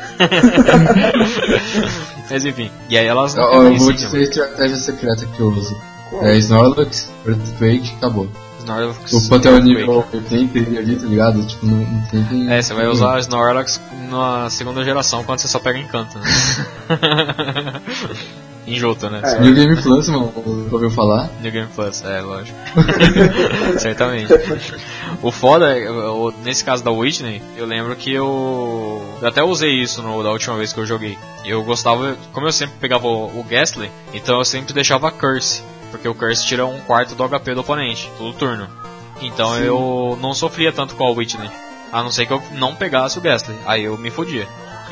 Mas enfim, e aí elas não eu, eu vou dizer a estratégia secreta que eu uso. Qual? É Snorlax, Earthquake, acabou. Snorlax, o quanto é o nível oitenta ali, tá ligado? Tipo, não, não tem que... É, você vai usar Snorlax na segunda geração quando você só pega encanto, né? Em Johto, né? É. New Game Plus, mano, ouviu falar? New Game Plus, é, lógico. Certamente. O foda, eu, nesse caso da Whitney, eu lembro que eu, eu até usei isso no, da última vez que eu joguei. Eu gostava, como eu sempre pegava o, o Gastly, então eu sempre deixava Curse, porque o Curse tira um quarto do H P do oponente, todo turno. Então Sim. eu não sofria tanto com a Whitney, a não ser que eu não pegasse o Gastly, aí eu me fodia.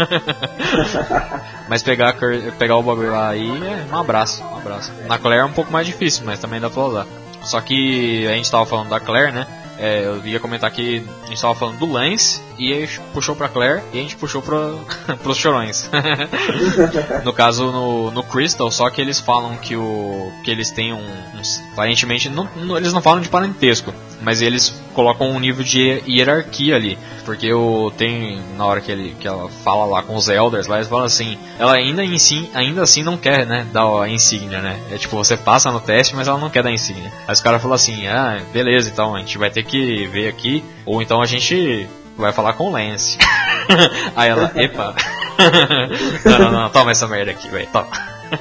Mas pegar, pegar o bagulho lá aí é um abraço, um abraço. Na Claire é um pouco mais difícil, mas também dá pra usar. Só que a gente tava falando da Claire, né? É, eu ia comentar que a gente tava falando do Lance e aí puxou pra Claire e a gente puxou pra, pros chorões. No caso, no, no Crystal, só que eles falam que, o, que eles têm um... um aparentemente, não, não, eles não falam de parentesco, mas eles colocam um nível de hierarquia ali. Porque o, tem, na hora que, ele, que ela fala lá com os Elders, lá eles falam assim, ela ainda, em si, ainda assim não quer, né, dar a insígnia, né? É tipo, você passa no teste, mas ela não quer dar a insígnia. Aí os caras falam assim, ah, beleza, então a gente vai ter que ver aqui, ou então a gente vai falar com o Lance. Aí ela, epa. Não, não, não, toma essa merda aqui, velho, toma.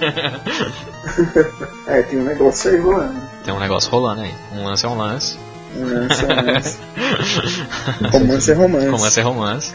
É, tem um negócio aí rolando. Tem um negócio rolando aí. Um lance é um lance. Um lance é um lance. Romance é romance. Romance é romance.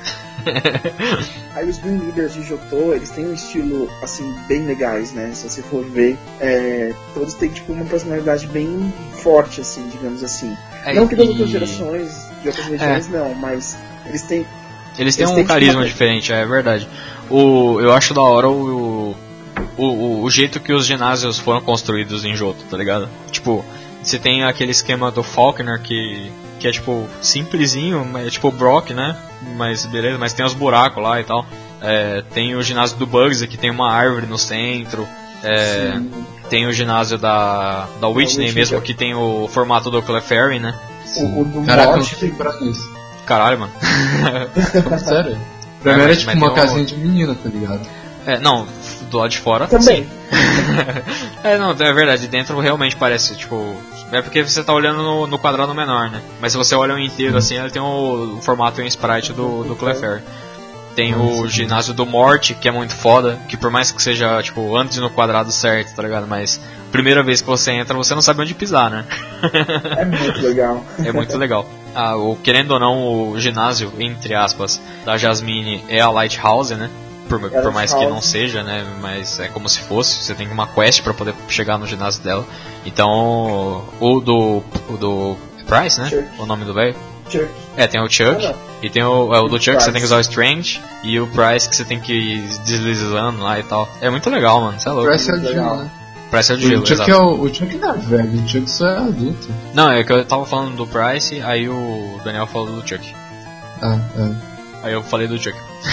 Aí os Green Leaders de Jotô, eles têm um estilo, assim, bem legais, né? Se você for ver, é, todos têm, tipo, uma personalidade bem forte, assim, digamos assim. É, não que das e... outras gerações, de outras regiões, é. não, mas eles têm... Eles têm eles um têm, carisma tipo, diferente, é verdade. O, eu acho da hora o... O, o, o jeito que os ginásios foram construídos em Johto, tá ligado? Tipo, você tem aquele esquema do Falconer que, que é tipo simplesinho, é tipo Brock, né? Mas beleza, mas tem os buracos lá e tal. É, tem o ginásio do Bugsy que tem uma árvore no centro. É, tem o ginásio da, da Whitney mesmo que tem o formato do Clefairy, né? O, o do Caraca, eu não sei pra isso. Caralho, mano. Sério? Pra mim era tipo uma casinha um... de menina, tá ligado? É, não, do lado de fora também. Sim. É, não, é verdade, dentro realmente parece, tipo... É porque você tá olhando no, no quadrado menor, né? Mas se você olha o inteiro assim, ele tem o, o formato em sprite do, do Clefairy. Tem o ginásio do Morty, que é muito foda, que por mais que seja, tipo, antes no quadrado certo, tá ligado? Mas primeira vez que você entra, você não sabe onde pisar, né? É muito legal. É muito legal. Ah, o, querendo ou não, o ginásio, entre aspas, da Jasmine é a Lighthouse, né? Por, por mais que não seja, né? Mas é como se fosse. Você tem uma quest pra poder chegar no ginásio dela. Então, o do, o do Price, né? Chuck. O nome do velho? Chuck. É, tem o Chuck. Ah, e tem o, é, o do Chuck que você tem que usar o Strength. E o Price que você tem que ir deslizando lá e tal. É muito legal, mano. Você é louco. Price é o de gelo, né? Price é o de gelo, o Chuck é o, o Chuck não é velho, o Chuck só é adulto. Não, é que eu tava falando do Price, aí o Daniel falou do Chuck. Ah, é. Aí eu falei do Chuck.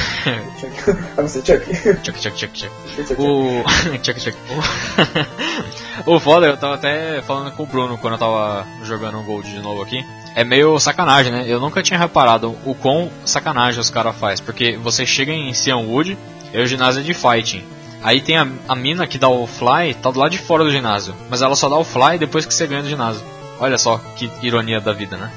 Ah, você Chuck? Chuck, Chuck, Chuck, Chuck. O... Chuck, Chuck. O foda, eu tava até falando com o Bruno quando eu tava jogando um Gold de novo aqui. É meio sacanagem, né? Eu nunca tinha reparado o quão sacanagem os caras fazem. Porque você chega em Cianwood, é o ginásio de fighting. Aí tem a, a mina que dá o fly, tá do lado de fora do ginásio. Mas ela só dá o fly depois que você ganha do ginásio. Olha só que ironia da vida, né?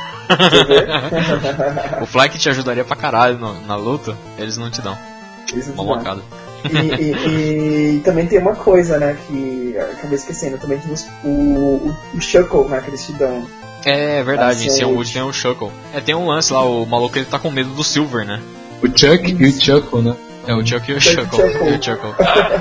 O fly que te ajudaria pra caralho no, na luta, eles não te dão. Uma mancada. E, e, e também tem uma coisa, né, que eu acabei esquecendo, também tem os, o, o, o Shuckle, né, que eles te dão. É verdade, em Cianwood tem o Shuckle. É, tem um lance lá, o maluco ele tá com medo do Silver, né? O Chuck e o Chuckle, né? É, o Chuck e o Shuckle. E o Chuckle.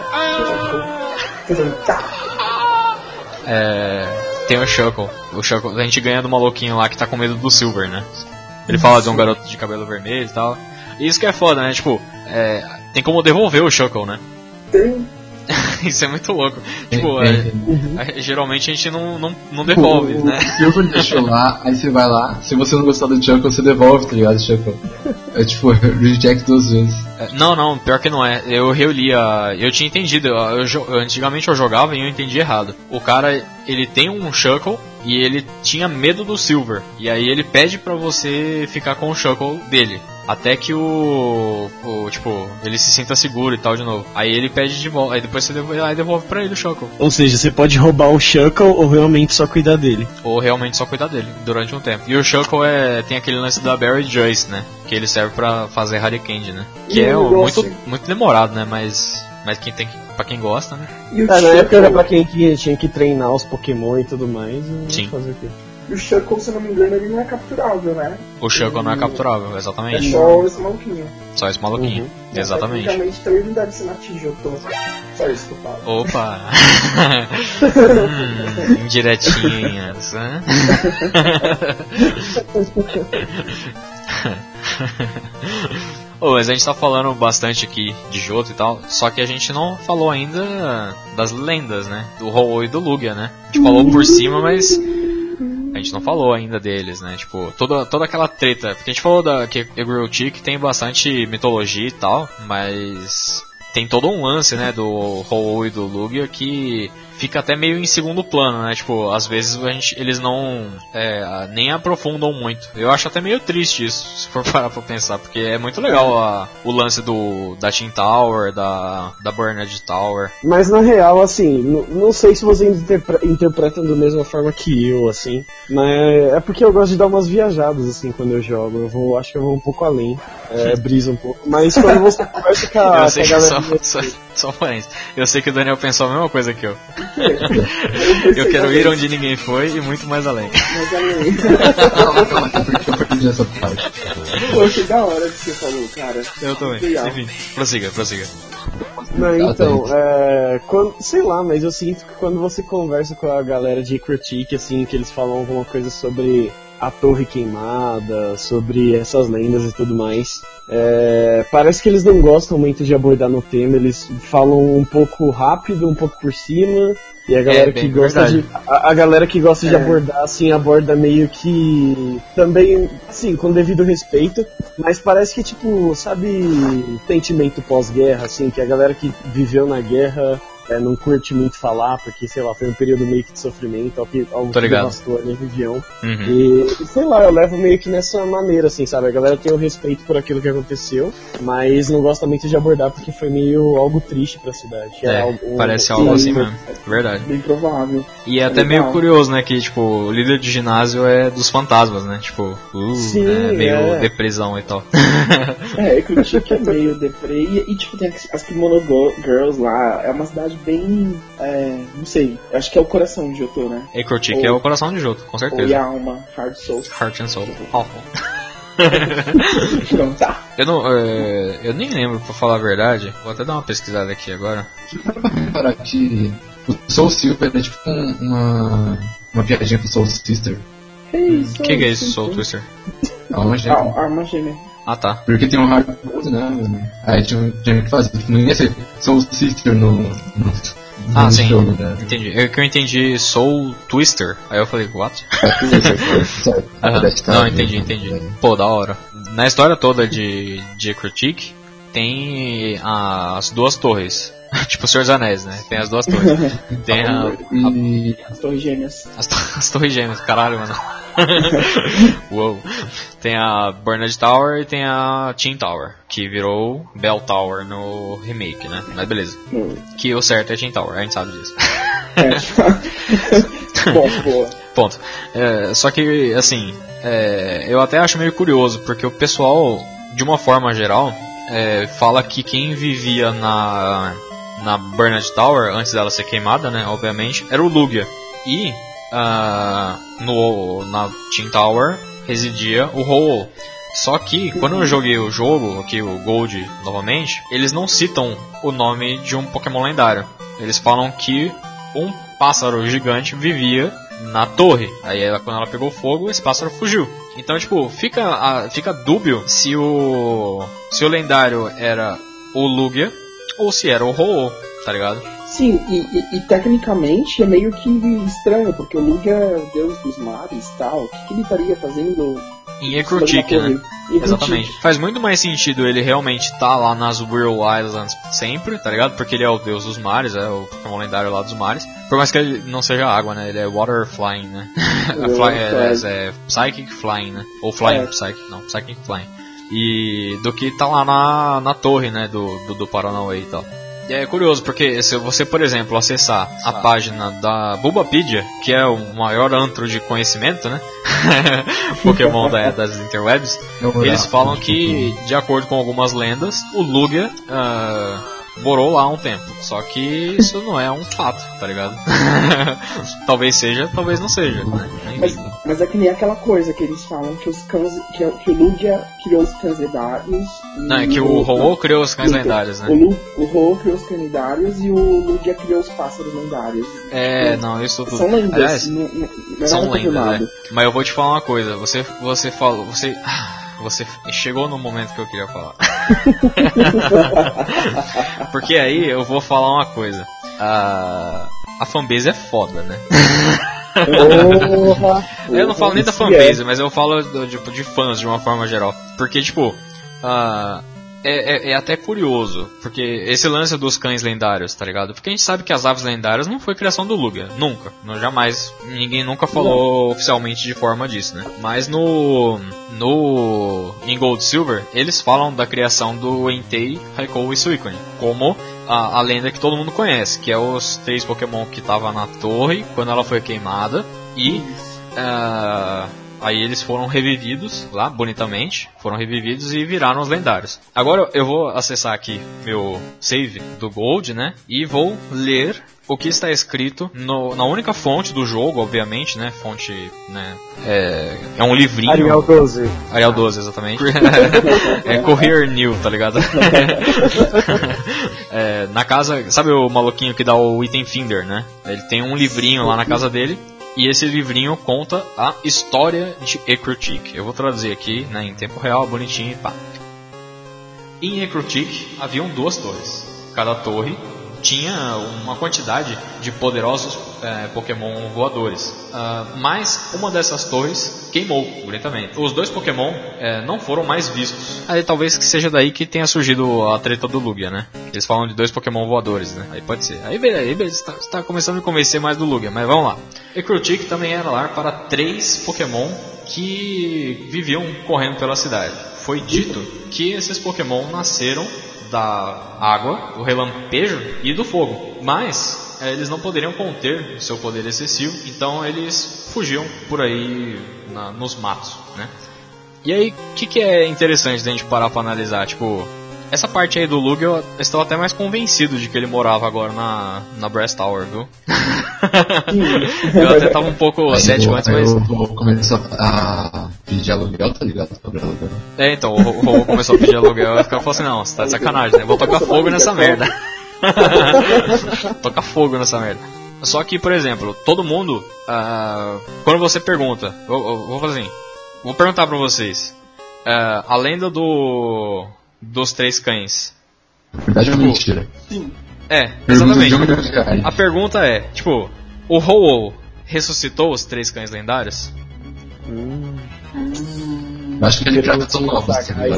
É... Tem o Shuckle. O Shuckle, a gente ganha do maluquinho lá que tá com medo do Silver, né? Ele fala de um garoto de cabelo vermelho e tal. E isso que é foda, né? Tipo, é, tem como devolver o Shuckle, né? Tem. Isso é muito louco. Tipo, é, uhum. é, geralmente a gente não, não, não devolve, o, né? O Silver deixou lá, aí você vai lá. Se você não gostar do Shuckle, você devolve, tá ligado? Shuckle. É tipo, reject duas vezes. É, não, não, pior que não é. Eu reoli a... Eu tinha entendido. Eu, eu, antigamente eu jogava e eu entendi errado. O cara, ele tem um Shuckle e ele tinha medo do Silver. E aí ele pede pra você ficar com o Shuckle dele. Até que o, o, tipo, ele se sinta seguro e tal de novo. Aí ele pede de volta, aí depois você devolve, aí devolve pra ele o Shuckle. Ou seja, você pode roubar o Shuckle ou realmente só cuidar dele. Ou realmente só cuidar dele, durante um tempo. E o Shuckle é, tem aquele lance da Barry Joyce, né? Que ele serve pra fazer Harry Candy, né? Que é um, muito, muito demorado, né? Mas, mas quem tem que, pra quem gosta, né? E o ah, na época era pra quem que tinha que treinar os Pokémon e tudo mais. E sim. Fazer o quê? E o Shuckle, se eu não me engano, ele não é capturável, né? O Shuckle ele... não é capturável, exatamente. É só esse maluquinho. Só esse maluquinho, uhum. Exatamente. Tecnicamente, também não deve ser na T G, eu tô... Só isso que eu falo. Opa! hum, indiretinhas, né? Oh, mas a gente tá falando bastante aqui de Johto e tal, só que a gente não falou ainda das lendas, né? Do Ho-Oh e do Lugia, né? A gente falou por cima, mas a gente não falou ainda deles, né? Tipo, toda, toda aquela treta. Porque a gente falou da, que Egro Chick tem bastante mitologia e tal, mas tem todo um lance, né, do Ho-Oh e do Lugia que fica até meio em segundo plano, né? Tipo, às vezes a gente, eles não é, nem aprofundam muito. Eu acho até meio triste isso, se for parar pra pensar, porque é muito legal a, o lance do da Tin Tower, da, da Burned Tower. Mas na real, assim, n- não sei se vocês interpre- interpretam da mesma forma que eu, assim, mas é porque eu gosto de dar umas viajadas, assim, quando eu jogo. Eu vou, acho que eu vou um pouco além, é, brisa um pouco. Mas quando você conversa com a, Eu sei com a que só, galera... só, só parênteses. Eu sei que o Daniel pensou a mesma coisa que eu. Eu quero ir onde ninguém foi e muito mais além. Mas além. Calma, calma, porque eu perdi essa parte. Pô, que da hora que você falou, cara. Eu também. Legal. Enfim, prossiga, prossiga. Não, então, é, quando, sei lá, mas eu sinto que quando você conversa com a galera de Critique, assim, que eles falam alguma coisa sobre a torre queimada, sobre essas lendas e tudo mais, é, parece que eles não gostam muito de abordar no tema, eles falam um pouco rápido, um pouco por cima, e a galera É, que bem gosta verdade. de a, a galera que gosta de É. abordar assim aborda meio que também, assim, com devido respeito, mas parece que tipo, sabe, sentimento pós-guerra, assim, que a galera que viveu na guerra é, não curte muito falar, porque, sei lá, foi um período meio que de sofrimento, algo que, algo Tô que ligado. devastou a minha região. Uhum. E, sei lá, eu levo meio que nessa maneira, assim, sabe? A galera tem o respeito por aquilo que aconteceu, mas não gosta muito de abordar porque foi meio algo triste pra cidade. É, algo, parece um- algo sim, assim mesmo. Verdade. Bem provável. E é É até legal. meio curioso, né, que, tipo, o líder de ginásio é dos fantasmas, né? Tipo, uh, Sim, é meio é. depressão e tal. É, é que o Chico é meio deprê. E, e, tipo, tem as, as Kimono Go- Girls lá. É uma cidade bem. É, não sei. Acho que é o coração de Johto, né? Acrotic Ou- é o coração de Johto, com Ou certeza. Yauma, Hard Soul. Heart and Soul. Oh. Não, tá. Eu não, é, eu nem lembro, pra falar a verdade. Vou até dar uma pesquisada aqui agora. Pra reparar que o Soul Silver é tipo um- uma, uma piadinha pro Soul Sister. Hey, O que, que é isso, Soul Twister? É uma Ah, gêmea. arma gêmea. Ah, tá. Porque tem um hard code, né? Aí tinha, tinha que fazer. Tipo, não ia ser Soul Sister no, no, no Ah, sim. jogo, né? Entendi. É que eu entendi Soul Twister. Aí eu falei, what? É tudo isso, certo? Aham. Deve estar, Não, né? entendi, entendi. Pô, da hora. Na história toda de, de Critique, tem as duas torres. Tipo o Senhor dos Anéis, né? Tem as duas torres. Tem a, a- E As torres gêmeas. as, to- as torres gêmeas, caralho, mano. Uou. Tem a Burned Tower e tem a Tin Tower, que virou Bell Tower no remake, né? Mas beleza. Hum. Que o certo é Tin Tower, a gente sabe disso. É. Bom, boa. Ponto. É, só que, assim, é, eu até acho meio curioso, porque o pessoal, de uma forma geral, é, fala que quem vivia na, na Burned Tower, antes dela ser queimada, né, obviamente, era o Lugia. E ah, no, na Tin Tower residia o Ho-Oh. Só que, quando eu joguei o jogo, aqui o Gold novamente, eles não citam o nome de um Pokémon lendário. Eles falam que um pássaro gigante vivia na torre. Aí ela, quando ela pegou fogo, esse pássaro fugiu. Então, tipo, fica, a, fica dúbio se o se o lendário era o Lugia ou se era o Ho-Oh, tá ligado? Sim, e, e- e tecnicamente é meio que estranho, porque o Lugia é o deus dos mares e tal. O que, que ele estaria fazendo? Em Ecrutic, né? Exatamente. Faz muito mais sentido ele realmente estar lá nas Whirl Islands sempre, tá ligado? Porque ele é o deus dos mares, é o Pokémon lendário lá dos mares. Por mais que ele não seja água, né? Ele é Water Flying, né? Ele é Fly, Water é, Flying. é Psychic Flying, né? Ou Flying É. Psychic, não, Psychic Flying. E do que tá lá na, na torre, né? Do, do, do Paranauê e tal. E é curioso, porque se você, por exemplo, acessar a página da Bulbapedia, que é o maior antro de conhecimento, né? Pokémon da, das interwebs, eles falam que, de acordo com algumas lendas, o Lugia ah, morou lá há um tempo. Só que isso não é um fato, tá ligado? Talvez seja, talvez não seja. Né? Mas, mas é que nem aquela coisa que eles falam que os cães. que, que o Lugia criou os cães lendários. e Não, é que o Ho-Oh criou os cães lendários, O, né? Lu, o Ho-Oh criou os cães lendários e o Lugia criou os pássaros lendários. É, não, isso tudo. São lendas, Aliás, não, não, não é são nada lendas, confirmado. né? Mas eu vou te falar uma coisa. Você, você falou, você, você chegou no momento que eu queria falar. Porque aí eu vou falar uma coisa. A, a fanbase é foda, né? Porra! Eu não falo nem da fanbase, mas eu falo do, de, de fãs de uma forma geral. Porque, tipo, uh, é, é, é até curioso, porque esse lance dos cães lendários, tá ligado? Porque a gente sabe que as aves lendárias não foi criação do Lugia, nunca. Não, jamais, ninguém nunca falou não. oficialmente de forma disso, né? Mas no... no... em Gold e Silver, eles falam da criação do Entei, Raikou e Suicune, como a, a lenda que todo mundo conhece, que é os três Pokémon que estavam na torre quando ela foi queimada, e... Uh, aí eles foram revividos lá, bonitamente, foram revividos e viraram os lendários. Agora eu vou acessar aqui meu save do Gold, né, e vou ler o que está escrito no, na única fonte do jogo, obviamente, né, fonte, né, é, é um livrinho. Arial doze. Arial doze, exatamente. É Courier New, tá ligado? É, na casa, sabe o maluquinho que dá o item Finder, né? Ele tem um livrinho lá na casa dele. E esse livrinho conta a história de Ecruteak. Eu vou traduzir aqui, né, em tempo real, bonitinho e pá. Em Ecruteak haviam duas torres. Cada torre tinha uma quantidade de poderosos é, Pokémon voadores. Uh, mas uma dessas torres queimou bonitamente. Os dois Pokémon é, não foram mais vistos. Aí talvez que seja daí que tenha surgido a treta do Lugia, né? Eles falam de dois Pokémon voadores, né? Aí pode ser. Aí beleza, está tá começando a me convencer mais do Lugia, mas vamos lá. Ecruteak também era lar para três Pokémon que viviam correndo pela cidade. Foi dito que esses Pokémon nasceram da água, do relampejo e do fogo, mas é, eles não poderiam conter o seu poder excessivo, então eles fugiam por aí na, nos matos, né? E aí, o que, que é interessante da gente parar para analisar? Tipo, essa parte aí do Lugia eu estou até mais convencido de que ele morava agora na, na Brass Tower, viu? Eu até tava um pouco cético antes, mas... Eu vou começar a pedir aluguel, tá ligado? Aluguel. É, então, o Rô começou a pedir aluguel e o cara falou assim, não, você tá de sacanagem, né? Eu vou tocar fogo nessa merda. Tocar fogo nessa merda. Só que, por exemplo, todo mundo, uh, quando você pergunta, eu, eu vou fazer assim, vou perguntar pra vocês, uh, a lenda do... dos três cães. Na verdade é uma mentira. Sim. É, exatamente. A pergunta é, tipo, o Ho-Oh ressuscitou os três cães lendários? Hum. Acho que ele já são novos.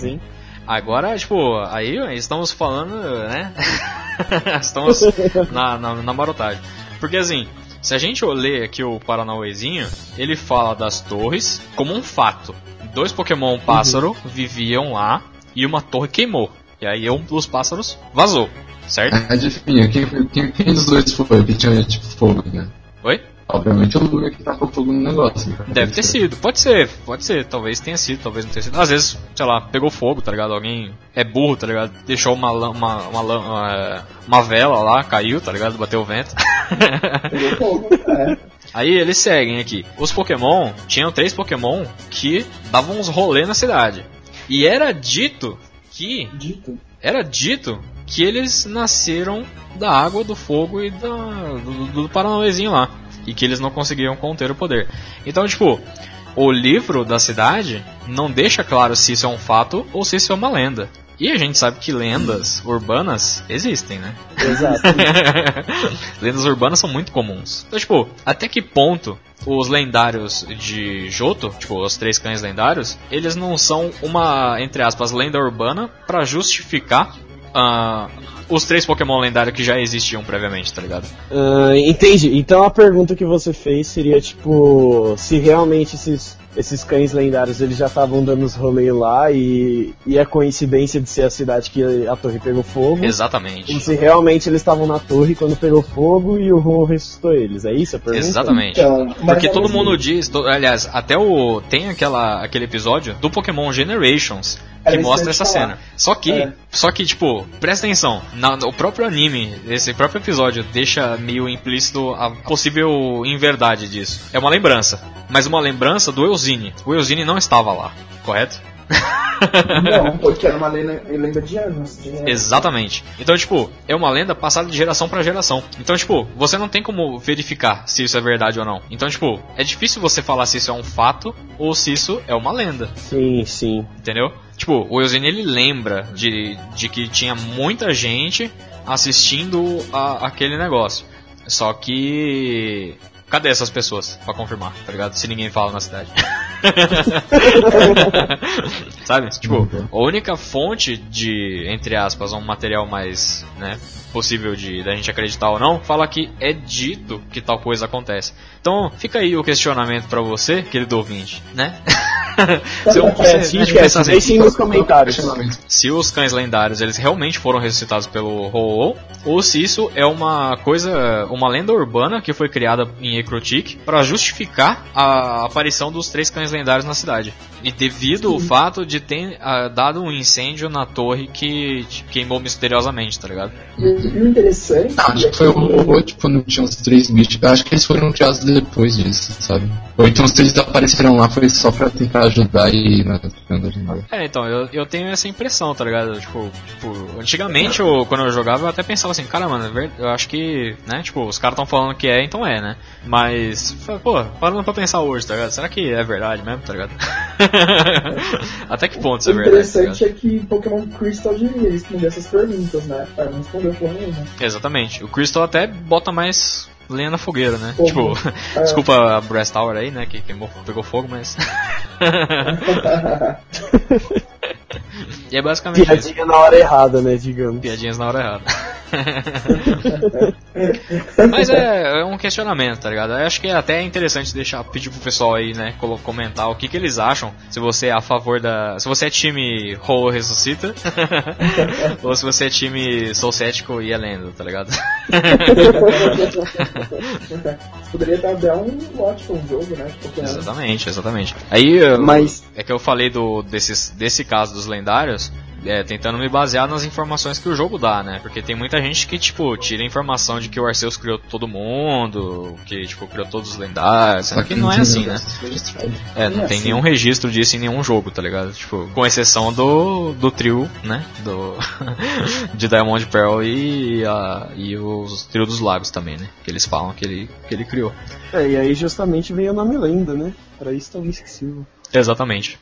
Agora, tipo, aí estamos falando, né? Estamos na, na, na marotagem. Porque assim, se a gente ler aqui o Paranauêzinho, ele fala das torres como um fato. Dois Pokémon pássaro uhum. viviam lá e uma torre queimou. E aí um dos pássaros vazou, certo? Adivinha, quem, quem, quem dos dois foi que tinha tipo fogo, né? Oi? Obviamente o Lugia que tacou fogo no negócio. Cara. Deve ter sido, pode ser, pode ser, talvez tenha sido, talvez não tenha sido. Às vezes, sei lá, pegou fogo, tá ligado? Alguém é burro, tá ligado? Deixou uma, uma, uma, uma, uma vela lá, caiu, tá ligado? Bateu o vento. Pegou fogo, é. Aí eles seguem aqui. Os Pokémon, tinham três Pokémon que davam uns rolê na cidade. E era dito que... Dito? Era dito que eles nasceram da água, do fogo e da, do, do Paranauêzinho lá. E que eles não conseguiam conter o poder. Então, tipo, o livro da cidade não deixa claro se isso é um fato ou se isso é uma lenda. E a gente sabe que lendas urbanas existem, né? Exato. Lendas urbanas são muito comuns. Então, tipo, até que ponto os lendários de Johto, tipo, os três cães lendários, eles não são uma, entre aspas, lenda urbana pra justificar uh, os três Pokémon lendários que já existiam previamente, tá ligado? Uh, entendi. Então a pergunta que você fez seria, tipo, se realmente esses... esses cães lendários eles já estavam dando os rolês lá e, e a coincidência de ser a cidade que a torre pegou fogo. Exatamente. E se realmente eles estavam na torre quando pegou fogo e o Ho ressuscitou eles. É isso a pergunta? Exatamente. Então, porque todo assim, mundo diz, to, aliás, até o tem aquela, aquele episódio do Pokémon Generations que mostra essa falar. cena. Só que, é. só que tipo, presta atenção, na, o próprio anime, esse próprio episódio deixa meio implícito a possível inverdade disso. É uma lembrança, mas uma lembrança do Eusine. O Eusine não estava lá, correto? Não, porque era uma lenda, lenda de anos. De anos. Exatamente. Então, tipo, é uma lenda passada de geração pra geração. Então, tipo, você não tem como verificar se isso é verdade ou não. Então, tipo, é difícil você falar se isso é um fato ou se isso é uma lenda. Sim, sim. Entendeu? Tipo, o Eusine, ele lembra de, de que tinha muita gente assistindo a, aquele negócio. Só que... cadê essas pessoas pra confirmar, tá ligado? Se ninguém fala na cidade. Sabe? Tipo, a única fonte de, entre aspas, um material mais, né, possível de da gente acreditar ou não, fala que é dito que tal coisa acontece. Então, fica aí o questionamento pra você, querido ouvinte, né? Se eu, você, é, sim, né, é, assim, deixem nos comentários se os cães lendários eles realmente foram ressuscitados pelo Ho-Oh, ou se isso é uma coisa, uma lenda urbana que foi criada em Ecruteak para justificar a aparição dos três cães lendários na cidade. E devido sim. ao fato de ter uh, dado um incêndio na torre que queimou misteriosamente, tá ligado? E o interessante... Não, acho que foi o Ho-Oh, tipo, não tinha os três bichos. Eu acho que eles foram criados depois disso, sabe? Ou então os três apareceram lá, foi só pra tentar ajudar e não ajudar. É, então, eu, eu tenho essa impressão, tá ligado? Tipo, tipo antigamente, eu, quando eu jogava, eu até pensava assim, cara, mano, eu acho que, né, tipo, os caras tão falando que é, então é, né? Mas, pô, parando pra pensar hoje, tá ligado? Será que é verdade mesmo, tá ligado? Até que ponto isso é verdade? O interessante tá é que Pokémon Crystal devia responder essas perguntas, né? Pra não responder porra nenhuma. Exatamente. O Crystal até bota mais lenha na fogueira, né? Porra. Tipo, é. Desculpa a Brass Tower aí, né? Que queimou, pegou fogo, mas... E é basicamente piadinha isso. na hora errada, né, digamos. Piadinhas na hora errada. Mas é, é um questionamento, tá ligado? Eu acho que é até interessante deixar, pedir pro pessoal aí, né, comentar o que, que eles acham. Se você é a favor da... Se você é time Ho ressuscita ou se você é time Sou Cético e é lenda, tá ligado? Poderia dar um ótimo um jogo, né? Exatamente, exatamente. Aí, mas... é que eu falei do, desses, desse caso dos lendários, é, tentando me basear nas informações que o jogo dá, né? Porque tem muita gente que, tipo, tira a informação de que o Arceus criou todo mundo, que, tipo, criou todos os lendários, sendo que não é assim, né? É, não tem nenhum registro disso em nenhum jogo, tá ligado? Tipo, com exceção do, do trio, né? Do de Diamond Pearl e, a, e os trio dos lagos também, né? Que eles falam que ele, que ele criou. É, e aí justamente veio o nome lenda, né? Pra isso talvez que sirva. Exatamente.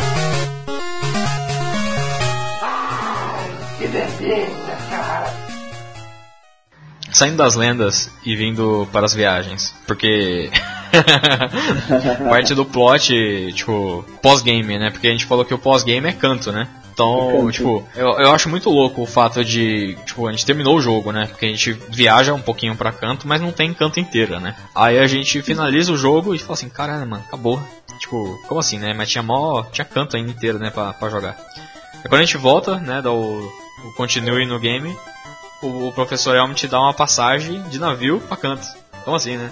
Que delícia, cara! Saindo das lendas e vindo para as viagens, porque parte do plot, tipo, pós-game, né? Porque a gente falou que o pós-game é canto, né? Então, é tipo, eu, eu acho muito louco o fato de, tipo, a gente terminou o jogo, né? Porque a gente viaja um pouquinho pra canto, mas não tem canto inteira, né? Aí a gente finaliza o jogo e fala assim, caralho, mano, acabou. Tipo, como assim, né? Mas tinha mó, tinha canto ainda inteiro, né, pra, pra jogar. Aí quando a gente volta, né, dá o, o continue no game, o, o professor Elm te dá uma passagem de navio pra canto. Como assim, né?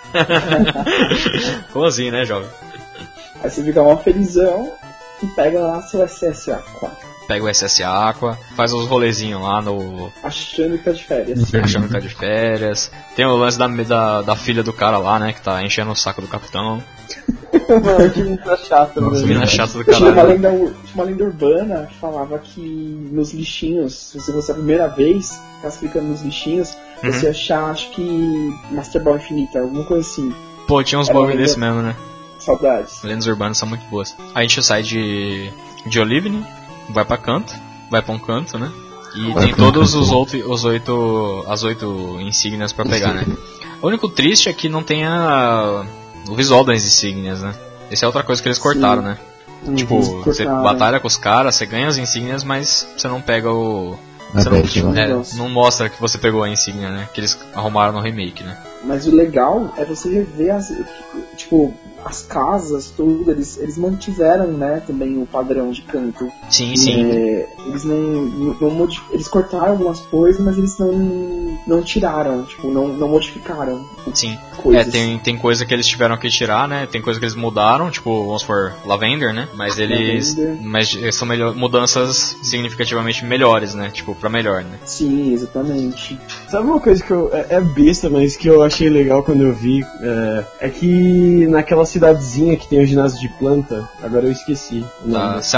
Como assim, né, jovem? Aí você fica mó felizão e pega lá seu S S Aqua. Pega o S S Aqua, faz os rolezinhos lá no... Achando que tá de férias. Achando que tá de férias. Tem o lance da, da, da filha do cara lá, né, que tá enchendo o saco do capitão. Mano, que menina chata, Nossa, né? menina chata do caralho. Tinha uma, lenda, tinha uma lenda urbana que falava que nos lixinhos, se você a primeira vez ficar clicando nos lixinhos, uhum. você achar, acho que Master Ball Infinita, alguma coisa assim. Pô, tinha uns bagulho desse mesmo, né? Saudades. Lendas urbanas são muito boas. A gente sai de, de Olivine, vai pra canto, vai pra um canto, né? E vai tem todos os outros, os oito, as oito insígnias pra pegar, né? O único triste é que não tem a, o visual das insígnias, né? Essa é outra coisa que eles cortaram, Sim. né? Uhum, tipo, você batalha com os caras, você ganha as insígnias, mas você não pega o... Você não, é, não mostra que você pegou a insígnia, né? Que eles arrumaram no remake, né? Mas o legal é você ver as... Tipo... As casas, tudo, eles, eles mantiveram, né, também o padrão de canto. Sim, sim. É, eles não, não, não modif... eles cortaram algumas coisas, mas eles não, não tiraram, tipo, não, não modificaram. Sim. Coisas. É, tem, tem coisa que eles tiveram que tirar, né? Tem coisa que eles mudaram, tipo, vamos por Lavender, né? Mas eles. Lavender. Mas são melhor, mudanças significativamente melhores, né? Tipo, pra melhor, né? Sim, exatamente. Sabe uma coisa que eu. É, é besta, mas que eu achei legal quando eu vi? É, é que naquela cidadezinha que tem o ginásio de planta, agora eu esqueci. Da Celadon.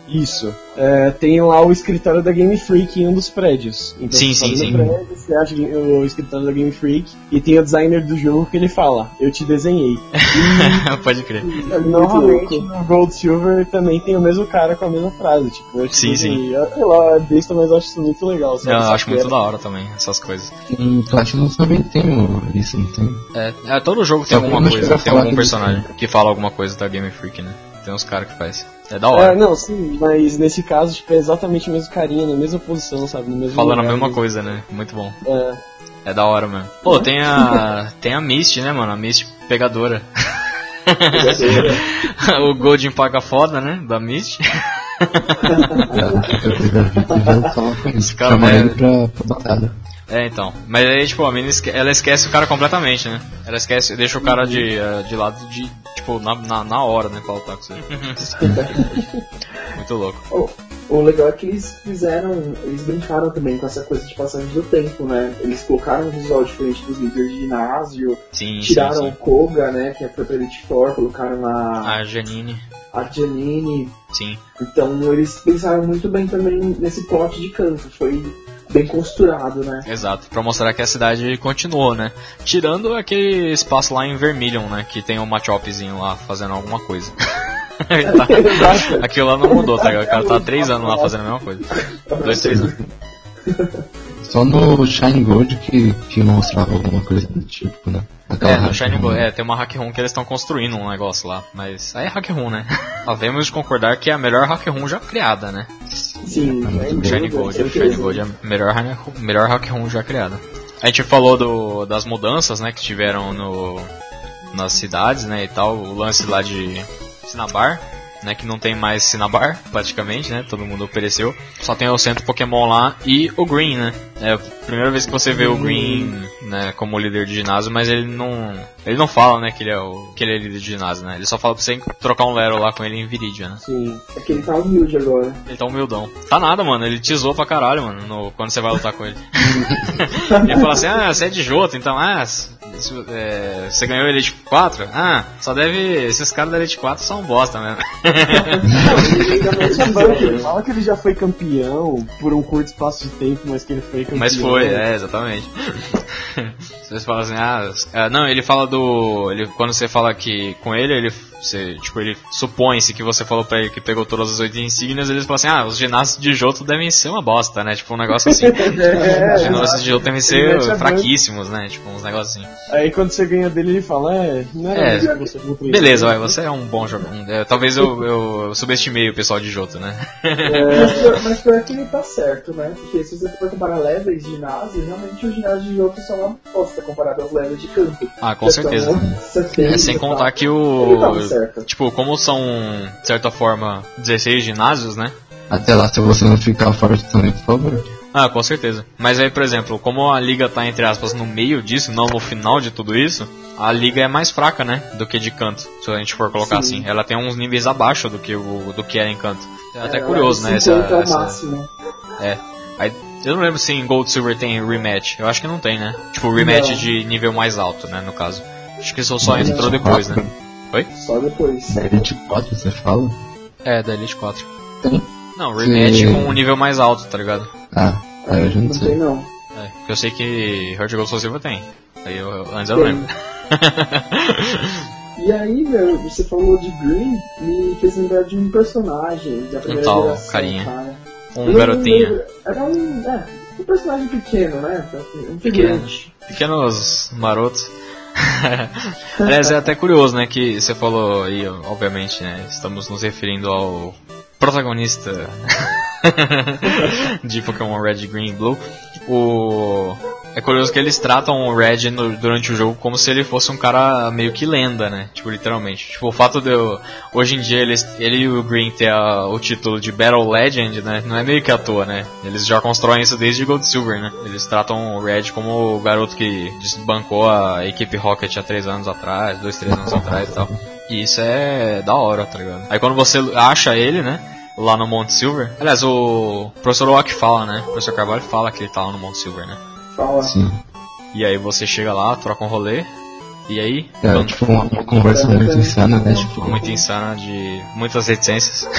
Isso. É, tem lá o escritório da Game Freak em um dos prédios. Então, sim, você sim, sim. Prédio, você acha o escritório da Game Freak e tem o designer do jogo que ele fala, eu te desenhei. E, pode crer. Normalmente no Gold Silver também tem o mesmo cara com a mesma frase. Tipo, eu te sim, desenhei. sim. Eu, sei lá, é besta, mas eu acho isso muito legal. Eu acho muito da hora também, essas coisas. Em Platinum também tem isso, não tem? É, é todo jogo tem Só alguma coisa, tem algum que personagem que fala alguma coisa da Game Freak, né? Tem uns caras que faz. É da hora. É, não, sim, mas nesse caso, tipo, é exatamente o mesmo carinha, na mesma posição, sabe? No mesmo Falando lugar, a mesma mesmo. coisa, né? Muito bom. É. É da hora mesmo. Pô, tem a. Tem a Mist, né, mano? A Mist pegadora. O Golden paga foda, né? Da Mist. Esse cara é... é- pra, pra batalha. É, então. Mas aí, tipo, a mina esque- ela esquece o cara completamente, né? Ela esquece, deixa o cara de, eh, de lado de, tipo, na, na, na hora, né? Pra lutar com você. Muito louco. O, o legal é que eles fizeram, eles brincaram também com essa coisa de passagem do tempo, né? Eles colocaram um visual diferente dos líderes de ginásio, Sim, tiraram sim, o sim. Koga, né? Que foi pra Elite Four, colocaram a, A Janine, a Janine. sim. Então eles pensaram muito bem também nesse plot de canto, foi bem costurado, né? Exato, pra mostrar que a cidade continuou, né? Tirando aquele espaço lá em Vermilion, né? Que tem um Machopzinho lá fazendo alguma coisa. Tá- Aquilo lá não mudou, tá ligado? O cara tá há três anos lá fazendo a mesma coisa. Dois, três anos. Só no Shine Gold que, que mostrava alguma coisa do tipo, né? Aquela É, no hack Shining room. Gold, é, tem uma hack room que eles estão construindo um negócio lá, mas aí é hack room, né? Havemos de concordar que é a melhor hack room já criada, né? Sim, é O Shining Gold, o Shining Gold é a melhor, hack- melhor hack room já criada. A gente falou do, das mudanças, né, que tiveram no, nas cidades, né, e tal, o lance lá de Cinnabar, né, que não tem mais Cinnabar, praticamente, né, todo mundo pereceu. Só tem o centro Pokémon lá e o Green, né. É a primeira vez que você vê o Green, né, como líder de ginásio, mas ele não, ele não fala, né, que ele é o que ele é líder de ginásio, né. Ele só fala pra você trocar um Lero lá com ele em Viridian, né. Sim, é que ele tá humilde agora. Ele tá humildão. Tá nada, mano. Ele teasou pra caralho, mano, no, quando você vai lutar com ele. Ele fala assim, ah, você é de Johto, então, ah, se- se- é, você ganhou Elite quatro? Ah, só deve... Esses caras da Elite quatro são bosta mesmo. Ele fala que ele já foi campeão por um curto espaço de tempo, mas que ele foi campeão. Mas foi, é, exatamente. Vocês falam assim, ah, ah, não, ele fala do... Ele, quando você fala que com ele, ele... Você, tipo, ele supõe-se que você falou pra ele que pegou todas as oito insígnias, eles falam assim, ah, os ginásios de Johto devem ser uma bosta, né? Tipo, um negócio assim. Os ginásios de Johto devem ser fraquíssimos, né? Tipo, uns negócios assim. Aí quando você ganha dele, ele fala, é, não era É, isso que você falou pra ele. beleza, vai, você é um bom jogador. É, talvez eu, eu subestimei o pessoal de Johto, né? Mas, pior- mas pior que ele tá certo, né? Porque se você for comparar levels de ginásio, realmente os ginásios de jogo são uma bosta comparado aos levels de campo. Ah, com certeza. É, sem contar que o... Certo. Tipo, como são, de certa forma, dezesseis ginásios, né? Até lá, se você não ficar forte também, por favor. Ah, com certeza. Mas aí, por exemplo, como a liga tá, entre aspas, no meio disso, não no final de tudo isso, a liga é mais fraca, né? Do que de canto, se a gente for colocar Sim. assim. Ela tem uns níveis abaixo do que, o, do que era em canto. É até É, curioso, né? Essa, cinquenta é o essa- máximo. É. Aí, eu não lembro se em Gold Silver tem rematch. Eu acho que não tem, né? Tipo, rematch Não. de nível mais alto, né? No caso. Acho que isso só Não, entrou não. depois, né? Só depois. É Elite quatro, você fala? É, da Elite quatro. Tem? Não, rematch Sim. com um nível mais alto, tá ligado? Ah, aí eu já não Não sei. tem não. É, porque eu sei que Heart Gold Soul Silver tem. Aí eu, eu- antes eu não Tem. lembro. E aí, meu, você falou de Green, me fez lembrar de um personagem da primeira tal geração, carinha. cara. Um Eu não garotinho. lembro, era um, é, um personagem pequeno, né? Um figurante. Pequenos marotos. Aliás, é até curioso, né, que você falou aí, obviamente, né, estamos nos referindo ao protagonista de Pokémon Red, Green e Blue. O... É curioso que eles tratam o Red no- durante o jogo como se ele fosse um cara meio que lenda, né? Tipo, literalmente. Tipo, o fato de eu, hoje em dia eles, ele e o Green ter a- o título de Battle Legend, né? Não é meio que à toa, né? Eles já constroem isso desde Gold Silver, né? Eles tratam o Red como o garoto que desbancou a equipe Rocket há três anos atrás, dois, três anos atrás e tal. E isso é da hora, tá ligado? Aí quando você acha ele, né? Lá no Monte Silver. Aliás, o professor Oak fala, né? O professor Carvalho fala que ele tá lá no Monte Silver, né? Fala. Sim. E aí você chega lá, troca um rolê. E aí? É, tipo, uma, uma conversa muito insana, né? Tipo, Muito insana de muitas reticências.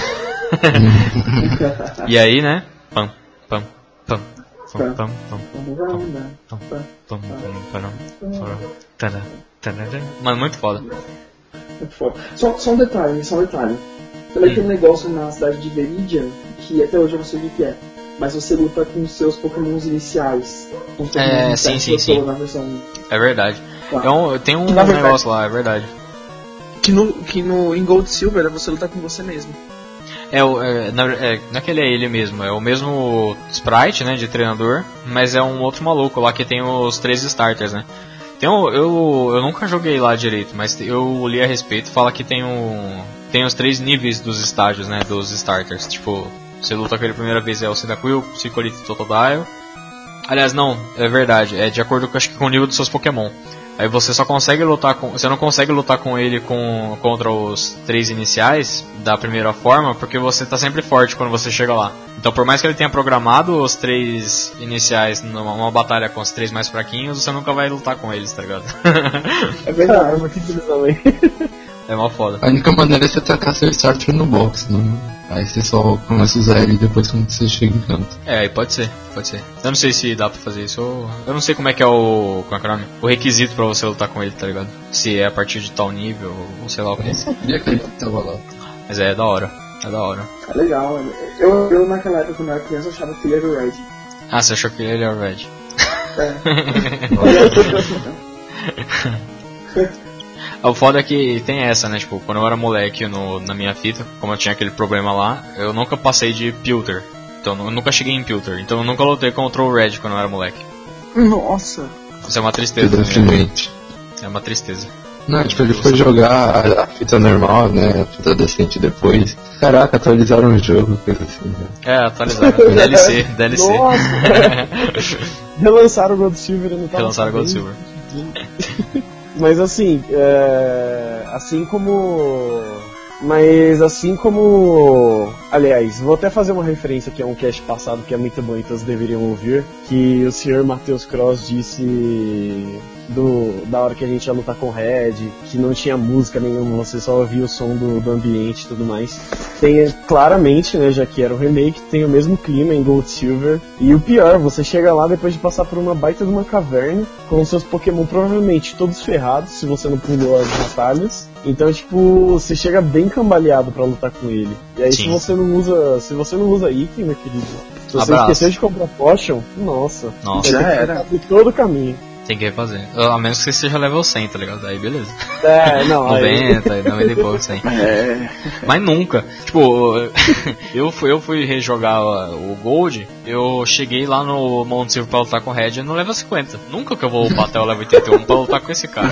E aí, né? Pam, pam, pam, pam, pam, pam, pam, pam, pam, pam. Mano, muito foda. Muito foda. Só, só um detalhe, só um detalhe. Também tem um negócio na cidade de Viridian, que até hoje eu não sei o que é, mas você luta com os seus pokémons iniciais. Com os É, sim, sim, sim. Na versão... É verdade. Tá. Então, tem um Na verdade- negócio lá, é verdade. Que no, que no em Gold e Silver você luta com você mesmo. É, o- é, na, é, não é que ele é ele mesmo, é o mesmo sprite, né, de treinador, mas é um outro maluco lá que tem os três starters, né. Tem um, eu, eu nunca joguei lá direito, mas eu li a respeito, fala que tem um, tem os três níveis dos estágios, né, dos starters. Tipo, você luta com ele a primeira vez é o Cyndaquil, Psycholit e Totodile. Aliás, não, é verdade, é de acordo com, acho que, com o nível dos seus Pokémon. Aí você só consegue lutar com, você não consegue lutar com ele com, contra os três iniciais da primeira forma, porque você tá sempre forte quando você chega lá. Então, por mais que ele tenha programado os três iniciais numa uma batalha com os três mais fraquinhos, você nunca vai lutar com eles, tá ligado? É verdade. Caramba, que beleza também. É uma foda. A única maneira é você tacar seu starter no box, não? Aí você só começa a usar ele depois quando você chega em canto. É, aí pode ser, pode ser. Eu não sei se dá pra fazer isso. ou- Eu não sei como é que é o. Como é que é o nome? O requisito pra você lutar com ele, tá ligado? Se é a partir de tal nível, ou sei lá o que. Eu sabia que ele tava lá. Mas é da hora. É da hora. É legal. Eu, eu naquela época, quando eu era criança, eu achava que ele era o Red. Ah, você achou que ele era o Red? É. O foda é que tem essa, né? Tipo, quando eu era moleque no, na minha fita, como eu tinha aquele problema lá, eu nunca passei de Pilter. Então eu nunca cheguei em Pilter. Então eu nunca lutei contra o Red quando eu era moleque. Nossa. Isso é uma tristeza. Pedro Né? Finmente. É uma tristeza. Não, tipo, ele foi jogar a, a fita normal, né? A fita decente depois. Caraca, atualizaram o jogo, coisa assim, né? É, atualizaram. D L C, D L C. Nossa! Relançaram o Gold Silver, eu não tava Relançaram Gold sabendo. Silver. Mas assim, é... assim como... Mas assim como... Aliás, vou até fazer uma referência aqui a um cast passado que é muito bom e todos deveriam ouvir, que o senhor Matheus Cross disse do, da hora que a gente ia lutar com o Red, que não tinha música nenhuma, você só ouvia o som do, do ambiente e tudo mais. Tem claramente, né, já que era um remake, tem o mesmo clima em Gold Silver. E o pior, você chega lá depois de passar por uma baita de uma caverna, com seus Pokémon provavelmente todos ferrados, se você não pulou as batalhas. Então, tipo, você chega bem cambaleado pra lutar com ele. E aí, Sim. se você não usa, se você não usa item, meu querido, se você Abraço. esqueceu de comprar potion, nossa, Nossa. Já vai ter que era. passar por todo o caminho. Tem que refazer. A menos que você seja level cem, tá ligado? Aí beleza. É, não, aí... noventa, noventa e pouco, cem. É. Mas nunca. Tipo, eu fui, eu fui rejogar o Gold, eu cheguei lá no Mount Silver pra lutar com o Red no level cinquenta. Nunca que eu vou upar até o level oitenta e um pra lutar com esse cara.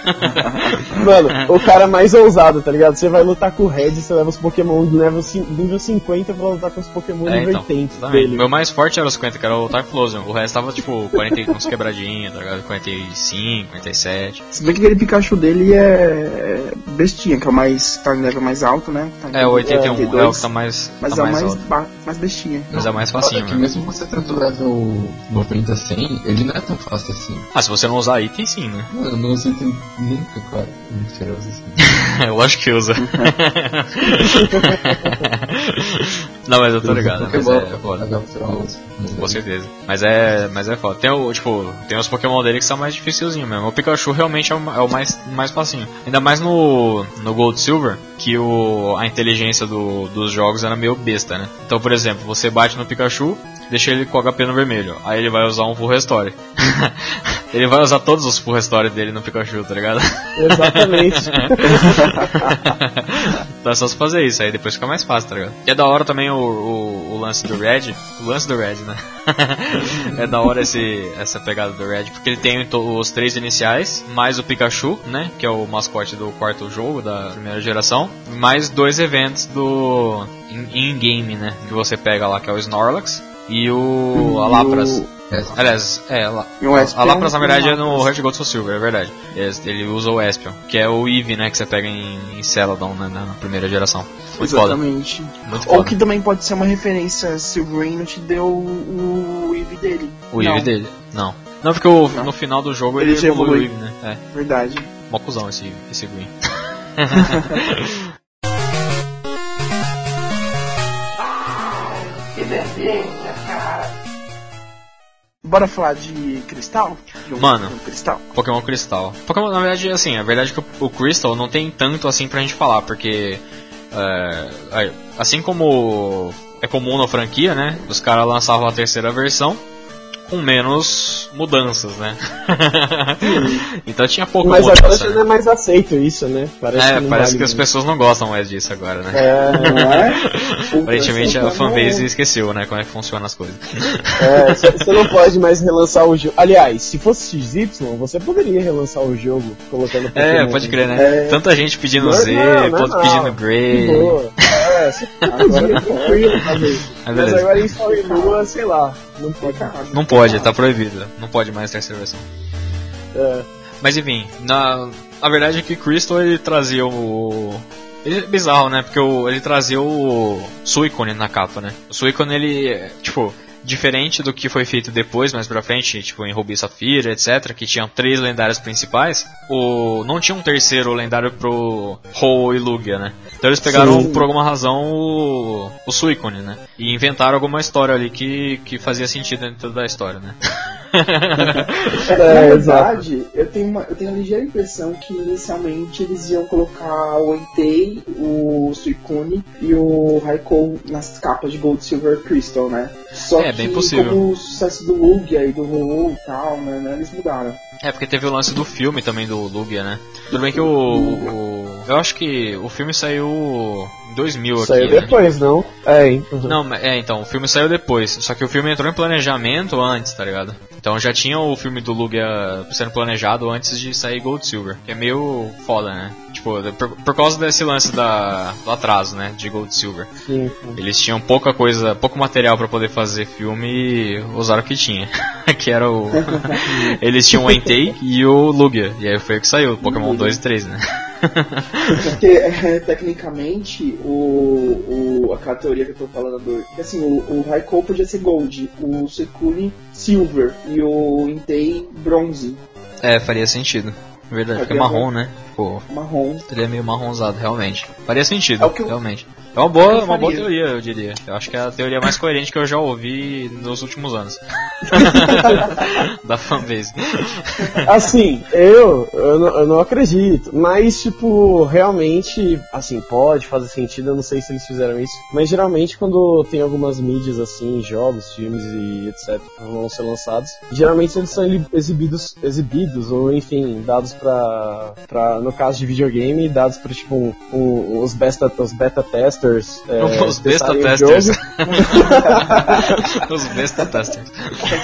Mano, o cara mais ousado, tá ligado? Você vai lutar com o Red, você leva os Pokémon do level, cin- nível cinquenta pra lutar com os Pokémon É, nível então, oitenta exatamente. dele. Meu mais forte era o cinquenta, que era o Typhlosion. O resto tava tipo quarenta e uns quebradinhos, tá ligado? quarenta e cinco, quarenta e sete. Se bem que aquele Pikachu dele é bestinha, que é o mais. Tá no level mais alto, né? Tá É, o oitenta e um é, oitenta e dois, o que tá mais, Mas tá é o mais mais, alto. ba- mais bestinha. Mas é o mais Foda facinho, que né? mesmo você tendo level noventa, cem, ele não é tão fácil assim. Ah, se você não usar item, sim, né? Mano, eu não uso item nunca, cara. Mentira, eu uso assim. Lógico que usa. Não, mas eu tô ligado, mas Pokébola, é foda. legal, você não usa. Com certeza. Mas é, mas é foda. Tem o, tipo, tem os Pokémon dele que são mais dificilzinho mesmo. O Pikachu realmente é o, é o mais, mais facinho. Ainda mais no, no Gold Silver, que o, a inteligência do, dos jogos era meio besta, né? Então, por exemplo, você bate no Pikachu, deixa ele com o H P no vermelho. Aí ele vai usar um Full Restore. Ele vai usar todos os Full Restore dele no Pikachu, tá ligado? Exatamente. Então é só você fazer isso, aí depois fica mais fácil, tá ligado? E é da hora também o, o, o lance do Red. O lance do Red, né? É da hora esse, essa pegada do Red, porque ele tem to- os três iniciais, mais o Pikachu, né? Que é o mascote do quarto jogo da primeira geração, mais dois eventos do in- in-game, né? Que você pega lá, que é o Snorlax e o E Alapras. o- Aliás, é, a, E o a Espion Lapras na verdade é tem no Lapras. Heart Gold Soul Silver, é verdade. Ele usa o Espion, que é o Eevee, né, que você pega em, em Celadon, né, na primeira geração. Muito foda. Exatamente. Muito Ou foda. que também pode ser uma referência se o Green não te deu o, o Eevee dele. O Não, Eevee dele? Não. Não, porque o, Não. no final do jogo Ele ele, já evolui o evolui. Eevee, né? É, Verdade. mó cuzão esse, esse Green. delícia, cara. Bora falar de Cristal? De um Mano, Pokémon Cristal. Pokémon Cristal. Pokémon, na verdade, assim, a verdade é que o, o Crystal não tem tanto assim pra gente falar, porque é, assim como é comum na franquia, né? Os caras lançavam a terceira versão com menos mudanças, né? Então tinha pouca Mas mudança. agora já não é mais aceito isso, né? Parece é, que parece vale que as muito. pessoas não gostam mais disso agora, né? É, Não é? Aparentemente a Não. fanbase esqueceu, né? Como é que funcionam as coisas. é, você não pode mais relançar o jogo. Aliás, se fosse X Y, você poderia relançar o jogo colocando É, Pokémon. pode crer, né? É. Tanta gente pedindo Não, Z, não, não, todo não. pedindo De Grey. boa. É, você agora é tranquilo fazer isso. Ah, Mas beleza. agora em Sol e Lua, sei lá, não pode. Não pode, tá proibido. Não pode mais terceira versão. É. Mas enfim, na, a verdade é que Crystal ele trazia o. Ele é bizarro, né? Porque o, ele trazia o Suicune na capa, né? O Suicune ele, tipo, diferente do que foi feito depois, mais pra frente, tipo em Rubi e Safira, etcétera, que tinham três lendários principais, o não tinha um terceiro lendário pro Ho e Lugia, né? Então eles pegaram, Sim. por alguma razão, o, o Suicune, né? E inventaram alguma história ali que, que fazia sentido dentro da história, né? É, É, na exato. verdade, eu tenho, uma, eu tenho a ligeira impressão que inicialmente eles iam colocar o Entei, o Suicune e o Raikou nas capas de Gold, Silver, Crystal, né? Só É, que bem possível. como o sucesso do Lugia e do Ho-Oh e tal, né, né, eles mudaram. É, porque teve o lance do filme também do Lugia, né? Tudo bem que o, o- eu acho que o filme saiu em dois mil Saiu aqui, né? depois, não? É, então. Não, mas- é, então, o filme saiu depois. Só que o filme entrou em planejamento antes, tá ligado? Então já tinha o filme do Lugia sendo planejado antes de sair Gold Silver. Que é meio foda, né? Tipo, por, por causa desse lance da, do atraso, né? De Gold Silver. Sim, sim. Eles tinham pouca coisa, pouco material pra poder fazer filme e usaram o que tinha. Que era o. Eles tinham o Entei e o Lugia. E aí foi o que saiu, Pokémon dois e três, né? Porque, é, tecnicamente, o, o, aquela teoria que eu tô falando, que assim, o, o Raikou podia ser Gold, o Suicune Silver e o Entei Bronze, É, faria sentido. Verdade, porque é marrom, né? Pô, marrom. ele é meio marronzado, realmente. Faria sentido, É o que eu- realmente. É uma boa, eu uma boa faria. teoria, eu diria. Eu acho que é a teoria mais coerente que eu já ouvi nos últimos anos. Da fanbase. Assim, eu, eu, não, eu não acredito, mas, tipo, realmente, assim, pode fazer sentido, eu não sei se eles fizeram isso, mas geralmente quando tem algumas mídias, assim, jogos, filmes e etcétera, que vão ser lançados, geralmente eles são exibidos, exibidos ou, enfim, dados pra, pra no caso de videogame, dados pra, tipo, um, um, os, beta, os beta testers, é, Os besta testarem o testers. jogo. Os besta testers.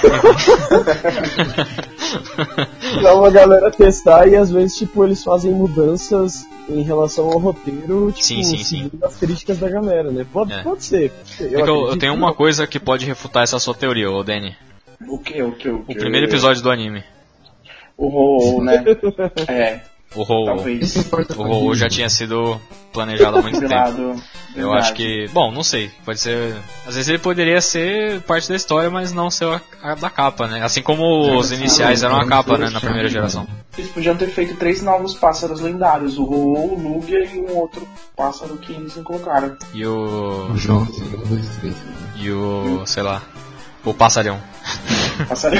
Pra uma galera testar e às vezes, tipo, eles fazem mudanças em relação ao roteiro, tipo, Sim, sim, sim. seguindo as críticas da galera, né? Pode, É. pode ser. Pode ser. É que eu, eu acredito tenho que uma não. coisa que pode refutar essa sua teoria, ô Danny. O que, o que, o que? O primeiro episódio do anime. O Ho-Oh, né? É, O Ho-Oh. talvez. O Ho-Oh já tinha sido planejado há muito tempo. Virado, Eu verdade. acho que, bom, não sei, pode ser, às vezes ele poderia ser parte da história, mas não ser a, a da capa, né? Assim como os iniciais eram a capa, né, na primeira geração. Eles podiam ter feito três novos pássaros lendários, o Ho-Oh, o Lugia e um outro pássaro que eles não colocaram. E o, O jogo, um, dois, três. e o, sei lá, o Passarão. Passaram.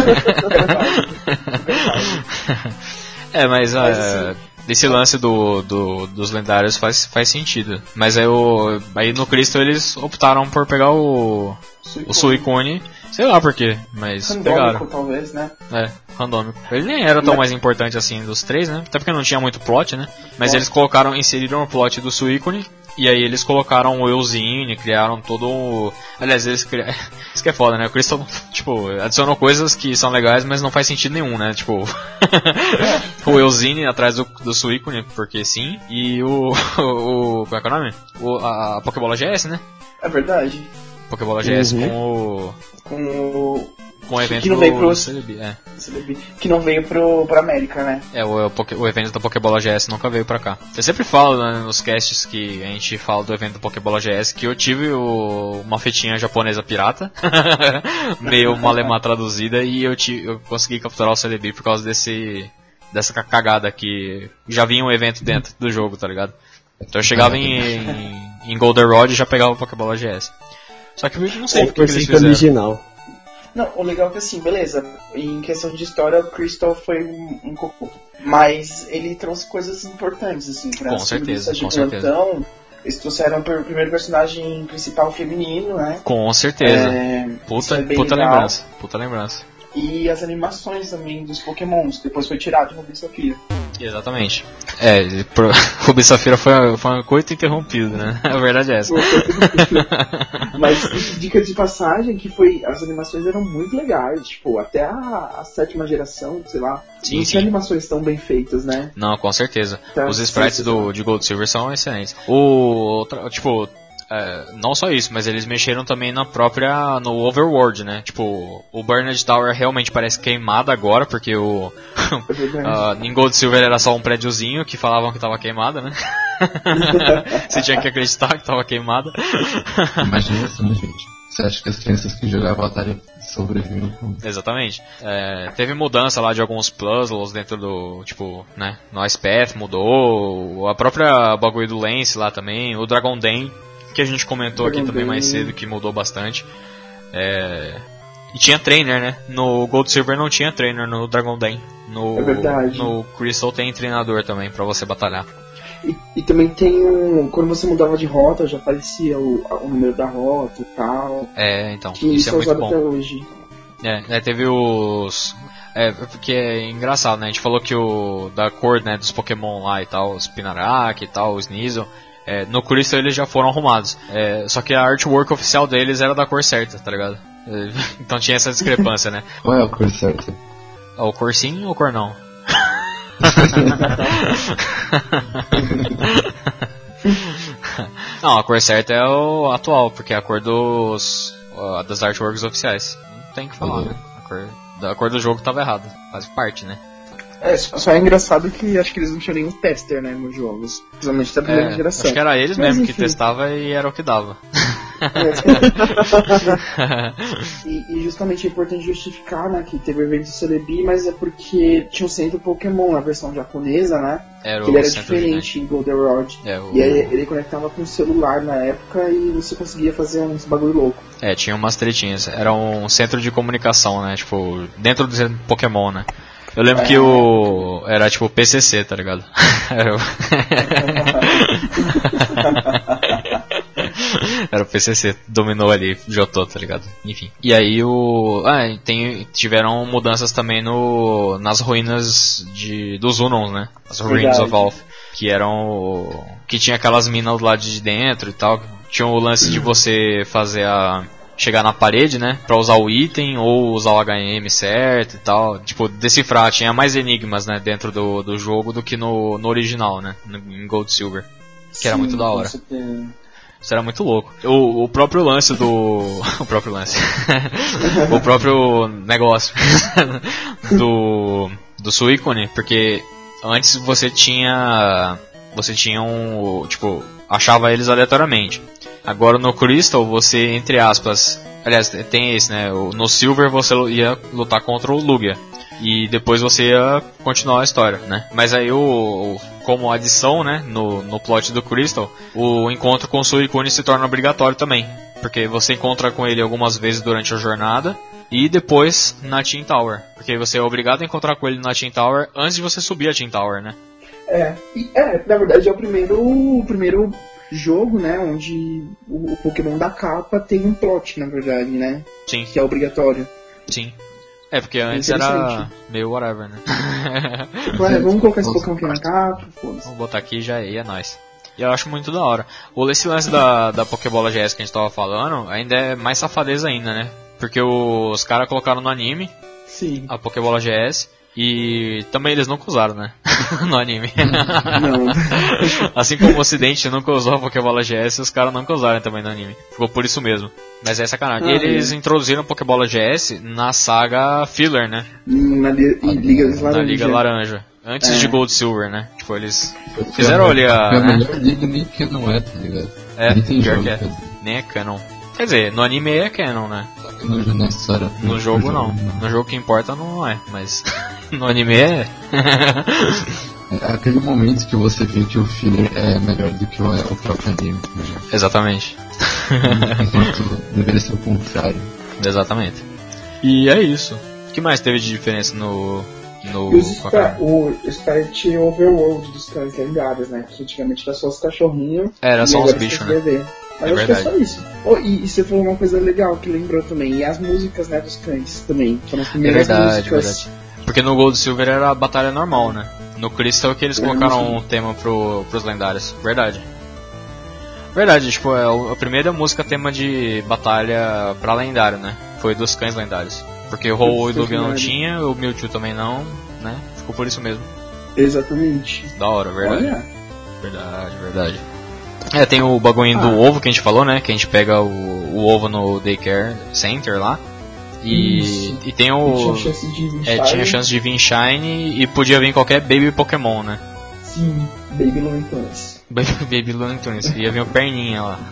É, mas, Mas, uh, esse lance do, do, dos lendários faz, faz sentido. Mas aí, o, aí no Cristo eles optaram por pegar o, o Suicune, sei lá por quê, mas pegaram. Randômico, talvez, né? É, randômico. Ele nem era tão Mas- mais importante assim dos três, né? Até porque não tinha muito plot, né? Mas É. eles colocaram, inseriram o plot do Suicune. E aí eles colocaram o Eusine, criaram todo o... Aliás, eles criaram... Isso que é foda, né? O Crystal, tipo, adicionou coisas que são legais, mas não faz sentido nenhum, né? Tipo... o Eusine atrás do, do Suicune, porque sim. E o... o como é que é o nome? O, a, a Pokébola G S, né? É verdade. Pokébola G S Uhum. com o... Com o... Com o evento Que não do, veio pro- do Celebi, é. Que não veio pro, pra América, né? É, o, o, Poké- o evento da Pokébola G S nunca veio pra cá. Eu sempre falo, né, nos casts que a gente fala do evento da Pokébola G S que eu tive o- uma fetinha japonesa pirata, meio malemar traduzida, e eu, ti- eu consegui capturar o Celebi por causa desse dessa ca- cagada que já vinha um evento dentro do jogo, tá ligado? Então eu chegava em, em, em Goldenrod e já pegava o Pokébola G S. Só que eu não sei porque eles fizeram. Original. Não, o legal é que assim, beleza, em questão de história, o Crystal foi um, um cocô. Mas ele trouxe coisas importantes, assim, pra com certeza, de com plantão. certeza. Eles trouxeram o primeiro personagem principal feminino, né? Com certeza. É, puta é puta lembrança. Puta lembrança. E as animações também dos Pokémons, depois foi tirado de Rubi e Safira. Exatamente. É, pro... Rubi e Safira foi, foi um coito interrompido, né? A verdade é essa. Mas, dica de passagem, que foi, as animações eram muito legais, tipo, até a, a sétima geração, sei lá. Sim, não sim. tinha animações tão bem feitas, né? Não, com certeza. Tá, os sprites sim, do, de Gold e Silver são excelentes. O, tipo, é, não só isso, mas eles mexeram também na própria, no overworld, né? Tipo, o Burned Tower realmente parece queimado agora, porque o uh, em Gold e Silver era só um prédiozinho que falavam que tava queimada, né? Você tinha que acreditar que tava queimada. Imagina isso, né, gente? Você acha que as crianças que jogavam Atari sobreviveram? Exatamente. É, teve mudança lá de alguns puzzles dentro do, tipo, né, no Ice Path mudou, a própria bagulho do Lance lá também, o Dragon Den, que a gente comentou Dragon aqui também Den. mais cedo, que mudou bastante. É, e tinha trainer, né? No Gold Silver não tinha trainer no Dragon Den. No, É verdade. No Crystal tem treinador também pra você batalhar. E, e também tem um. Quando você mudava de rota, já aparecia o, o número da rota e tal. É, então, Que isso é muito usado bom. até hoje. É, é, teve os... É, porque é engraçado, né? A gente falou que o... Da cor, né, dos Pokémon lá e tal, os Spinarak e tal, os Sneasel, é, no Crystal eles já foram arrumados. É, só que a artwork oficial deles era da cor certa, tá ligado? É, então tinha essa discrepância, né? Qual é a cor certa? O cor sim ou cor não? Não, a cor certa é o atual, porque é a cor dos... das artworks oficiais. Não tem o que falar, né? A cor, a cor do jogo tava errada. Faz parte, né? É, só é engraçado que acho que eles não tinham nenhum tester, né, nos jogos. Principalmente da primeira É, geração. acho que era eles Mas, mesmo que enfim. testava e era o que dava. e, e justamente é importante justificar, né, que teve o evento do Celebi, mas é porque tinha um centro Pokémon na versão japonesa, né? Era que ele o era centro diferente em Goldenrod. É, o... E aí ele conectava com o celular na época e você conseguia fazer uns bagulho louco. É, tinha umas tretinhas. Era um centro de comunicação, né? Tipo, dentro do centro Pokémon, né? Eu lembro é. que o... Era tipo P C C, tá ligado? Era o... Era o P C C, dominou ali, Jotô, tá ligado? Enfim. E aí o... Ah, tem, tiveram mudanças também no, nas ruínas de, dos Unons, né? As Ruins of Alph. Que eram... Que tinha aquelas minas lá de dentro e tal. Tinha o lance de você fazer a... chegar na parede, né, pra usar o item ou usar o H M certo e tal, tipo, decifrar, tinha mais enigmas, né, dentro do, do jogo do que no, no original, né, no, em Gold Silver, que Sim, era muito da hora. Isso era muito louco. O, o próprio lance do... o próprio lance. o próprio negócio do, do Suicune, porque antes você tinha... Você tinha um... Tipo, achava eles aleatoriamente. Agora no Crystal você, entre aspas... Aliás, tem esse, né? No Silver você ia lutar contra o Lugia. E depois você ia continuar a história, né? Mas aí, o, como adição, né? No, no plot do Crystal, o encontro com o Suicune se torna obrigatório também. Porque você encontra com ele algumas vezes durante a jornada. E depois na Team Tower. Porque você é obrigado a encontrar com ele na Team Tower antes de você subir a Team Tower, né? É, e, é na verdade é o primeiro, o primeiro jogo, né? Onde o, o Pokémon da capa tem um plot, na verdade, né? Sim. Que é obrigatório. Sim. É, porque antes era meio whatever, né? Ué, vamos colocar esse Pokémon aqui na capa, foda-se. Vamos botar aqui já e é nóis. E eu acho muito da hora. O esse lance da, da Pokébola G S que a gente tava falando ainda é mais safadeza ainda, né? Porque os caras colocaram no anime Sim. a Pokébola G S e também eles nunca usaram, né? no anime. Não. Assim como o Ocidente nunca usou a Pokébola G S, os caras nunca usaram também no anime. Ficou por isso mesmo. Mas é sacanagem. Ah, e eles é. introduziram a Pokébola G S na saga Filler, né? Na li Liga Laranja. Na Liga Laranja. Antes é. de Gold Silver, né? Tipo, eles fizeram ali a... É a melhor liga nem que não é, tá ligado? É, nem tem pior jogo, que é. Cara. Nem é canon. Quer dizer, no anime é canon, né? No, no, história, no, no jogo, jogo não. não. No jogo que importa não é, mas no anime é. É aquele momento que você vê que o filler é melhor do que o, o próprio anime. Né? Exatamente. Enquanto deveria ser o contrário. Exatamente. E é isso. O que mais teve de diferença no... no os spa, o Sprite Overworld dos cães lendários, né? Que antigamente era só os cachorrinhos. Era só os bichos, né? Mas é acho verdade. que é só isso. Oh, e, e você falou uma coisa legal que lembrou também. E as músicas, né, dos cães também. Foram as primeiras é verdade, músicas. verdade. Porque no Gold Silver era a batalha normal, né? No Crystal que eles colocaram um tema pro, pros lendários. Verdade. Verdade, tipo, é a primeira música tema de batalha pra lendário, né? Foi dos cães lendários. Porque o Ho-Oh e o Lugia não tinha, o Mewtwo também não, né? Ficou por isso mesmo. Exatamente. Da hora, verdade. Olha. Verdade, verdade. É, tem o bagulho ah. do ovo que a gente falou, né? Que a gente pega o, o ovo no Daycare Center lá. E, e tem o. E tinha chance de vir é, Shine. tinha chance de vir Shine e podia vir qualquer Baby Pokémon, né? Sim, Baby Looney Tunes. Baby, Baby Looney Tunes, ia vir o perninha lá.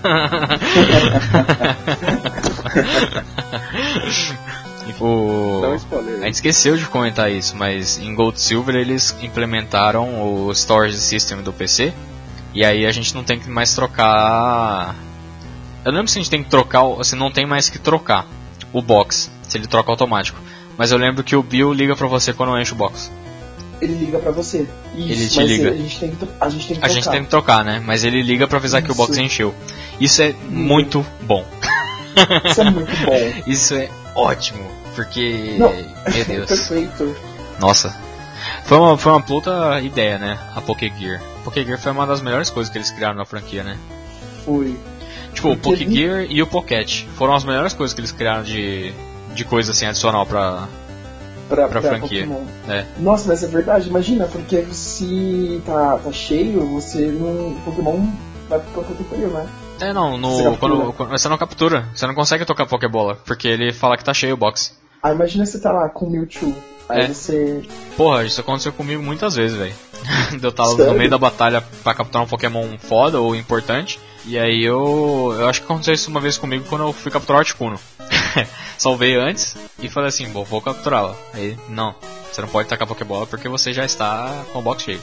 O... Dá um spoiler. A gente esqueceu de comentar isso, mas em Gold Silver eles implementaram o Storage System do P C. E aí a gente não tem que mais trocar. Eu não lembro se a gente tem que trocar, se não tem mais que trocar o box, se ele troca automático. Mas eu lembro que o Bill liga pra você quando enche o box. Ele liga pra você. Isso, ele te mas liga. A gente tem que, a gente tem que a trocar. gente tem que trocar, né? Mas ele liga pra avisar isso. que o box encheu. Isso é muito bom. Isso é muito bom. Isso é ótimo, porque... Não, meu Deus. Perfeito. Nossa. Foi uma, foi uma puta ideia, né? A Pokégear. A Pokégear foi uma das melhores coisas que eles criaram na franquia, né? Foi. Tipo, porque o Pokégear ele... e o Pocket foram as melhores coisas que eles criaram de, de coisa assim adicional pra... Pra, pra, pra franquia. É. Nossa, mas é verdade, imagina, porque se tá, tá cheio, você não. O Pokémon vai ficar com o né? É, não, no, você, quando, quando, você não captura, você não consegue tocar Pokébola, porque ele fala que tá cheio o box. Ah, imagina você tá lá com o Mewtwo, aí é. você... Porra, isso aconteceu comigo muitas vezes, velho. Eu tava Sério? no meio da batalha pra capturar um Pokémon foda ou importante, e aí eu... Eu acho que aconteceu isso uma vez comigo quando eu fui capturar o Articuno. Salvei antes e falei assim, bom, vou capturá-la. Aí, não, você não pode tacar Pokébola porque você já está com o box cheio.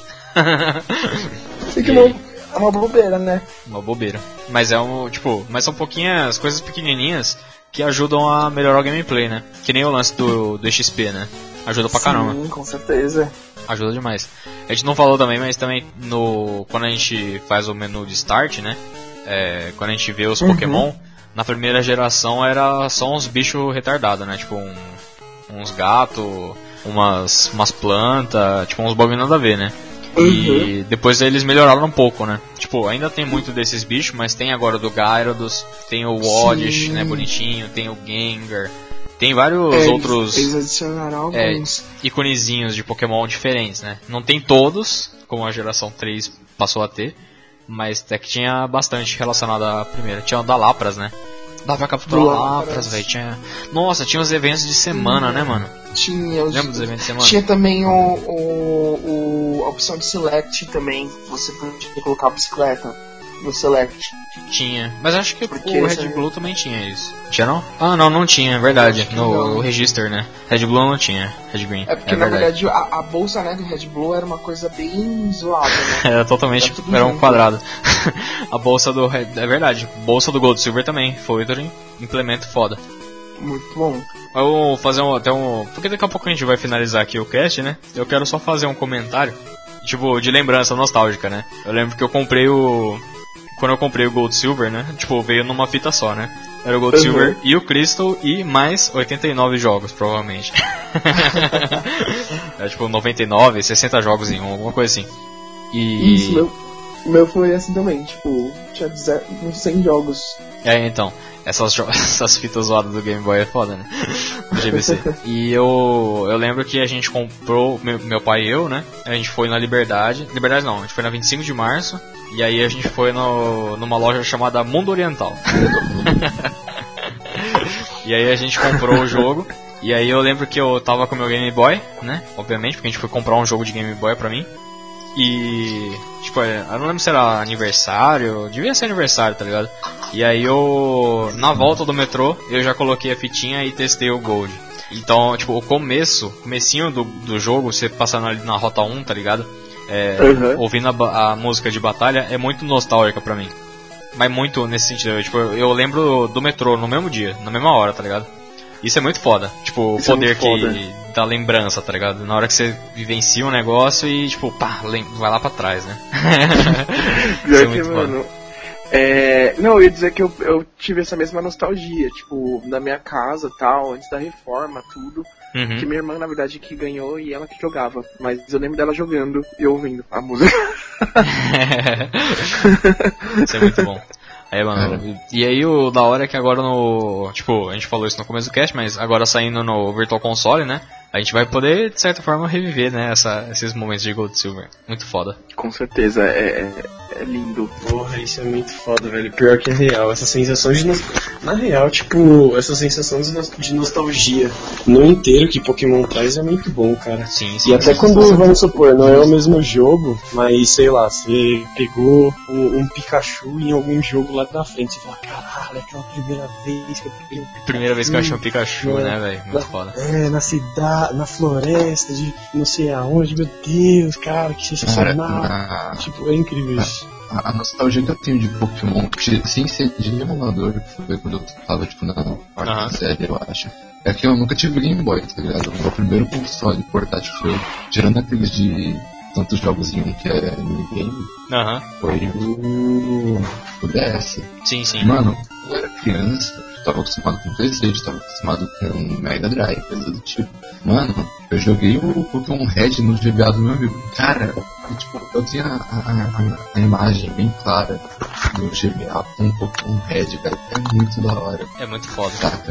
Sei que é uma bobeira, né? Uma bobeira. Mas é um, tipo, mas são pouquinhas coisas pequenininhas que ajudam a melhorar o gameplay, né? Que nem o lance do, do X P, né? Ajuda pra Sim, caramba. Sim, com certeza. Ajuda demais. A gente não falou também, mas também no quando a gente faz o menu de start, né? É, quando a gente vê os uhum. Pokémon, na primeira geração era só uns bichos retardados, né? Tipo um, uns gatos, umas, umas plantas, tipo uns bagulho nada a ver, né? Uhum. E depois eles melhoraram um pouco, né? Tipo, ainda tem muito desses bichos, mas tem agora do Gyarados, tem o Oddish, né? Bonitinho, tem o Gengar, tem vários é, outros eles adicionaram alguns é, iconezinhos de Pokémon diferentes, né? Não tem todos, como a geração três passou a ter, mas até que tinha bastante relacionado à primeira. Tinha o da Lapras, né? Dava pra capturar Lapras, velho. Tinha... Nossa, tinha os eventos de semana, tinha, né, mano? Tinha. Os... Lembra dos eventos de semana? Tinha também o, o, o a opção de Select também. Você podia colocar a bicicleta no Select. Tinha. Mas acho que Porque o Red é... Blue também tinha isso. Tinha não? Ah, não, não tinha, é verdade. No não. Register, né? Red Blue não tinha. Red Green. É porque, é na verdade, verdade, a, a bolsa, né, do Red Blue era uma coisa bem zoada, né? Era totalmente... Era, era um quadrado. A bolsa do... É verdade. Bolsa do Gold Silver também. Foi outro implemento foda. Muito bom. Eu vou fazer um, até um... Porque daqui a pouco a gente vai finalizar aqui o cast, né? Eu quero só fazer um comentário, tipo, de lembrança nostálgica, né? Eu lembro que eu comprei o... Quando eu comprei o Gold Silver, né? Tipo, veio numa fita só, né? Era o Gold uhum. Silver e o Crystal e mais oitenta e nove jogos, provavelmente. Era tipo noventa e nove, sessenta jogos em um, alguma coisa assim. E... Isso, meu, meu foi assim também, tipo, tinha uns cem jogos. É, então, essas, jo- essas fitas zoadas do Game Boy é foda, né? Do G B C. E eu, eu lembro que a gente comprou, meu, meu pai e eu, né? A gente foi na Liberdade, Liberdade não, a gente foi na vinte e cinco de março. E aí a gente foi no, numa loja chamada Mundo Oriental. E aí a gente comprou o jogo. E aí eu lembro que eu tava com o meu Game Boy, né? Obviamente, porque a gente foi comprar um jogo de Game Boy pra mim. E... Tipo, eu não lembro se era aniversário. Devia ser aniversário, tá ligado? E aí eu... Na volta do metrô, eu já coloquei a fitinha e testei o Gold. Então, tipo, o começo, comecinho do, do jogo, você passando ali na rota um, tá ligado? é, uhum. ouvindo a, a música de batalha é muito nostálgica pra mim. Mas muito nesse sentido, eu, tipo, eu lembro do metrô no mesmo dia, na mesma hora, tá ligado? Isso é muito foda, tipo, o poder que da lembrança, tá ligado? Na hora que você vivencia um negócio e, tipo, pá, vai lá pra trás, né? Isso é muito foda. Mano, é... Não, eu ia dizer que eu, eu tive essa mesma nostalgia, tipo, na minha casa tal, antes da reforma, tudo. Uhum. Que minha irmã, na verdade, que ganhou e ela que jogava. Mas eu lembro dela jogando e ouvindo a música. Isso é muito bom. Aí, mano, é. E aí o da hora é que agora no... Tipo, a gente falou isso no começo do cast, mas agora saindo no Virtual Console, né? A gente vai poder, de certa forma, reviver, né? Essa, esses momentos de Gold Silver. Muito foda. Com certeza, é, é, é lindo. Porra, isso é muito foda, velho. Pior que é real. Essa sensação de... No... Na real, tipo, essa sensação de, no... de nostalgia no inteiro que Pokémon traz é muito bom, cara. Sim, sim. E até quando, vamos supor, não é o mesmo jogo, mas, sei lá, você pegou um, um Pikachu em algum jogo lá da frente, você fala, caralho, aquela primeira vez que eu peguei um Primeira vez que eu achei um Pikachu, é, né, velho? Muito na, foda. É, na cidade, na floresta, de não sei aonde, meu Deus, cara, que sensacional. Cara, a... Tipo, é incrível isso. A, a nostalgia que eu tenho de Pokémon, sem ser de emulador, que foi quando eu tava, tipo, na quarta uhum. série, eu acho. É que eu nunca tive Game Boy, tá ligado? O meu primeiro console portátil foi, tirando aqueles de tantos jogos em um que é minigame, uhum. foi o, o D S. Sim, sim. Mano, eu era criança, eu tava acostumado com PlayStation, tava acostumado com Mega Drive, coisa do tipo. Mano, eu joguei o Pokémon Red no G B A do meu amigo. Cara, eu, tipo, eu tinha a, a, a imagem bem clara no G B A com o Pokémon Red, velho. É muito da hora. É muito foda. Saca?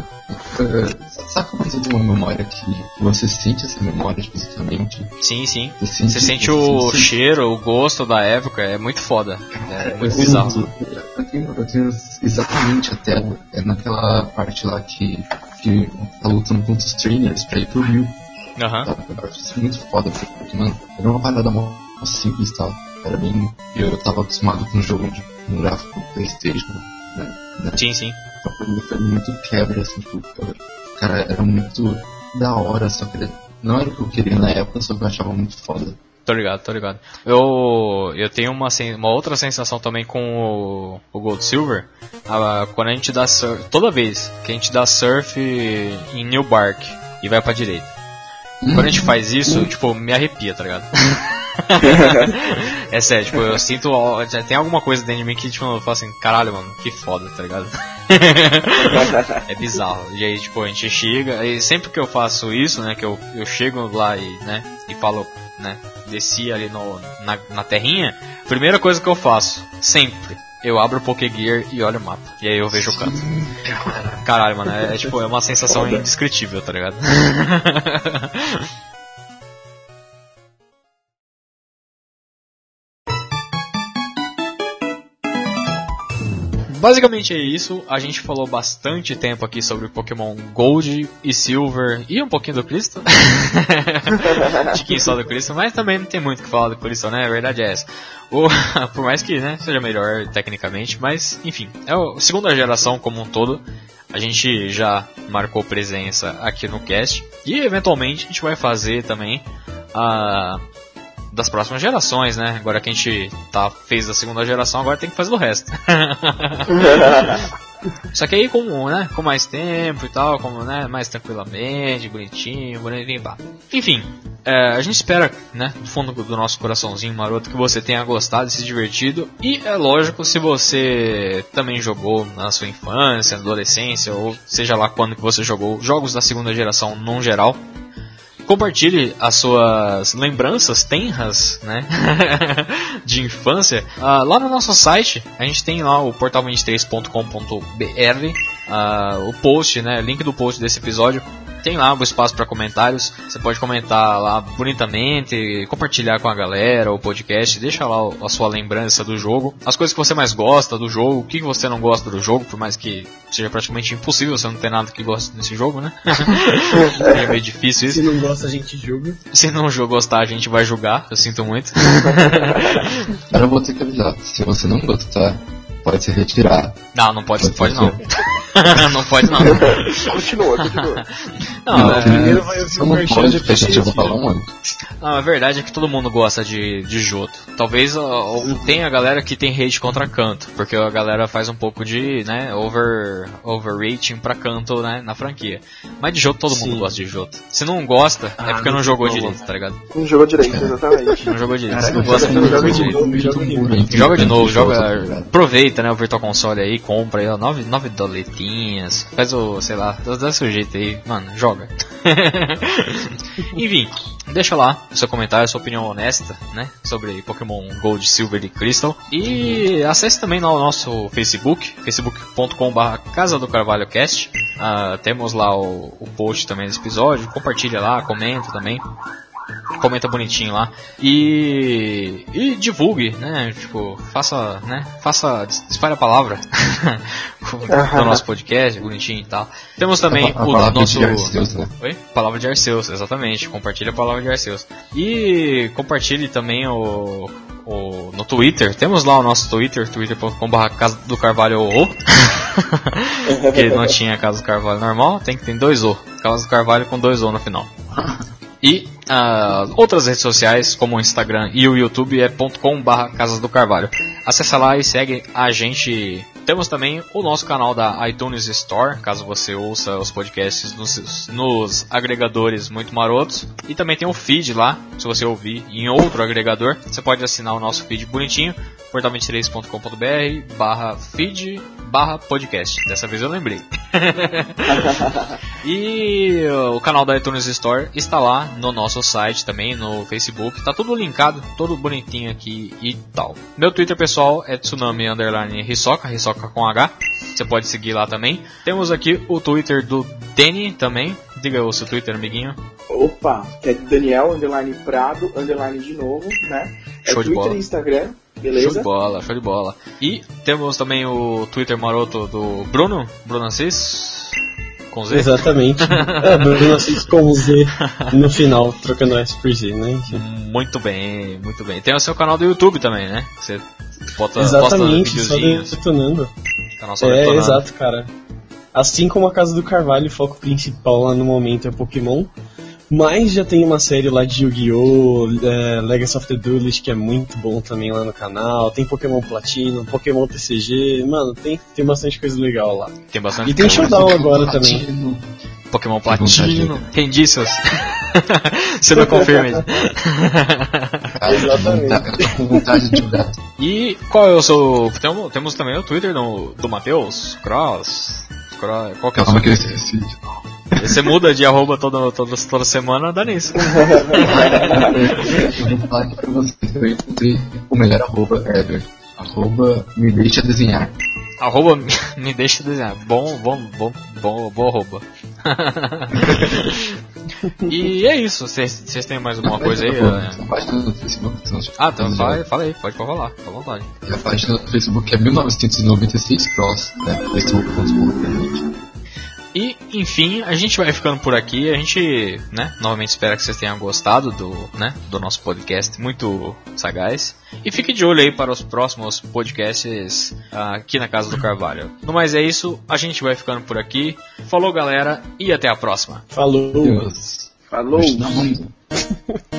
Saca quando você tem uma memória que você sente essa memória fisicamente? Sim, sim. Você sente, você sente o você cheiro, o gosto da época, é muito foda. É, é muito bizarro. Eu tenho, eu tenho exatamente a tela. É naquela parte lá que, que tá lutando contra os trainers pra ir pro Rio. Aham. Uhum. Eu acho isso muito foda, porque, mano, era uma parada mó simples e tal. Era bem. Eu tava acostumado com um jogo de um gráfico PlayStation, né? né? Sim, sim. Então foi muito quebra, assim, tipo, cara, era muito da hora, só que não era o que eu queria na época, só que eu achava muito foda. Tô ligado, tô ligado. Eu, eu tenho uma, uma outra sensação também com o, o Gold Silver. Ah, quando a gente dá surf, toda vez que a gente dá surf em New Bark e vai pra direita. Quando a gente faz isso, tipo, me arrepia, tá ligado? É sério, tipo, eu sinto. Já tem alguma coisa dentro de mim que, tipo, eu falo assim, caralho, mano, que foda, tá ligado? É bizarro. E aí, tipo, a gente chega, e sempre que eu faço isso, né, que eu, eu chego lá e, né, e falo, né, desci ali no, na, na terrinha, primeira coisa que eu faço, sempre, eu abro o Pokégear e olho o mapa. E aí eu vejo o canto. Caralho, mano, é, é tipo, é uma sensação indescritível, tá ligado? Basicamente é isso, a gente falou bastante tempo aqui sobre Pokémon Gold e Silver e um pouquinho do Crystal. De quem só do Crystal, mas também não tem muito o que falar do Crystal, né? A verdade é essa. O, por mais que, né, seja melhor tecnicamente, mas enfim, é a segunda geração como um todo. A gente já marcou presença aqui no cast e eventualmente a gente vai fazer também a... das próximas gerações, né? Agora que a gente tá, fez a segunda geração, agora tem que fazer o resto. Só que aí com, né, com mais tempo e tal, como, né, mais tranquilamente, bonitinho, bonitinho, pá. Enfim, é, a gente espera, né, do fundo do nosso coraçãozinho maroto, que você tenha gostado e se divertido. E é lógico, se você também jogou na sua infância, na adolescência, ou seja lá quando que você jogou jogos da segunda geração num geral, compartilhe as suas lembranças tenras, né, de infância, uh, lá no nosso site. A gente tem lá o portal vinte e três ponto com ponto b r, uh, o post, né, link do post desse episódio. Tem lá o espaço para comentários. Você pode comentar lá bonitamente, compartilhar com a galera o podcast, deixa lá a sua lembrança do jogo, as coisas que você mais gosta do jogo, o que você não gosta do jogo, por mais que seja praticamente impossível você não ter nada que goste desse jogo, né? É meio difícil isso. Se não gosta, a gente julga. Se não gostar, a gente vai julgar, eu sinto muito. Eu vou ter que avisar, se você não gostar, pode ser retirado. Não, não pode, pode, pode não. Não pode não. Continua, continua. Não, Não, é... primeiro vai ouvir o merchan pode, depois a gente vai retira. falar um ano. Não, a verdade é que todo mundo gosta de, de Johto. Talvez ó, tenha a galera que tem hate contra Kanto, porque a galera faz um pouco de, né, over, overrating pra Kanto, né, na franquia. Mas de Johto todo mundo Sim. gosta de Johto. Se não gosta, Ah, é porque não não jogou tem direito, tá ligado? Não jogou direito, exatamente. Não jogou direito. Se Cara, não gosta, joga não jogou de direito. novo, joga de novo. Joga de novo, joga. Aproveita, né, o Virtual Console aí, compra aí, ó, nove, nove doletinhas. Faz o, sei lá, dá seu jeito aí, mano, joga. Enfim, deixa lá o seu comentário, a sua opinião honesta, né, sobre Pokémon Gold, Silver e Crystal. E acesse também lá o nosso Facebook, facebook ponto com barra Casa do Carvalho Cast. Uh, temos lá o, o post também desse episódio, compartilha lá, comenta também. Comenta bonitinho lá e, e divulgue, né? Tipo, faça, né? Faça, espalhe a palavra do nosso podcast, bonitinho e tal. Temos também a, a o nosso. De Arceus, né? Oi? Palavra de Arceus, exatamente. Compartilhe a palavra de Arceus. E compartilhe também o. O, no Twitter, temos lá o nosso Twitter, twitter ponto com barra Casa do Carvalho O. Que não tinha Casa do Carvalho normal, tem que ter dois O. Casa do Carvalho com dois O no final. E uh, outras redes sociais, como o Instagram e o YouTube, é .com barra Casas do Carvalho. Acessa lá e segue a gente. Temos também o nosso canal da iTunes Store, caso você ouça os podcasts nos, nos agregadores muito marotos. E também tem o feed lá, se você ouvir em outro agregador, você pode assinar o nosso feed bonitinho, portal vinte e três ponto com ponto br barra feed barra podcast. Dessa vez eu lembrei. E o canal da iTunes Store está lá no nosso site também, no Facebook. Tá tudo linkado, todo bonitinho aqui e tal. Meu Twitter pessoal é Tsunami Underline Hisoka, Hisoka com H. Você pode seguir lá também. Temos aqui o Twitter do Danny também. Diga o seu Twitter, amiguinho. Opa, que é Daniel Underline Prado Underline de novo, né? É Show de Twitter bola. e Instagram. Beleza? Show de bola, show de bola. E temos também o Twitter maroto do Bruno, Bruno Assis, com Z. Exatamente. É, Bruno Assis com Z no final, trocando S por Z, né? Enfim. Muito bem, muito bem. Tem o seu canal do YouTube também, né? Você bota, Exatamente, posta só videozinhos. detonando. Canal só É, detonando. exato, cara. Assim como a Casa do Carvalho, o foco principal lá no momento é Pokémon. Mas já tem uma série lá de Yu-Gi-Oh! É, Legacy of the Duelist, que é muito bom também lá no canal. Tem Pokémon Platino, Pokémon T C G. Mano, tem, tem bastante coisa legal lá. Tem bastante E tem coisa. Showdown agora também. Platino. Pokémon Platino. Quem disse? Você não confirma isso. Cara, Exatamente. Eu tô com vontade de jogar. E qual é o seu... Temos, temos também o Twitter do, do Matheus Cross. Cross. Qual que é o seu Calma que eu Twitter? esqueci. Você muda de arroba toda, toda, toda semana, dá nisso. Eu vou falar aqui pra vocês. Eu encontrei o melhor arroba ever. Arroba me deixa desenhar. Arroba me deixa desenhar. Bom, bom, bom, bom, bom arroba. E é isso. Vocês têm mais alguma coisa aí? A página do Facebook. Ah, então fala, fala aí, pode falar, fica à vontade. E a página do Facebook é mil novecentos e noventa e seis Cross, né? facebook ponto com. E, enfim, a gente vai ficando por aqui. A gente, né, novamente espera que vocês tenham gostado do, né, do nosso podcast muito sagaz. E fique de olho aí para os próximos podcasts uh, aqui na Casa do Carvalho. No mais é isso, a gente vai ficando por aqui. Falou, galera, e até a próxima. Falou! Deus. Falou! Não.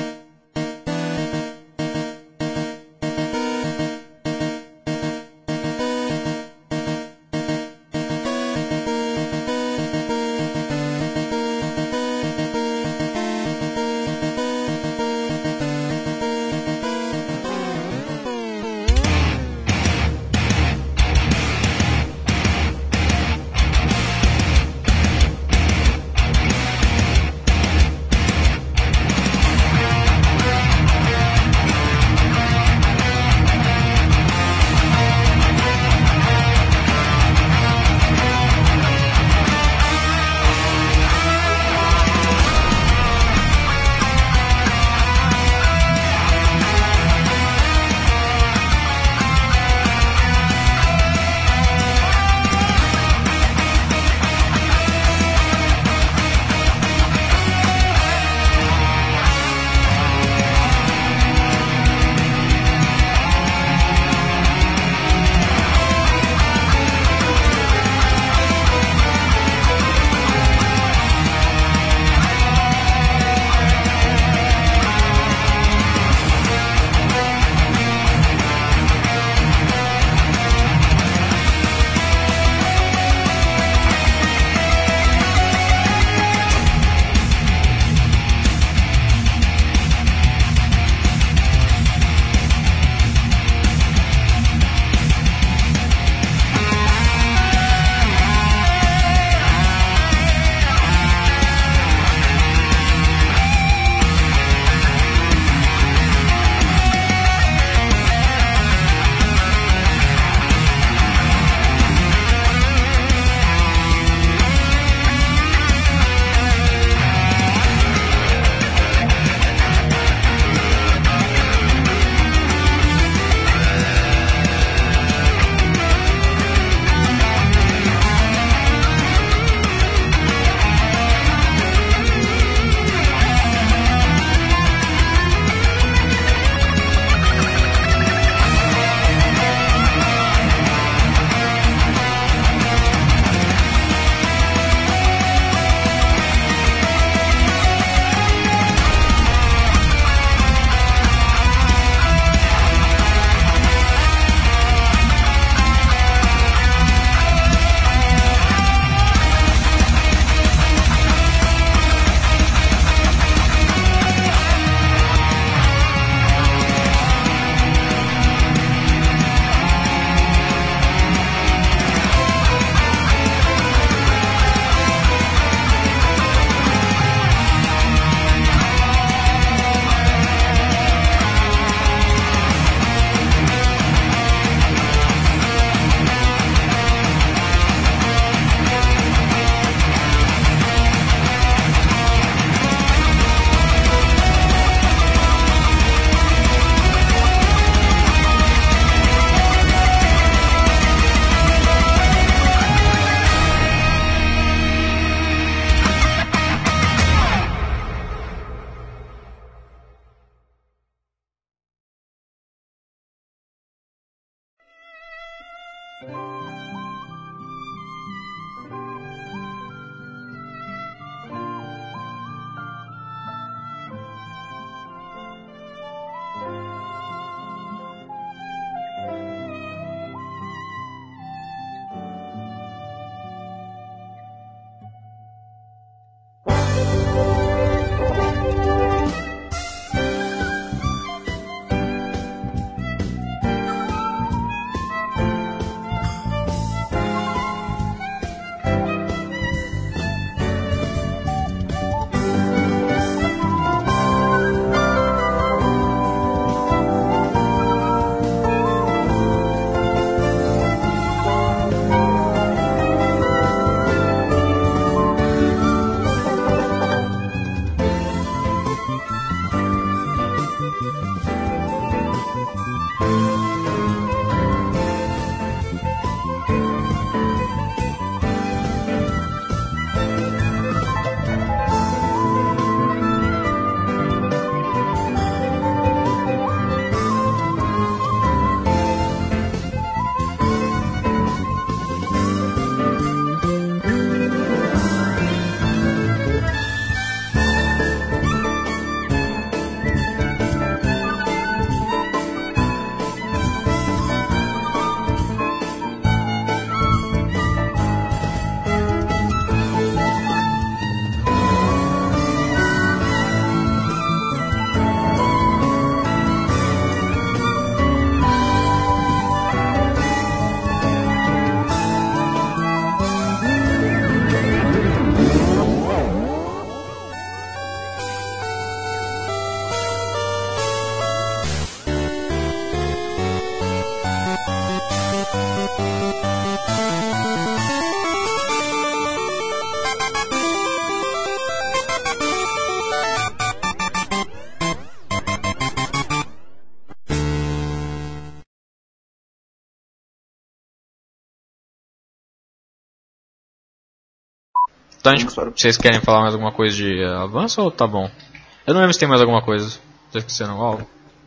Então, gente, vocês querem falar mais alguma coisa de avanço ou tá bom? Eu não lembro se tem mais alguma coisa. Tô esquecendo algo?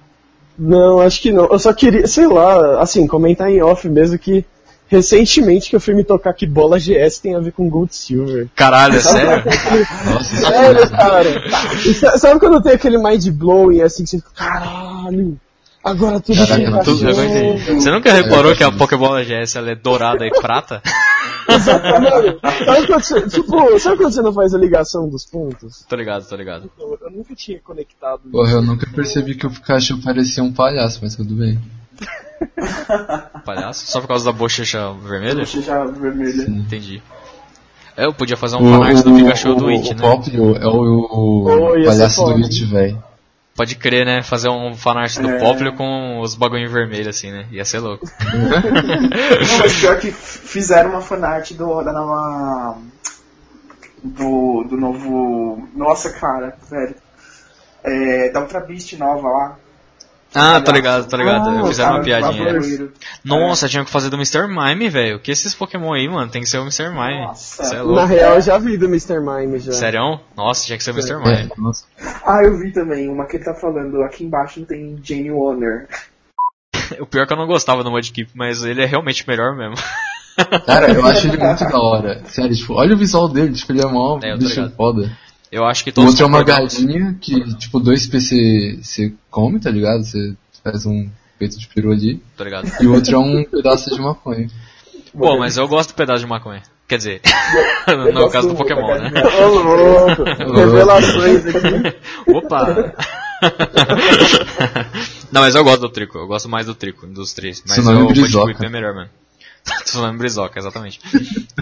Não, acho que não. Eu só queria, sei lá, assim, comentar em off mesmo que recentemente que eu fui me tocar que bola G S tem a ver com Gold Silver. Caralho, é sério? Aquele... Nossa, sério, cara. Sabe quando tem aquele mind blowing assim que você fica, caralho, agora tudo Caraca, tudo, eu entendi. Você nunca reparou que a Pokébola G S ela é dourada e prata? Exatamente. Sabe quando você, tipo, sabe quando você não faz a ligação dos pontos? Tô ligado, tô ligado. Eu, eu nunca tinha conectado. Porra, eu nunca percebi que o Pikachu parecia um palhaço, mas tudo bem. Palhaço? Só por causa da bochecha vermelha? Bochecha vermelha. Sim. Entendi. É, eu podia fazer um fanart do Pikachu do It, né? O Popplio é o, o oh, palhaço do It, velho. Pode crer, né? Fazer um fanart do é. Popplio com os bagulho vermelho assim, né? Ia ser louco. Não, mas pior que fizeram uma fanart do, da nova... Do, do novo... Nossa, cara, velho. É, da Ultra Beast nova lá. Ah, tô ligado, tô ligado. Ah, Fizeram cara, uma piadinha. Nossa, é. tinha que fazer do mister Mime, velho. Que esses Pokémon aí, mano? Tem que ser o mister Mime. Nossa. Cê é louco. Na real, eu já vi do mister Mime já. Sério? Nossa, tinha que ser o mister Mime. É, nossa. Ah, eu vi também. Uma que ele tá falando. Aqui embaixo tem Jane Warner. O pior é que eu não gostava do Mudkip, mas ele é realmente melhor mesmo. Cara, eu acho ele muito da hora. Sério, tipo, olha o visual dele, tipo, ele é mó É, eu tô bicho ligado. foda. Eu acho que O todos outro é uma concordamos. galinha que, tipo, dois P C você come, tá ligado? Você faz um peito de peru ali. Tô ligado. E o outro é um pedaço de maconha. Pô, mas eu gosto do pedaço de maconha. Quer dizer, no caso do Pokémon, né? Ô, louco. Revelações aqui. Opa! Não, mas eu gosto do Trico. Eu gosto mais do Trico, dos três. Mas Seu nome o é Brizoca. Mudkip é melhor, mano. Seu nome é Brizoca, exatamente.